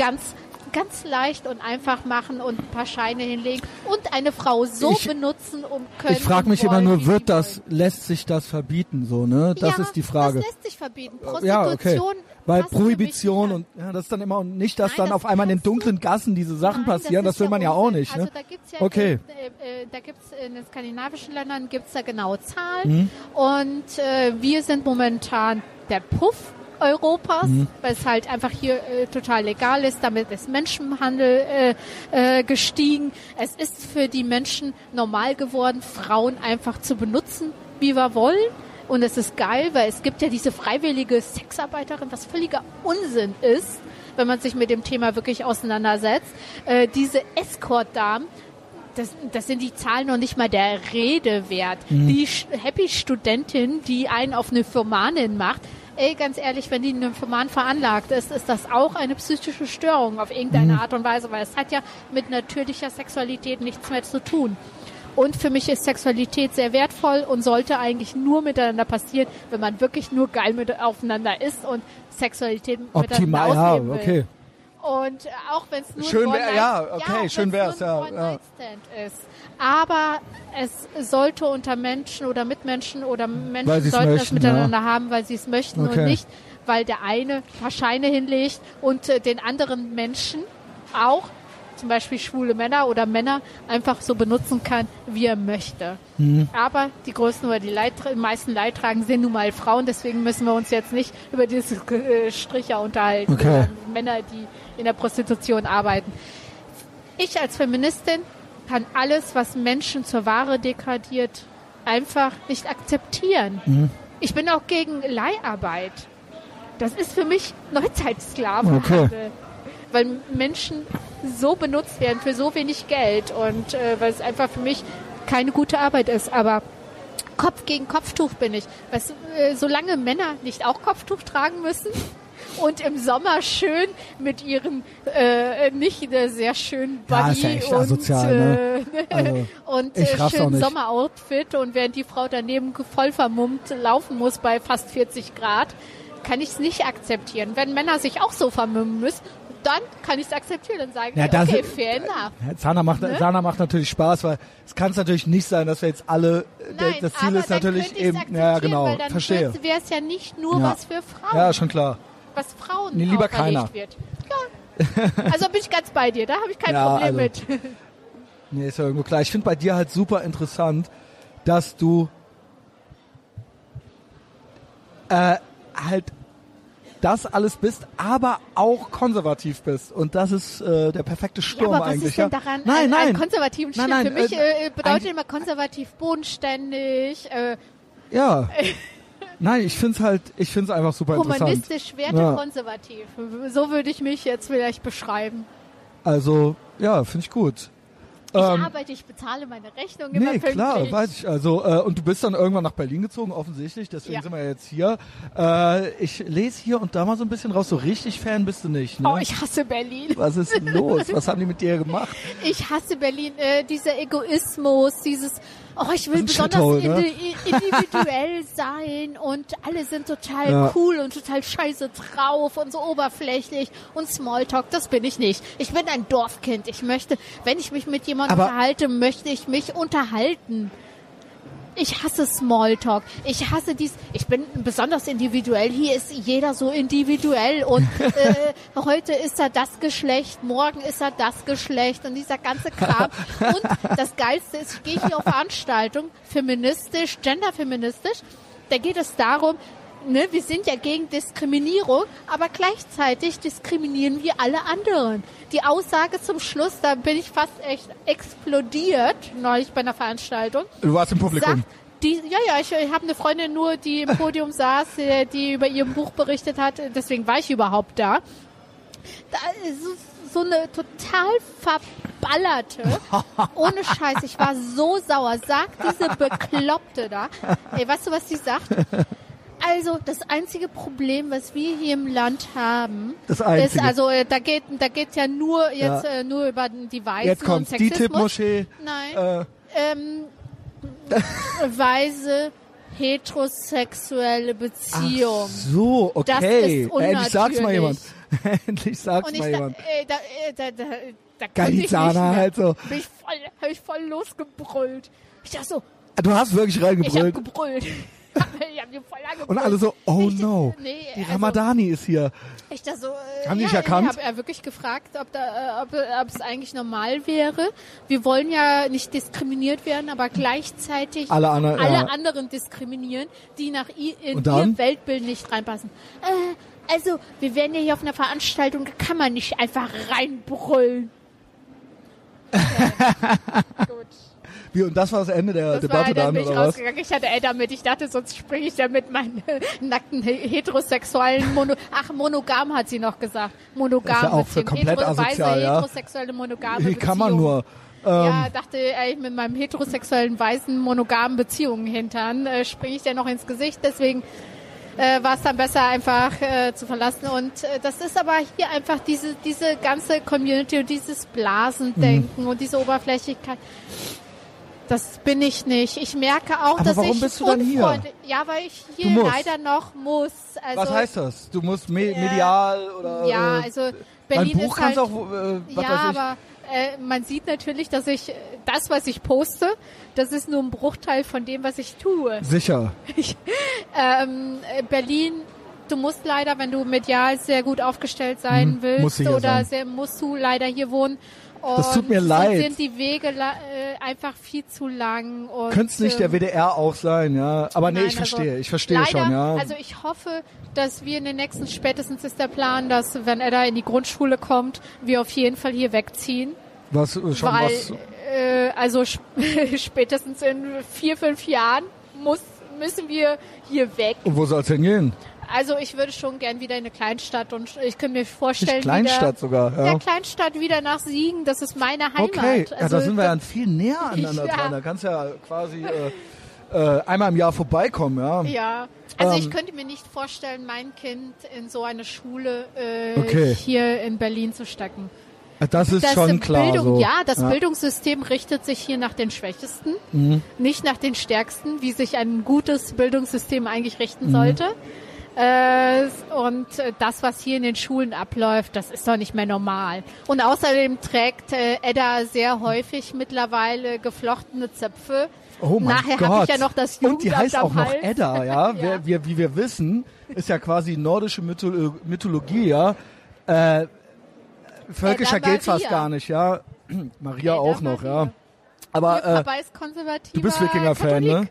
ganz leicht und einfach machen und ein paar Scheine hinlegen und eine Frau so benutzen, Ich frage mich immer nur, lässt sich das verbieten, so, ne? Das ist die Frage. Das lässt sich verbieten. Prostitution. Ja, okay. Weil passt für mich Prohibition nicht und das ist dann immer und nicht, dass Nein, dann das auf einmal in den kannst du- dunklen Gassen diese Sachen Nein, passieren, das ist will man ja auch Unsinn. nicht, ne? Also da gibt's ja Okay. da gibt's in den skandinavischen Ländern gibt's da genaue Zahlen und wir sind momentan der Puff Europas, weil es halt einfach hier total legal ist. Damit ist Menschenhandel gestiegen. Es ist für die Menschen normal geworden, Frauen einfach zu benutzen, wie wir wollen. Und es ist geil, weil es gibt ja diese freiwillige Sexarbeiterin, was völliger Unsinn ist, wenn man sich mit dem Thema wirklich auseinandersetzt. Diese Escort-Damen, das sind die Zahlen noch nicht mal der Rede wert. Die Happy-Studentin, die einen auf eine Nymphomanin macht, ganz ehrlich, wenn die Nymphoman veranlagt ist, ist das auch eine psychische Störung auf irgendeine Art und Weise, weil es hat ja mit natürlicher Sexualität nichts mehr zu tun. Und für mich ist Sexualität sehr wertvoll und sollte eigentlich nur miteinander passieren, wenn man wirklich nur geil aufeinander ist und Sexualität Optimal, miteinander ja, ausleben will. okay. Und auch wenn es nur schön ein wär, ja, okay, schön wär's, ja. One-Night-Stand ist. Aber es sollte unter Menschen oder Mitmenschen oder Menschen sollten das miteinander haben, weil sie es möchten und nicht, weil der eine ein paar Scheine hinlegt und den anderen Menschen auch, zum Beispiel schwule Männer oder Männer, einfach so benutzen kann, wie er möchte. Aber die größten oder die meisten Leidtragenden sind nun mal Frauen, deswegen müssen wir uns jetzt nicht über diese Stricher unterhalten. Okay. Männer, die in der Prostitution arbeiten. Ich als Feministin kann alles, was Menschen zur Ware degradiert, einfach nicht akzeptieren. Ich bin auch gegen Leiharbeit. Das ist für mich Neuzeit-Sklavenhandel. Weil Menschen so benutzt werden für so wenig Geld und weil es einfach für mich keine gute Arbeit ist. Aber Kopf gegen Kopftuch bin ich. Weißt, solange Männer nicht auch Kopftuch tragen müssen und im Sommer schön mit ihrem nicht sehr schönen Body ist ja echt asozial, und schönen Sommeroutfit und während die Frau daneben voll vermummt laufen muss bei fast 40 Grad, kann ich es nicht akzeptieren. Wenn Männer sich auch so vermummen müssen, dann kann ich es akzeptieren. Dann sagen wir, okay, fair enough. Sana macht natürlich Spaß, weil es kann natürlich nicht sein, dass wir jetzt alle, das Ziel ist natürlich eben, ja genau, weil dann verstehe. Wäre es ja nicht nur was für Frauen. Ja, schon klar. Was Frauen lieber keiner. Wird. Ja. Also bin ich ganz bei dir, da habe ich kein Problem mit. Nee, ist ja irgendwo klar. Ich finde bei dir halt super interessant, dass du halt das alles bist, aber auch konservativ bist. Und das ist der perfekte Sturm aber was eigentlich. Ist denn daran nein. Einen konservativen Sturm? Nein, für mich bedeutet immer konservativ bodenständig. Nein, ich find's einfach super interessant. Humanistisch, wertekonservativ. So würde ich mich jetzt vielleicht beschreiben. Also, ja, finde ich gut. Ich arbeite, ich bezahle meine Rechnung immer pünktlich. Klar, weiß ich. Also, und du bist dann irgendwann nach Berlin gezogen, offensichtlich, deswegen sind wir jetzt hier. Ich lese hier und da mal so ein bisschen raus, so richtig Fan bist du nicht, ne? Oh, ich hasse Berlin. Was ist denn los? Was haben die mit dir gemacht? Ich hasse Berlin, dieser Egoismus, ich will besonders individuell sein und alle sind total cool und total scheiße drauf und so oberflächlich und Smalltalk, das bin ich nicht. Ich bin ein Dorfkind. Ich möchte, wenn ich mich mit jemandem unterhalte, möchte ich mich unterhalten. Ich hasse Smalltalk. Ich bin besonders individuell. Hier ist jeder so individuell und heute ist er das Geschlecht, morgen ist er das Geschlecht und dieser ganze Kram. Und das Geilste ist, ich gehe hier auf Veranstaltungen, feministisch, genderfeministisch. Da geht es darum, wir sind ja gegen Diskriminierung, aber gleichzeitig diskriminieren wir alle anderen. Die Aussage zum Schluss, da bin ich fast echt explodiert, neulich bei einer Veranstaltung. Du warst im Publikum. Ich habe eine Freundin nur, die im Podium saß, die über ihr Buch berichtet hat, deswegen war ich überhaupt da. Da ist so eine total verballerte, ohne Scheiß, ich war so sauer, sagt diese Bekloppte da. Ey, weißt du, was die sagt? Also das einzige Problem, was wir hier im Land haben, ist, also da geht ja nur jetzt nur über die Weißen jetzt kommt und Sexismus. Die Tippmoschee. Nein. Weise heterosexuelle Beziehung. Ach so, okay. Das ist unnatürlich. Endlich sag's mal jemand. Endlich sag's mal jemand. Da konnte ich Sana nicht halt so. Hab ich voll losgebrüllt. Ich dachte so. Du hast wirklich reingebrüllt. Ich hab gebrüllt. Ich hab die voll angebrüllt. Und alle so, die Ramadani ist hier. Ich da so, haben die dich erkannt? Ich habe wirklich gefragt, ob es eigentlich normal wäre. Wir wollen ja nicht diskriminiert werden, aber gleichzeitig alle anderen diskriminieren, die nach in ihr Weltbild nicht reinpassen. Also, wir werden ja hier auf einer Veranstaltung, da kann man nicht einfach reinbrüllen. Gut. Wie, und das war das Ende der Debatte dann, oder was? Ich hatte damit. Ich dachte, sonst springe ich da mit meinen nackten heterosexuellen monogam hat sie noch gesagt. Monogam. Das ist ja auch für komplett asozial, heterosexuelle monogame Beziehung. Wie kann man nur? Dachte ich, mit meinem heterosexuellen weißen monogamen Beziehungen hintern springe ich dir noch ins Gesicht. Deswegen war es dann besser, einfach zu verlassen. Und das ist aber hier einfach diese ganze Community und dieses Blasendenken und diese Oberflächlichkeit. Das bin ich nicht. Ich merke auch, dass warum ich bist du dann hier? Ja, weil ich hier leider noch muss. Also, was heißt das? Du musst medial oder? Ja, also Berlin Ein Buch ist halt, kannst auch, was ja, weiß ich. aber man sieht natürlich, dass ich das, was ich poste, das ist nur ein Bruchteil von dem, was ich tue. Sicher. Berlin, du musst leider, wenn du medial sehr gut aufgestellt sein willst, musst du leider hier wohnen. Und das tut mir leid. Sind die Wege einfach viel zu lang. Könnte es nicht der WDR auch sein, ja? Aber nee, nein, ich verstehe leider, schon, ja. Also ich hoffe, dass wir in den nächsten, spätestens ist der Plan, dass, wenn Edda in die Grundschule kommt, wir auf jeden Fall hier wegziehen. Also spätestens in 4-5 Jahren müssen wir hier weg. Und wo soll es hingehen? Also ich würde schon gern wieder in eine Kleinstadt und ich könnte mir vorstellen, nicht Kleinstadt sogar, ja. Ja, Kleinstadt wieder nach Siegen, das ist meine Heimat. Okay, also, ja, da sind wir ja viel näher aneinander dran. Da kannst du ja quasi einmal im Jahr vorbeikommen, ja. Ja, also ich könnte mir nicht vorstellen, mein Kind in so eine Schule hier in Berlin zu stecken. Das ist schon klar. Das Bildungssystem richtet sich hier nach den Schwächsten, nicht nach den Stärksten, wie sich ein gutes Bildungssystem eigentlich richten sollte. Und das, was hier in den Schulen abläuft, das ist doch nicht mehr normal. Und außerdem trägt Edda sehr häufig mittlerweile geflochtene Zöpfe. Oh mein Nachher Gott. habe ich ja noch das Jugendamt und die heißt auch noch Hals. Edda, ja. Wie wir wissen, ist ja quasi nordische Mythologie, ja. Völkischer geht's fast gar nicht, ja. Maria Edda auch noch, Maria. ja. Aber Papa ist konservativer du bist Wikinger-Fan, ne?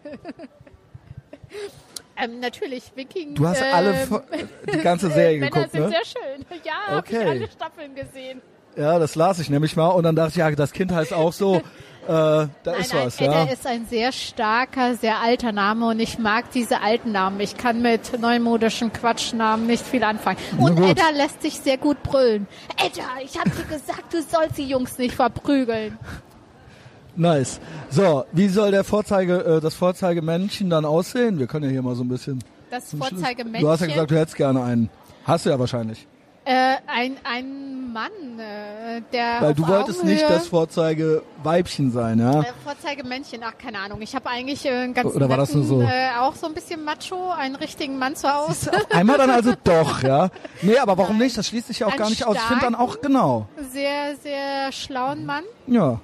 Natürlich, Wiking. Du hast die ganze Serie Männer geguckt, sind ne? sehr schön. Ja, habe ich alle Staffeln gesehen. Ja, das las ich nämlich mal und dann dachte ich, ja, das Kind heißt auch so. Ist Edda ist ein sehr starker, sehr alter Name und ich mag diese alten Namen. Ich kann mit neumodischen Quatschnamen nicht viel anfangen. Und Edda lässt sich sehr gut brüllen. Edda, ich habe dir gesagt, du sollst die Jungs nicht verprügeln. Nice. So, wie soll das Vorzeigemännchen dann aussehen? Wir können ja hier mal so ein bisschen. Das Vorzeigemännchen? Du hast ja gesagt, du hättest gerne einen. Hast du ja wahrscheinlich. Ein Mann, der weil du wolltest nicht das Vorzeigeweibchen sein, ja? Vorzeigemännchen, ach, keine Ahnung. Ich habe eigentlich einen ganz Oder war das nur so? Auch so ein bisschen macho, einen richtigen Mann zu Hause. Einmal dann also doch, ja? Nee, aber warum nicht? Das schließt sich ja auch gar nicht aus. Ich finde dann auch, genau. Sehr, sehr schlauen Mann. Ja.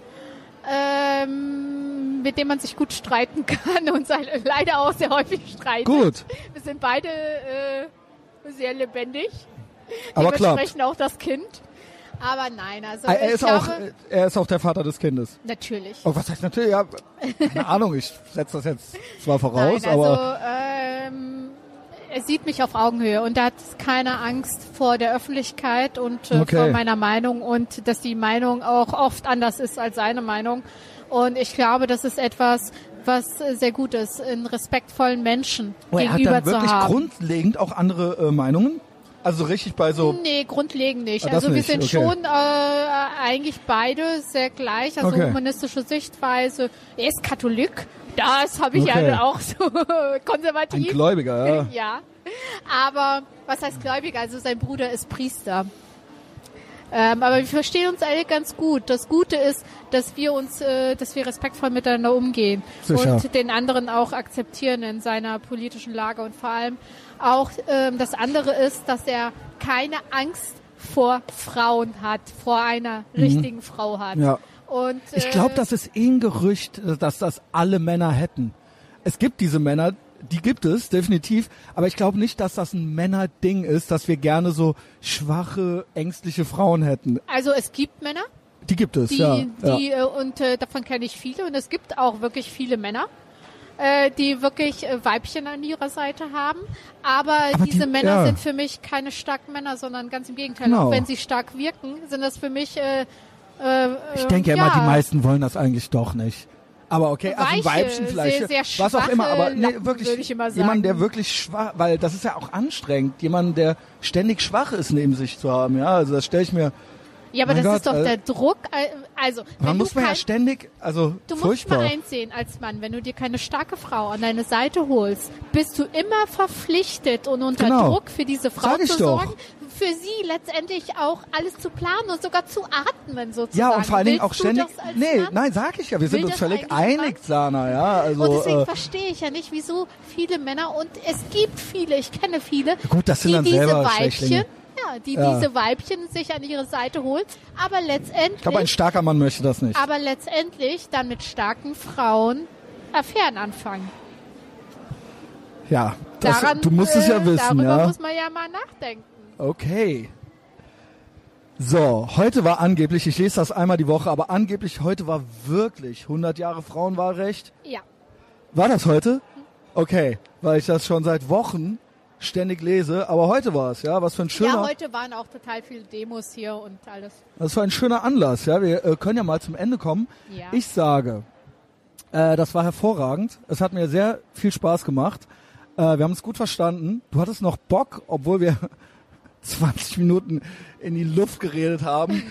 Mit dem man sich gut streiten kann und leider auch sehr häufig streitet. Gut. Wir sind beide sehr lebendig. Aber klar. Dementsprechend auch das Kind. Aber nein, also er ist auch der Vater des Kindes. Natürlich. Oh, was heißt natürlich? Ja, keine Ahnung, ich setze das jetzt zwar voraus, nein, also, aber... er sieht mich auf Augenhöhe und er hat keine Angst vor der Öffentlichkeit und vor meiner Meinung und dass die Meinung auch oft anders ist als seine Meinung. Und ich glaube, das ist etwas, was sehr gut ist, in respektvollen Menschen gegenüber zu haben. Er hat dann wirklich grundlegend auch andere Meinungen? Also richtig bei so... Nee, grundlegend nicht. Also wir sind schon eigentlich beide sehr gleich. Also humanistische Sichtweise. Er ist Katholik. Das habe ich ja auch so konservativ. Ein Gläubiger, ja. Ja. Aber was heißt Gläubiger? Also sein Bruder ist Priester. Aber wir verstehen uns alle ganz gut. Das Gute ist, dass wir respektvoll miteinander umgehen. Sicher. Und den anderen auch akzeptieren in seiner politischen Lage. Und vor allem auch das andere ist, dass er keine Angst vor Frauen hat, vor einer richtigen Frau hat. Ja. Und, ich glaube, das ist ein Gerücht, dass das alle Männer hätten. Es gibt diese Männer, die gibt es, definitiv. Aber ich glaube nicht, dass das ein Männerding ist, dass wir gerne so schwache, ängstliche Frauen hätten. Also es gibt Männer. Die gibt es, Und davon kenne ich viele. Und es gibt auch wirklich viele Männer, die wirklich Weibchen an ihrer Seite haben. Aber diese Männer sind für mich keine starken Männer, sondern ganz im Gegenteil. Genau. Auch wenn sie stark wirken, sind das für mich... ich denke immer, die meisten wollen das eigentlich doch nicht. Aber okay, also ein Weibchen vielleicht, sehr was auch immer, aber wirklich, würde ich immer sagen. Jemand, der wirklich schwach, weil das ist ja auch anstrengend, jemand, der ständig schwach ist, neben sich zu haben, ja, also das stelle ich mir... Ja, aber das ist doch der Druck, also... Man muss man ja ständig, also du furchtbar. Du musst mal einsehen als Mann, wenn du dir keine starke Frau an deine Seite holst, bist du immer verpflichtet und unter Druck für diese Frau zu sorgen, für sie letztendlich auch alles zu planen und sogar zu atmen sozusagen. Ja, und vor allen Dingen auch ständig... Nein, sag ich ja, wir sind uns völlig einig, Sana, ja. Also, und deswegen verstehe ich ja nicht, wieso viele Männer, und es gibt viele, ich kenne viele, gut, das sind dann diese selber Weibchen... Schwächlinge. die diese Weibchen sich an ihre Seite holt, aber letztendlich... Ich glaube, ein starker Mann möchte das nicht. Aber letztendlich dann mit starken Frauen Affären anfangen. Ja, du musst es ja wissen. Darüber muss man ja mal nachdenken. Okay. So, heute war angeblich, ich lese das einmal die Woche, aber angeblich heute war wirklich 100 Jahre Frauenwahlrecht. Ja. War das heute? Okay, weil ich das schon seit Wochen ständig lese, aber heute war es, ja, was für ein schöner... Ja, heute waren auch total viele Demos hier und alles. Das war ein schöner Anlass, ja, wir können ja mal zum Ende kommen. Ja. Ich sage, das war hervorragend, es hat mir sehr viel Spaß gemacht, wir haben es gut verstanden, du hattest noch Bock, obwohl wir 20 Minuten in die Luft geredet haben.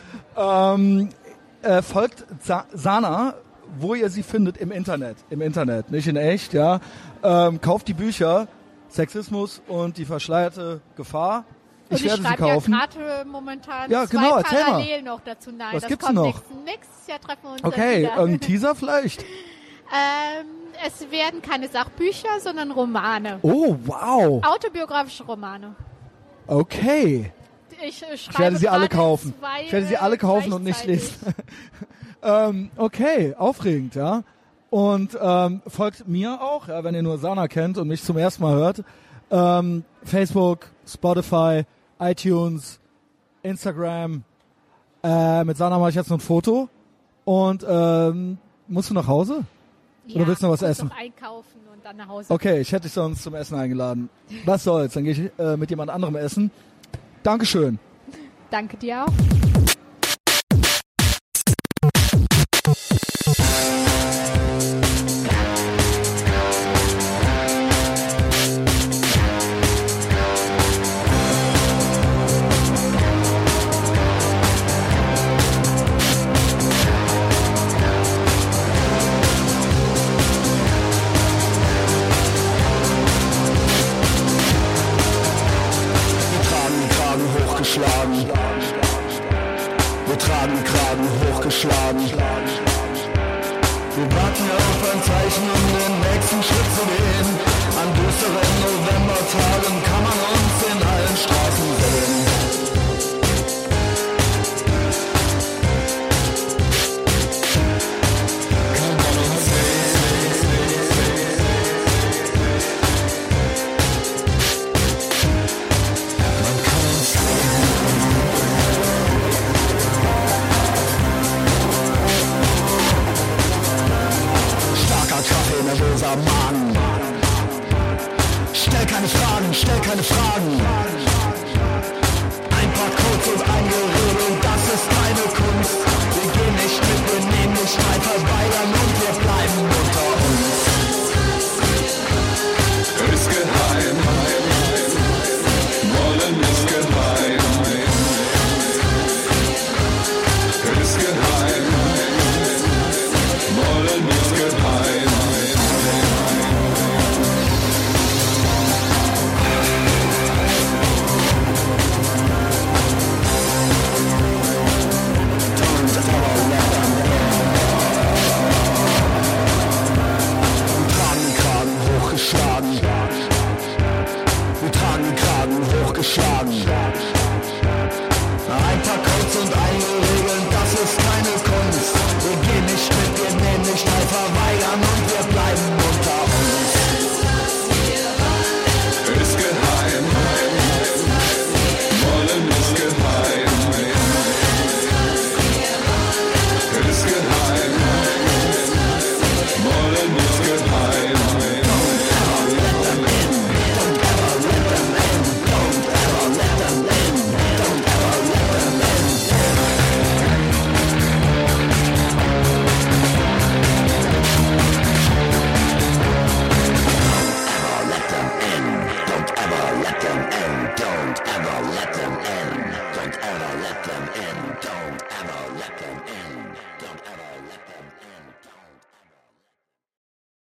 Folgt Sana, wo ihr sie findet im Internet, nicht in echt, ja. Kauft die Bücher Sexismus und die verschleierte Gefahr. Ich werde sie kaufen. Ja gerade momentan genau, zwei Parallelen noch dazu. Nein, was das gibt's kommt noch? Nächstes Jahr treffen wir uns okay, dann wieder. Irgendein Teaser vielleicht? Es werden keine Sachbücher, sondern Romane. Oh, wow. Autobiografische Romane. Okay. Ich werde sie alle kaufen. Ich werde sie alle kaufen und nicht lesen. Okay, aufregend, ja. Und folgt mir auch, ja, wenn ihr nur Sana kennt und mich zum ersten Mal hört. Facebook, Spotify, iTunes, Instagram. Mit Sana mache ich jetzt noch ein Foto. Und musst du nach Hause? Ja, oder willst du noch was essen? Noch einkaufen und dann nach Hause. Okay, ich hätte dich sonst zum Essen eingeladen. Was soll's, dann gehe ich mit jemand anderem essen. Dankeschön. Danke dir auch. Wir tragen Kragen hochgeschlagen. Wir warten auf ein Zeichen, um den nächsten Schritt zu gehen. An düsteren Novembertagen kann man uns in allen Straßen sehen. Kann man uns nervöser Magen. Stell keine Fragen, stell keine Fragen.